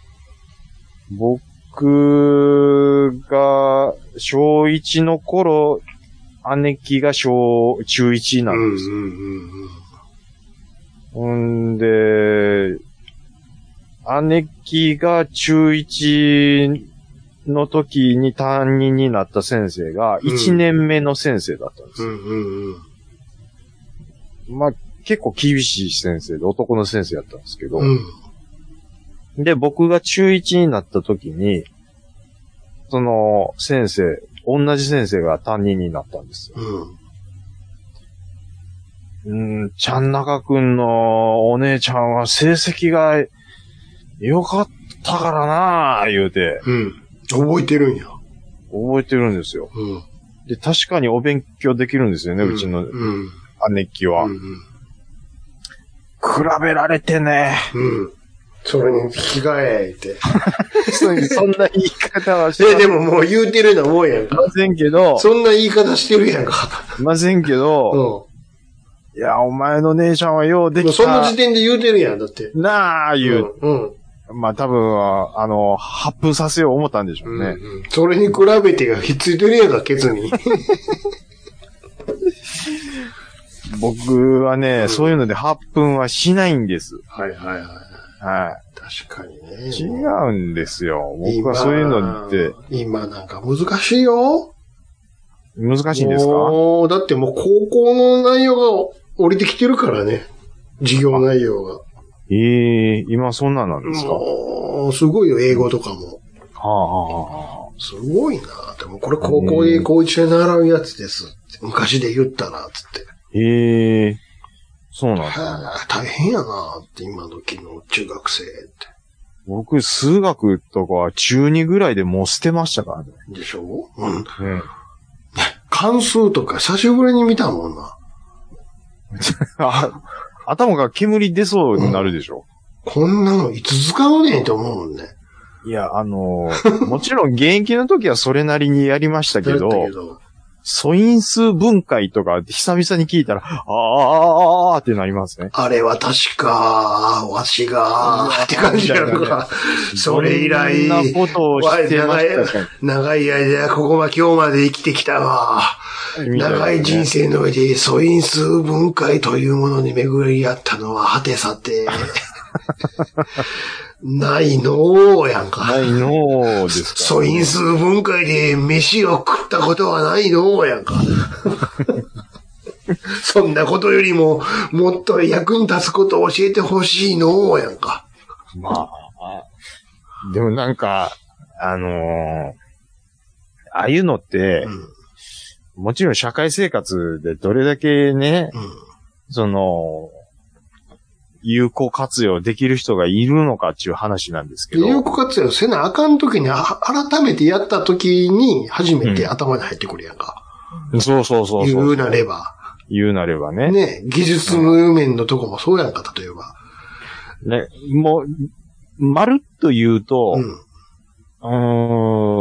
僕が小いちの頃、姉貴が小、中いちなんですよ。 うんうんほんで、姉貴が中いちの時に担任になった先生がいちねんめの先生だったんですよ。 うんうんうん。 まあ、結構厳しい先生で男の先生やったんですけど、 うん。 で、僕が中いちになった時に、その先生、同じ先生が担任になったんですよ。 うん。 うん、ちゃんなかくんのお姉ちゃんは成績が良かったからなぁ、言うて。 うん。覚えてるんや。 覚えてるんですよ。 うん。 で、確かにお勉強できるんですよね、うちのうん。 姉貴は。 うん。 比べられてね。 うん。それに引き換えって。 そんな言い方はしてえ、でももう言うてるようなもんやんか。 ませんけど、 そんな言い方してるやんか。 ませんけど、 ういや、お前の姉ちゃんはようでん。もうきた。 その時点で言うてるやん、だって。 なあ、言う。 うん。 まあ多分、あの、発奮させよう思ったんでしょうね。 うん。それに比べてがひっついてるやんか、ケツに。 僕はね、 うんそういうので発奮はしないんです。 はいはいはい。 は確かにね。 い。違うんですよ。僕はそういうのって今、今なんか難しいよ。 難しいんですか？ もう、だってもう高校の内容が降りてきてるからね。授業内容が。 ええー、今そんなんなんですか？はもう、すごいよ、英語とかも。 あ、はあはあ、 すごいな。でもこれ高校で高一で習うやつですって。昔で言ったな、つって。 ええー、そうなんですかね。 はあ、大変やなって、今時の中学生って。 僕、数学とかは中にぐらいでもう捨てましたからね。 でしょ？うん。 うん。 関数とか久しぶりに見たもんな。 あ、頭が煙出そうになるでしょ。 こんなのいつ使うねんって思うもんね。 いや、あのー、もちろん現役の時はそれなりにやりましたけど、 だったけど素因数分解とか久々に聞いたら、あーあーあーってなりますね。 あれは確か、わしが、って感じやるか。それ以来、 そんなことをしてましたか。 長い間、ここま今日まで生きてきたわ。長い人生の上で素因数分解というものに巡り合ったのは、はてさて、ないのーやんか。 ないのーですか。 素因数分解で飯を食ったことはないのーやんか。そんなことよりも、もっと役に立つことを教えてほしいのーやんか。 まあ、でもなんか、あのー、ああいうのって、うん、もちろん社会生活でどれだけね、うん、その、有効活用できる人がいるのかっていう話なんですけど。 有効活用せなあかんときに、改めてやったときに、初めて頭に入ってくるやんか。 うん、そうそうそうそう。 言うなれば。 言うなればね。 ね、技術の面のとこもそうやんか、例えば。 ね、もう、まるっと言うと、うん、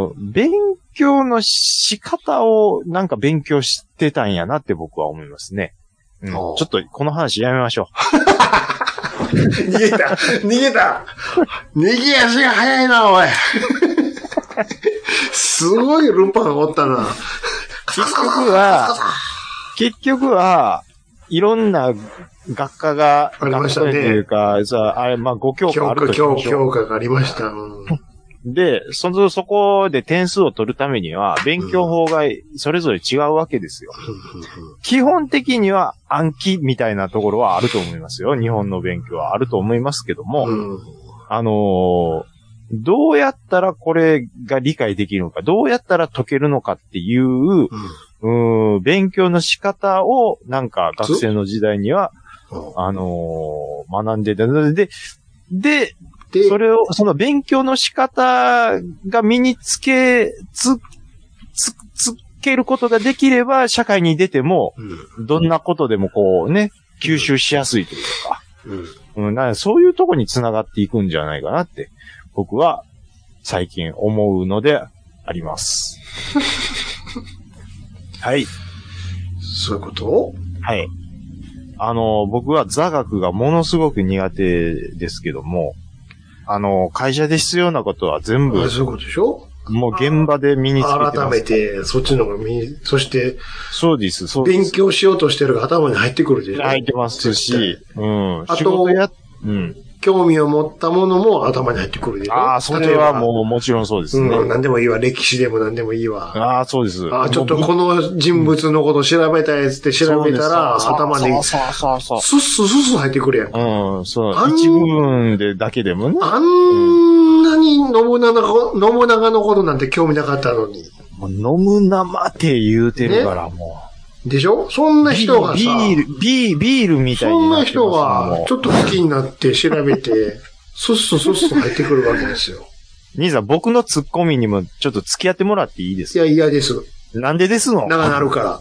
うーん、勉強の仕方をなんか勉強してたんやなって僕は思いますね。うん、ちょっとこの話やめましょう。 逃げた逃げた逃げ足が早いな、おい。すごいルパンおったな。 結局は、結局は、いろんな学科が、 ありましたね。 学科というか、さあれ、まあ、ご教科あるとしましょう。教科がありました。うん、 で、その、そこで点数を取るためには、勉強法がそれぞれ違うわけですよ。基本的には暗記みたいなところはあると思いますよ。日本の勉強はあると思いますけども、 うん、 あのー、どうやったらこれが理解できるのか、どうやったら解けるのかっていう、うん、うーん勉強の仕方を、なんか学生の時代には、あのー、学んでた。で、で、でそれを、その勉強の仕方が身につけ、つ、つ、つけることができれば、社会に出ても、どんなことでもこうね、吸収しやすいというか、うんうん、なんそういうとこに繋がっていくんじゃないかなって、僕は最近思うのであります。はい。 そういうこと？ はい。あの、僕は座学がものすごく苦手ですけども、あの、会社で必要なことは全部、 あ、そういうことでしょ？ もう現場で身につけてます。 改めて、そっちのが身に、そして、 そうです、そうです。 勉強しようとしてるが頭に入ってくるでしょ？ 入ってますし、うん。 あと、 やうん。 興味を持ったものも頭に入ってくるでしょ？ ああ、それはもうもちろんそうですね。 うん、何でもいいわ。歴史でも何でもいいわ。 ああ、そうです。 ああ、ちょっとこの人物のこと調べたやつって調べたら、頭に、 そうそうそう。 スッススッス入ってくるやん。 うん、そう。一部分でだけでもね。 あんなに信長、信長のことなんて興味なかったのに。 もう信長って言うてるから、もう。 でしょ？そんな人がさ、 ビール、ビール、ビールみたいになってます。 そんな人が、ちょっと好きになって調べて、スッススッス入ってくるわけですよ。 兄さん、僕のツッコミにもちょっと付き合ってもらっていいですか？ いや、嫌です。 なんでですの？ 長なるから。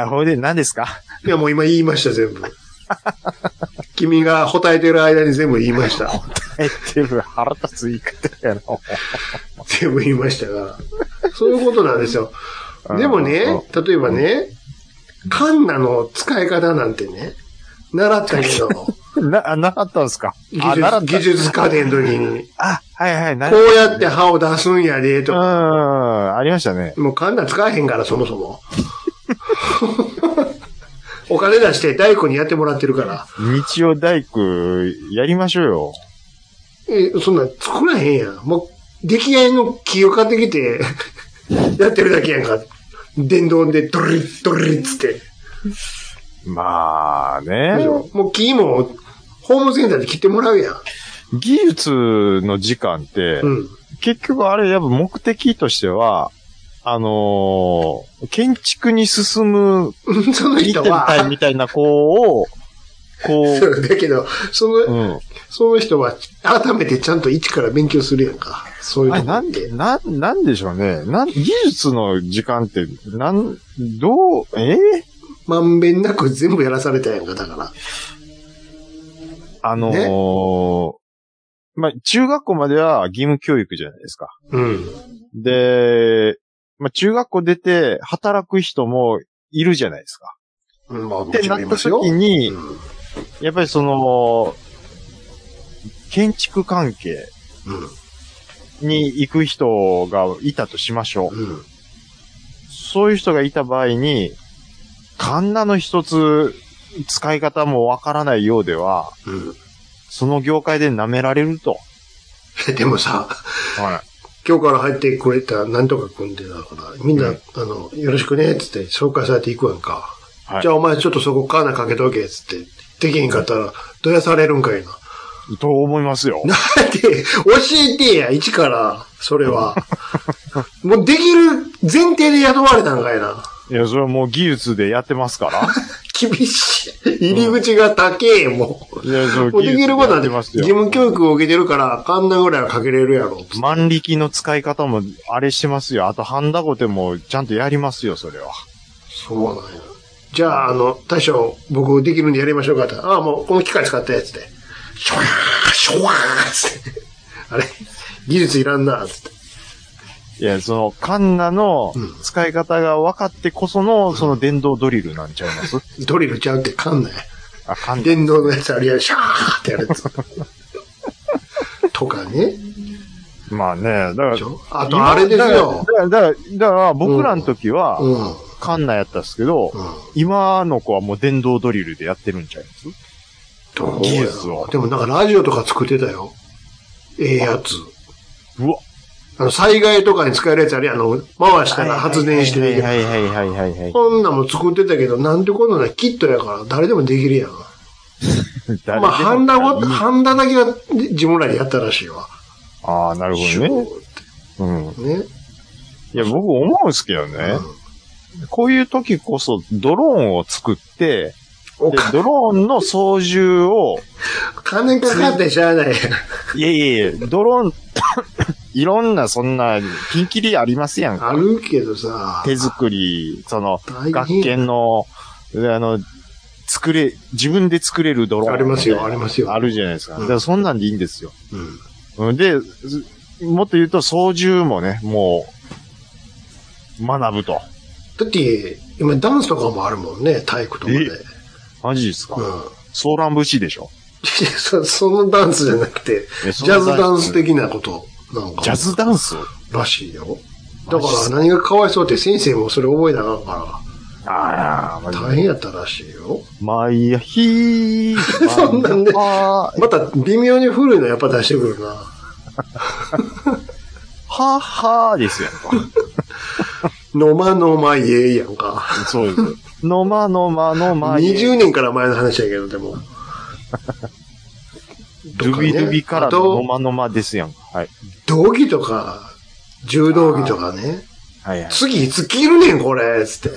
あ、ほいで何ですか？ いや、もう今言いました、全部。君が答えてる間に全部言いました。 答えてる腹立つ言い方やな。 全部言いましたが。そういうことなんですよ。でもね、例えばね、カンナの使い方なんてね、習ったけど。 な、習ったんですか？ 技術、技術家電の時に。 あ、はいはい。 こうやって歯を出すんやで、とか。 うん、ありましたね。 もうカンナ使えへんから、そもそも。お金出して大工にやってもらってるから。 日曜大工、やりましょうよ。 え、そんな作らへんやん。もう、出来合いの木を買ってきて、やってるだけやんか。電動でドリッドリッつって。 まあね。 もう木も、ホームセンターで切ってもらうやん。 技術の時間って、うん、結局あれやっぱ目的としては、あのー、建築に進む、 その人は、 みたいな子を、こう。 そうだけど、その、うん、その人は、改めてちゃんと一から勉強するやんか。そういうのって。 なんで、な、なんでしょうね。なん、技術の時間って、なん、どう、えー、 まんべんなく全部やらされたやんか、だから。 あのー、ね、まあ、中学校までは義務教育じゃないですか。 うん。 で、まあ、中学校出て働く人もいるじゃないですか。 うん、まあ、 ってなった時に、うん、やっぱりその、建築関係に行く人がいたとしましょう。うん、そういう人がいた場合に、カンナの一つ使い方もわからないようでは、うん、その業界で舐められると。 でもさ、はい、今日から入ってくれたなんとかくんでだから、みんな、うん、あの、よろしくね、つって紹介されていくやんか。はい、じゃあお前ちょっとそこカーナかけとけ、つって。できへんかったら、どやされるんかいな。 と思いますよ。 なんで、教えてや、一から、それは。もうできる前提で雇われたんかいな。 いや、それはもう技術でやってますから。 厳しい。入り口が高え、もう。 いや、そう、 もうできることなんて、義務教育を受けてるから、カンナぐらいはかけれるやろ。 万力の使い方も、あれしてますよ。あと、ハンダゴテも、ちゃんとやりますよ、それは。 そうなんや。じゃあ、あの、大将、僕できるんでやりましょうかって。ああ、もう、この機械使ったやつで。シュワー、シュワーつって。あれ技術いらんな、つって。 いや、その、カンナの使い方が分かってこその、うん、その電動ドリルなんちゃいます？ ドリルちゃうってカンナや。 あ、カンナ。 電動のやつあるやん、シャーってやるやつ。とかね。 まあね、だから。 あとあれですよ。 だから、だから、だから僕らの時は、うん、カンナやったんですけど、うん、今の子はもう電動ドリルでやってるんちゃいます？ 技術を。 でもなんかラジオとか作ってたよ。ええやつ。 うわ。 あの、災害とかに使えるやつあれ、あの、回したら発電してできる。 はいはいはいはいはい。 こんなんも作ってたけど、なんてことない。キットやから誰でもできるやん。まあ、ハンダご、ハンダだけは自分らでやったらしいわ。 ああ、なるほどね。うん。 ね。 いや、僕思うんですけどね。うん、こういう時こそドローンを作って、でドローンの操縦を。 金かかってしゃあない。 いやいやいや、ドローン、いろんなそんな、ピンキリありますやんか。 あるけどさ。 手作り、その、学研の、あの、作れ、自分で作れるドローン。 ありますよ、ありますよ。 あるじゃないですか。うん、だからそんなんでいいんですよ。 うん。 で、もっと言うと操縦もね、もう、学ぶと。 だって、今ダンスとかもあるもんね、体育とかで。 マジですか？ うん。 ソーラン節でしょ？ そ、そのダンスじゃなくて、ジャズダンス的なことなんか。 ジャズダンスらしいよ。だから何がかわいそうって先生もそれ覚えなあかんから。ああ、大変やったらしいよ。 マイヤヒー。 そんなんで、また微妙に古いのやっぱ出してくるな。 はっはーですやんか。 のまのまイエーやんか。 そうです。のまのまのまイエー。 にじゅうねんから前の話やけど、でも。 ドゥビドゥビからののまのまですやんか。はい。 道着とか、柔道着とかね。 はいはい。 次いつ着るねん、これつって。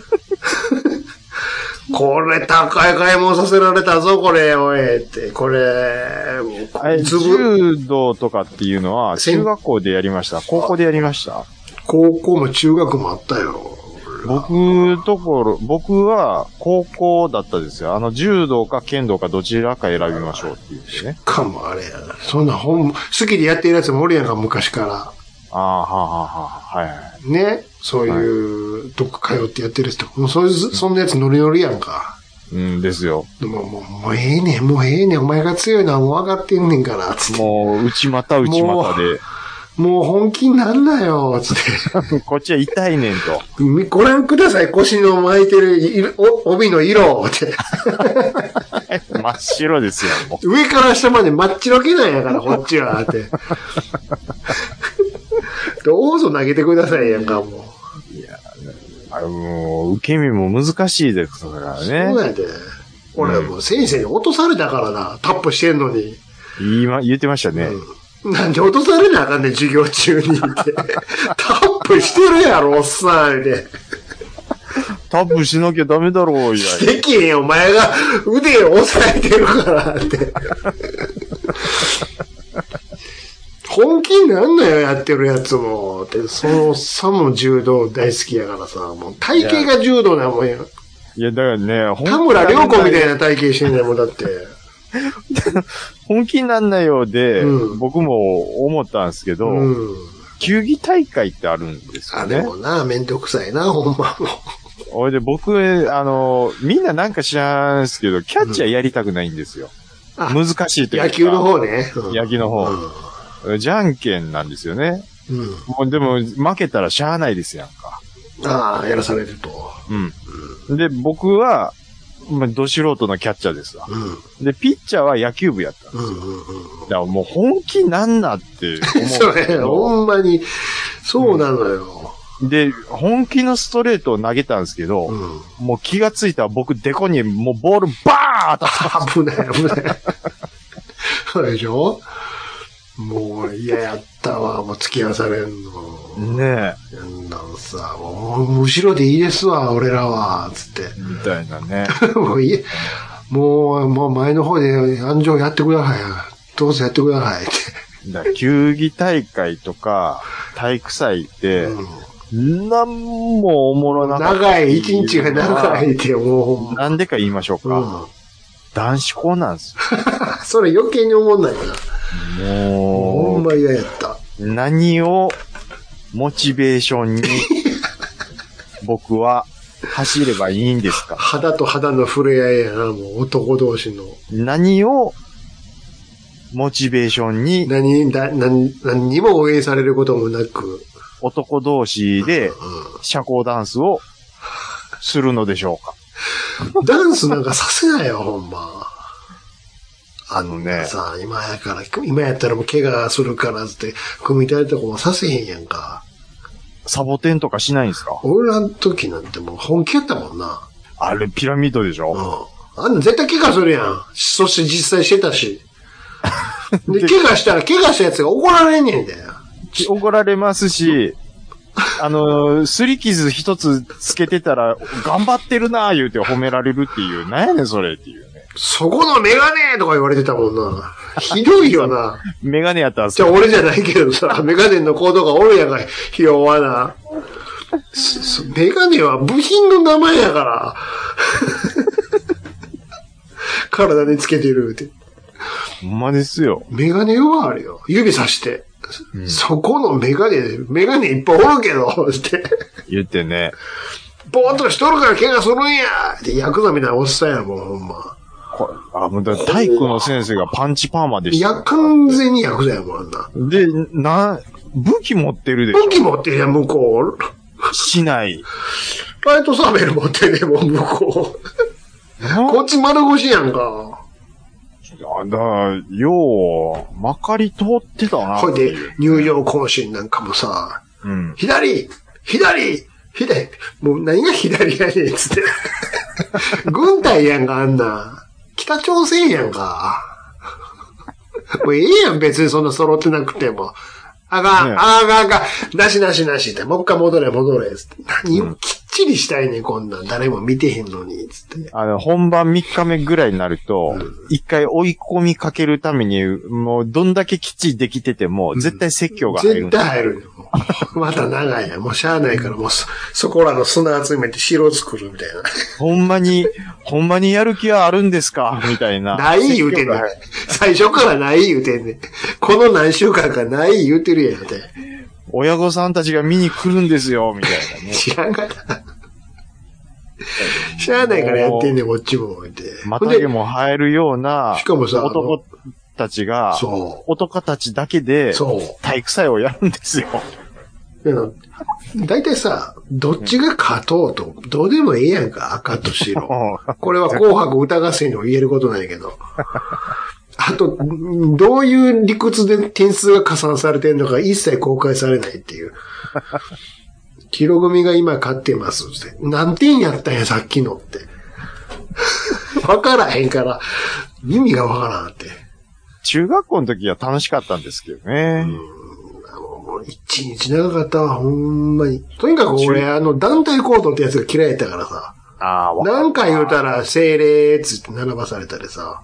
これ高い買い物させられたぞ、これ、おいって。これ、 柔道とかっていうのは、中学校でやりました。高校でやりました。 高校も中学もあったよ。 僕ところ、僕は高校だったですよ。あの、柔道か剣道かどちらか選びましょうって言ってね。 しかもあれやな。そんな本、好きでやってるやつもおるやんか、昔から。ああ、はあ、はあ、はあ、はいはい。 ね。そういう、はい、どっか通ってやってる人。もうそういう、そんなやつノリノリやんか。 うんですよ。 でも、もう、もうええねん、もうええねん、お前が強いのはもう分かってんねんから、つって。 もう、内股内股で。 もう本気になんなよ、つって。 こっちは痛いねんと。 ご覧ください、腰の巻いてるお帯の色って。 真っ白ですよ、もう。上から下まで真っ白けなんやから、こっちは、って。どうぞ投げてくださいやんか、もう。 いや、あの、もう、受け身も難しいですからね。 そうやで。俺もう先生に落とされたからな、タップしてんのに。 今、言ってましたね。 うん、なんで落とされなあかんねん、授業中にって。タップしてるやろ、おっさん、って。 タップしなきゃダメだろう、いや。 できへんよ、お前が腕を押さえてるから、って。本気になんなよ、やってるやつも。って、そのおっさんも柔道大好きやからさ、もう体型が柔道なもんや。 いや、だからね、 田村良子みたいな体型してんだよ、もうだって。 本気になんないようで、 うん、 僕も思ったんですけど、うん、球技大会ってあるんですよね。 あ、でもな、めんどくさいな、ほんまもう。 おいで、僕、あの、みんななんか知らんすけど、キャッチャーやりたくないんですよ。うん、難しいというか。 野球の方ね。 うん、野球の方、うん。じゃんけんなんですよね。 うん、 もうでも、負けたらしゃあないですやんか。 ああ、やらされると。 うん。で、僕は、まあ、ど素人のキャッチャーですわ。 うん、 で、ピッチャーは野球部やったんですよ。 うんうんうん、 だからもう本気なんなって思う。 そうね、ほんまに、そうなのよ、 うん。で、本気のストレートを投げたんですけど、 うん、 もう気がついたら僕デコにもうボールバーン当たった。 危ない危ない。そうでしょ？もう嫌やったわ、もう付き合わされんの。 ねえ。 やんなんさ、もう後ろでいいですわ、俺らは、つって。 みたいなね。 もういい、もう、もう前の方で安城やってください。どうぞやってくださいって。 だ球技大会とか、体育祭って、うん、なんもおもろなかった。 長い、一日が長いって、もう。なんでか言いましょうか。うん、男子校なんですよ。 それ余計に思んないな。 もう、 ほんま嫌やった。 何をモチベーションに僕は走ればいいんですか？ 肌と肌の触れ合いやな、もう男同士の。 何をモチベーションに何、だ何、何にも応援されることもなく男同士で社交ダンスをするのでしょうか？ ダンスなんかさせないよ、ほんま。 あのね。さ、今やから、今やったらもう怪我するからって、組み立てとかもさせへんやんか。 サボテンとかしないんですか？ 俺らの時なんてもう本気やったもんな。 あれピラミッドでしょ？ うん。あんな絶対怪我するやん。そして実際してたし。で、怪我したら、怪我したやつが怒られんねんだよ。 怒られますし、あの、すり傷一つつけてたら、頑張ってるなぁ言うて褒められるっていう、なんやねんそれっていうね。 そこのメガネとか言われてたもんな。ひどいよな。 メガネやったらじゃあ俺じゃないけどさ、メガネの子とかおるやんか、ひ弱な。メガネは部品の名前やから。体につけてるって。 ほんまですよ。 メガネはあるよ。指さして。うん、そこのメガネ、メガネいっぱいおるけど、って言ってね。 ぼーっとしとるから怪我するんやって、ヤクザみたいなおっさんやもん、ほんま。 あ、もうだ体育の先生がパンチパーマでした。 いや、完全にヤクザやもん、あんな。 で、な、武器持ってるでしょ。 武器持ってるやん、向こう。しない。 ライトサーベル持ってるやん、もう向こう。こっち丸腰やんか。 あだよう、まかり通ってたな。 ほいで、入場行進なんかもさ、うん、左左左もう何が左やねん、つって。軍隊やんか、あんな。北朝鮮やんか。もうええやん、別にそんな揃ってなくても。あがん、ね、あがん、あがん、なしなしなしって、もう一回戻れ、戻れ、つって。何をきっちりしたいねん、こんなん。誰も見てへんのに、つって。 あの、本番みっかめぐらいになると、一、うん、回追い込みかけるために、もうどんだけきっちりできてても、絶対説教が入る、 うん。絶対入るよ。また長いやん。もうしゃあないから、もうそ、そこらの砂集めて城作るみたいな。 ほんまに、ほんまにやる気はあるんですかみたいな。 ない言うてんねん。最初からない言うてんねん。この何週間かない言うてるやんって。 親御さんたちが見に来るんですよ、みたいなね。 知らんがな。しゃあないからやってんねん、こっちも。って。 またげも生えるような、 しかもさ、 男たちが、 そう。 男たちだけで、そう。体育祭をやるんですよ。 だいたいさ、どっちが勝とうと、どうでもええやんか、赤と白。これは紅白歌合戦にも言えることなんやけど。あと、どういう理屈で点数が加算されてんのか一切公開されないっていう。キロ組が今勝ってますって。何点やったんや、さっきのって。わからへんから、意味がわからんって。 中学校の時は楽しかったんですけどね。 うん一日長かったわ、ほんまに。とにかく俺、あの、団体行動ってやつが嫌いやったからさ。ああ、何回言うたら、精霊つって並ばされたりさ。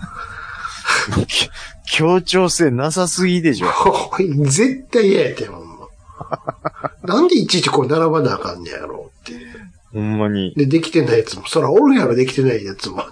協調性なさすぎでしょ。 絶対嫌やったよ、ほんま。なんでいちいちこう並ばなあかんねやろうって。 ほんまに。 で、できてないやつも、そらおるやろ、できてないやつもあって。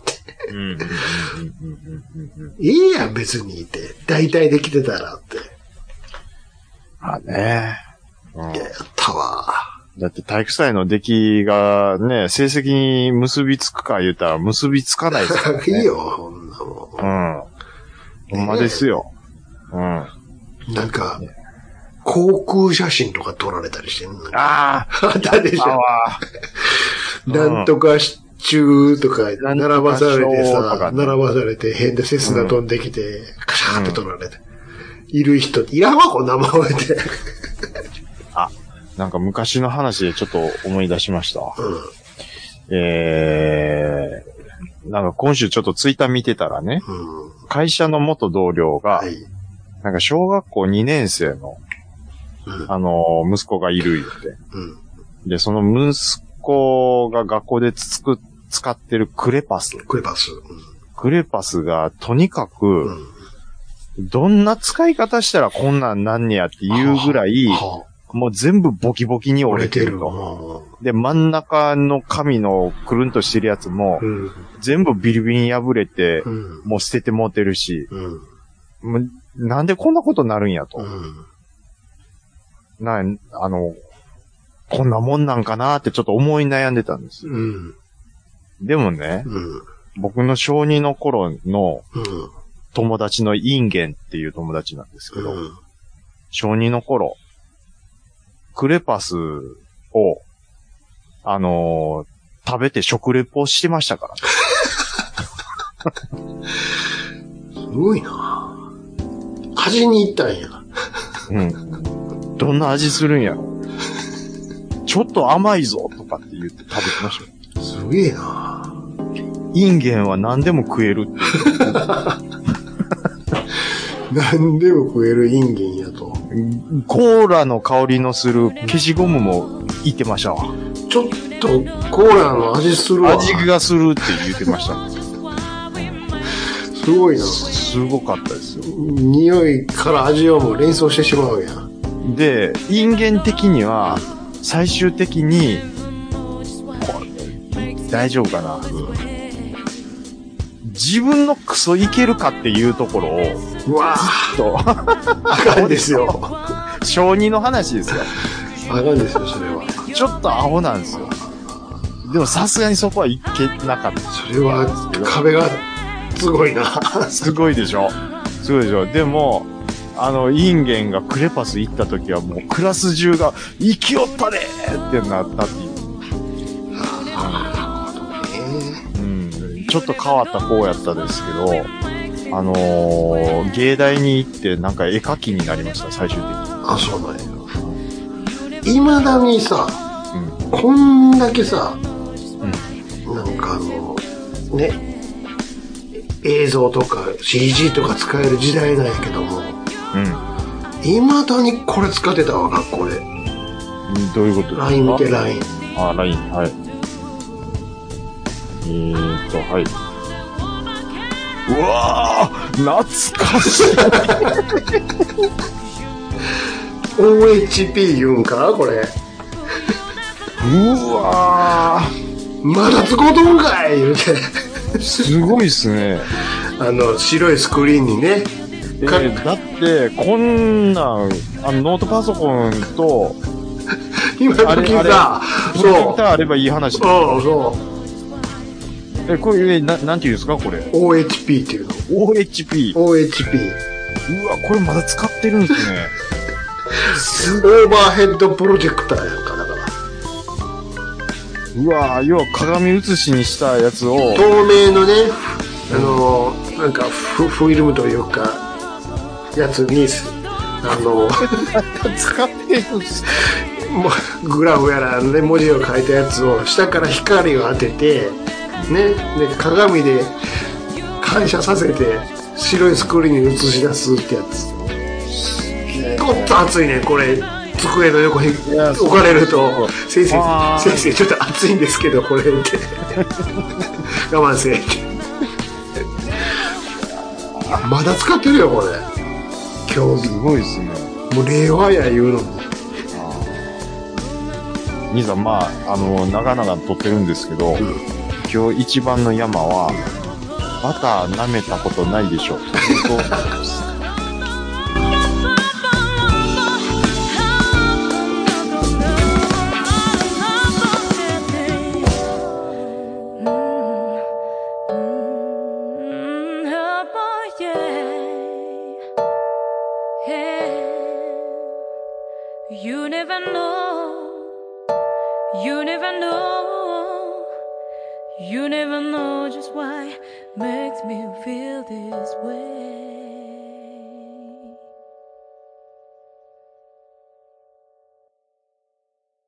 いいやん、別にって。大体できてたらって。 まあね。 うん、いや、やったわ。 だって体育祭の出来がね、成績に結びつくか言うたら結びつかないですからね。 いいよ、こんなもん。うん。ほんまですよ。うん。 なんか、航空写真とか撮られたりしてんの。 ああ。 あったでしょ。なんとか中とか並ばされてさ、並ばされて変でセスナ飛んできて、カシャーって撮られて。いる人、いらんわ、こんなもんって。 あ、なんか昔の話でちょっと思い出しました。うん、えー、なんか今週ちょっとツイッター見てたらね、うん、会社の元同僚が、はい、なんか小学校にねん生の、うん、あの、息子がいる言って、うん、で、その息子が学校でつく、使ってるクレパス。 クレパス。うん、 クレパスがとにかく、うんどんな使い方したらこんなんなんねやっていうぐらい、はあはあ、もう全部ボキボキに折れてると。はあ、で、真ん中の紙のくるんとしてるやつも、うん、全部ビリビリに破れて、うん、もう捨ててもうてるし、うん、もうなんでこんなことになるんやと。うん、な、あの、こんなもんなんかなってちょっと思い悩んでたんです。うん、でもね、うん、僕の小にの頃の、うん友達のインゲンっていう友達なんですけど、うん、小にの頃、クレパスを、あのー、食べて食レポしてましたから。 ごいな。味に行ったんや。 うん。どんな味するんやろ。ちょっと甘いぞとかって言って食べてましたよ。 すげえな。 インゲンは何でも食えるって。 何でも食えるインゲンやと。 コーラの香りのする消しゴムも言ってましたわ。 ちょっとコーラの味するわ。 味がするって言ってました。 すごいな。 すごかったですよ。 匂いから味をもう連想してしまうやん。 で、インゲン的には、最終的に、大丈夫かな、うん、自分のクソいけるかっていうところを、 うわぁと、 あかんですよ。 小児の話ですよ。 あかんですよ、それは。 ちょっとアホなんですよ。でもさすがにそこはいけなかった。 それは、壁が、すごいな。 すごいでしょ。すごいでしょ。でも、あの、インゲンがクレパス行った時はもうクラス中が、生きよったねーってなったっていう。うん。ちょっと変わった子やったですけど、あのー、芸大に行ってなんか絵描きになりました、最終的に。 あ、そうなんや。未だにさ、うん、こんだけさ、うん、なんかあの、ね、映像とか シージー とか使える時代なんやけども、うん。未だにこれ使ってたわ、学校で。 どういうことですか？ ライン 見て ライン。 あ、ライン、はい。えーっと、はい。うわー懐かしいオーエイチピー 言うんかこれ。 うわーまだ使うとんかい言うて。 すごいっすね。 あの、白いスクリーンにね。 えー、だって、こんなん、あの、ノートパソコンと、 今時さ、 そう。プロジェクターあればいい話です。 そうそう。 え、これ、な、なんていうんですかこれ。 オーエイチピー っていうの。 オーエイチピー。 オーエイチピー。 うわ、これまだ使ってるんですね。 オーバーヘッドプロジェクターやんか、だから。 うわ要は鏡写しにしたやつを。 透明のね、あの、なんかフ、フィルムというか、やつに、あの、 使ってるんですもうグラフやらね、文字を書いたやつを下から光を当てて、ね、で鏡で反射させて白いスクリーンに映し出すってやつ。ごっつ熱いねこれ。机の横に置かれると先生先生ちょっと熱いんですけどこれって我慢せってまだ使ってるよこれ。今日すごいですね。 もう令和や言うのに。 兄さん、まあ、あの、長々撮ってるんですけど、うん、今日一番の山は、バター舐めたことないでしょ。 You never know, you never know, you never know just why makes me feel this way.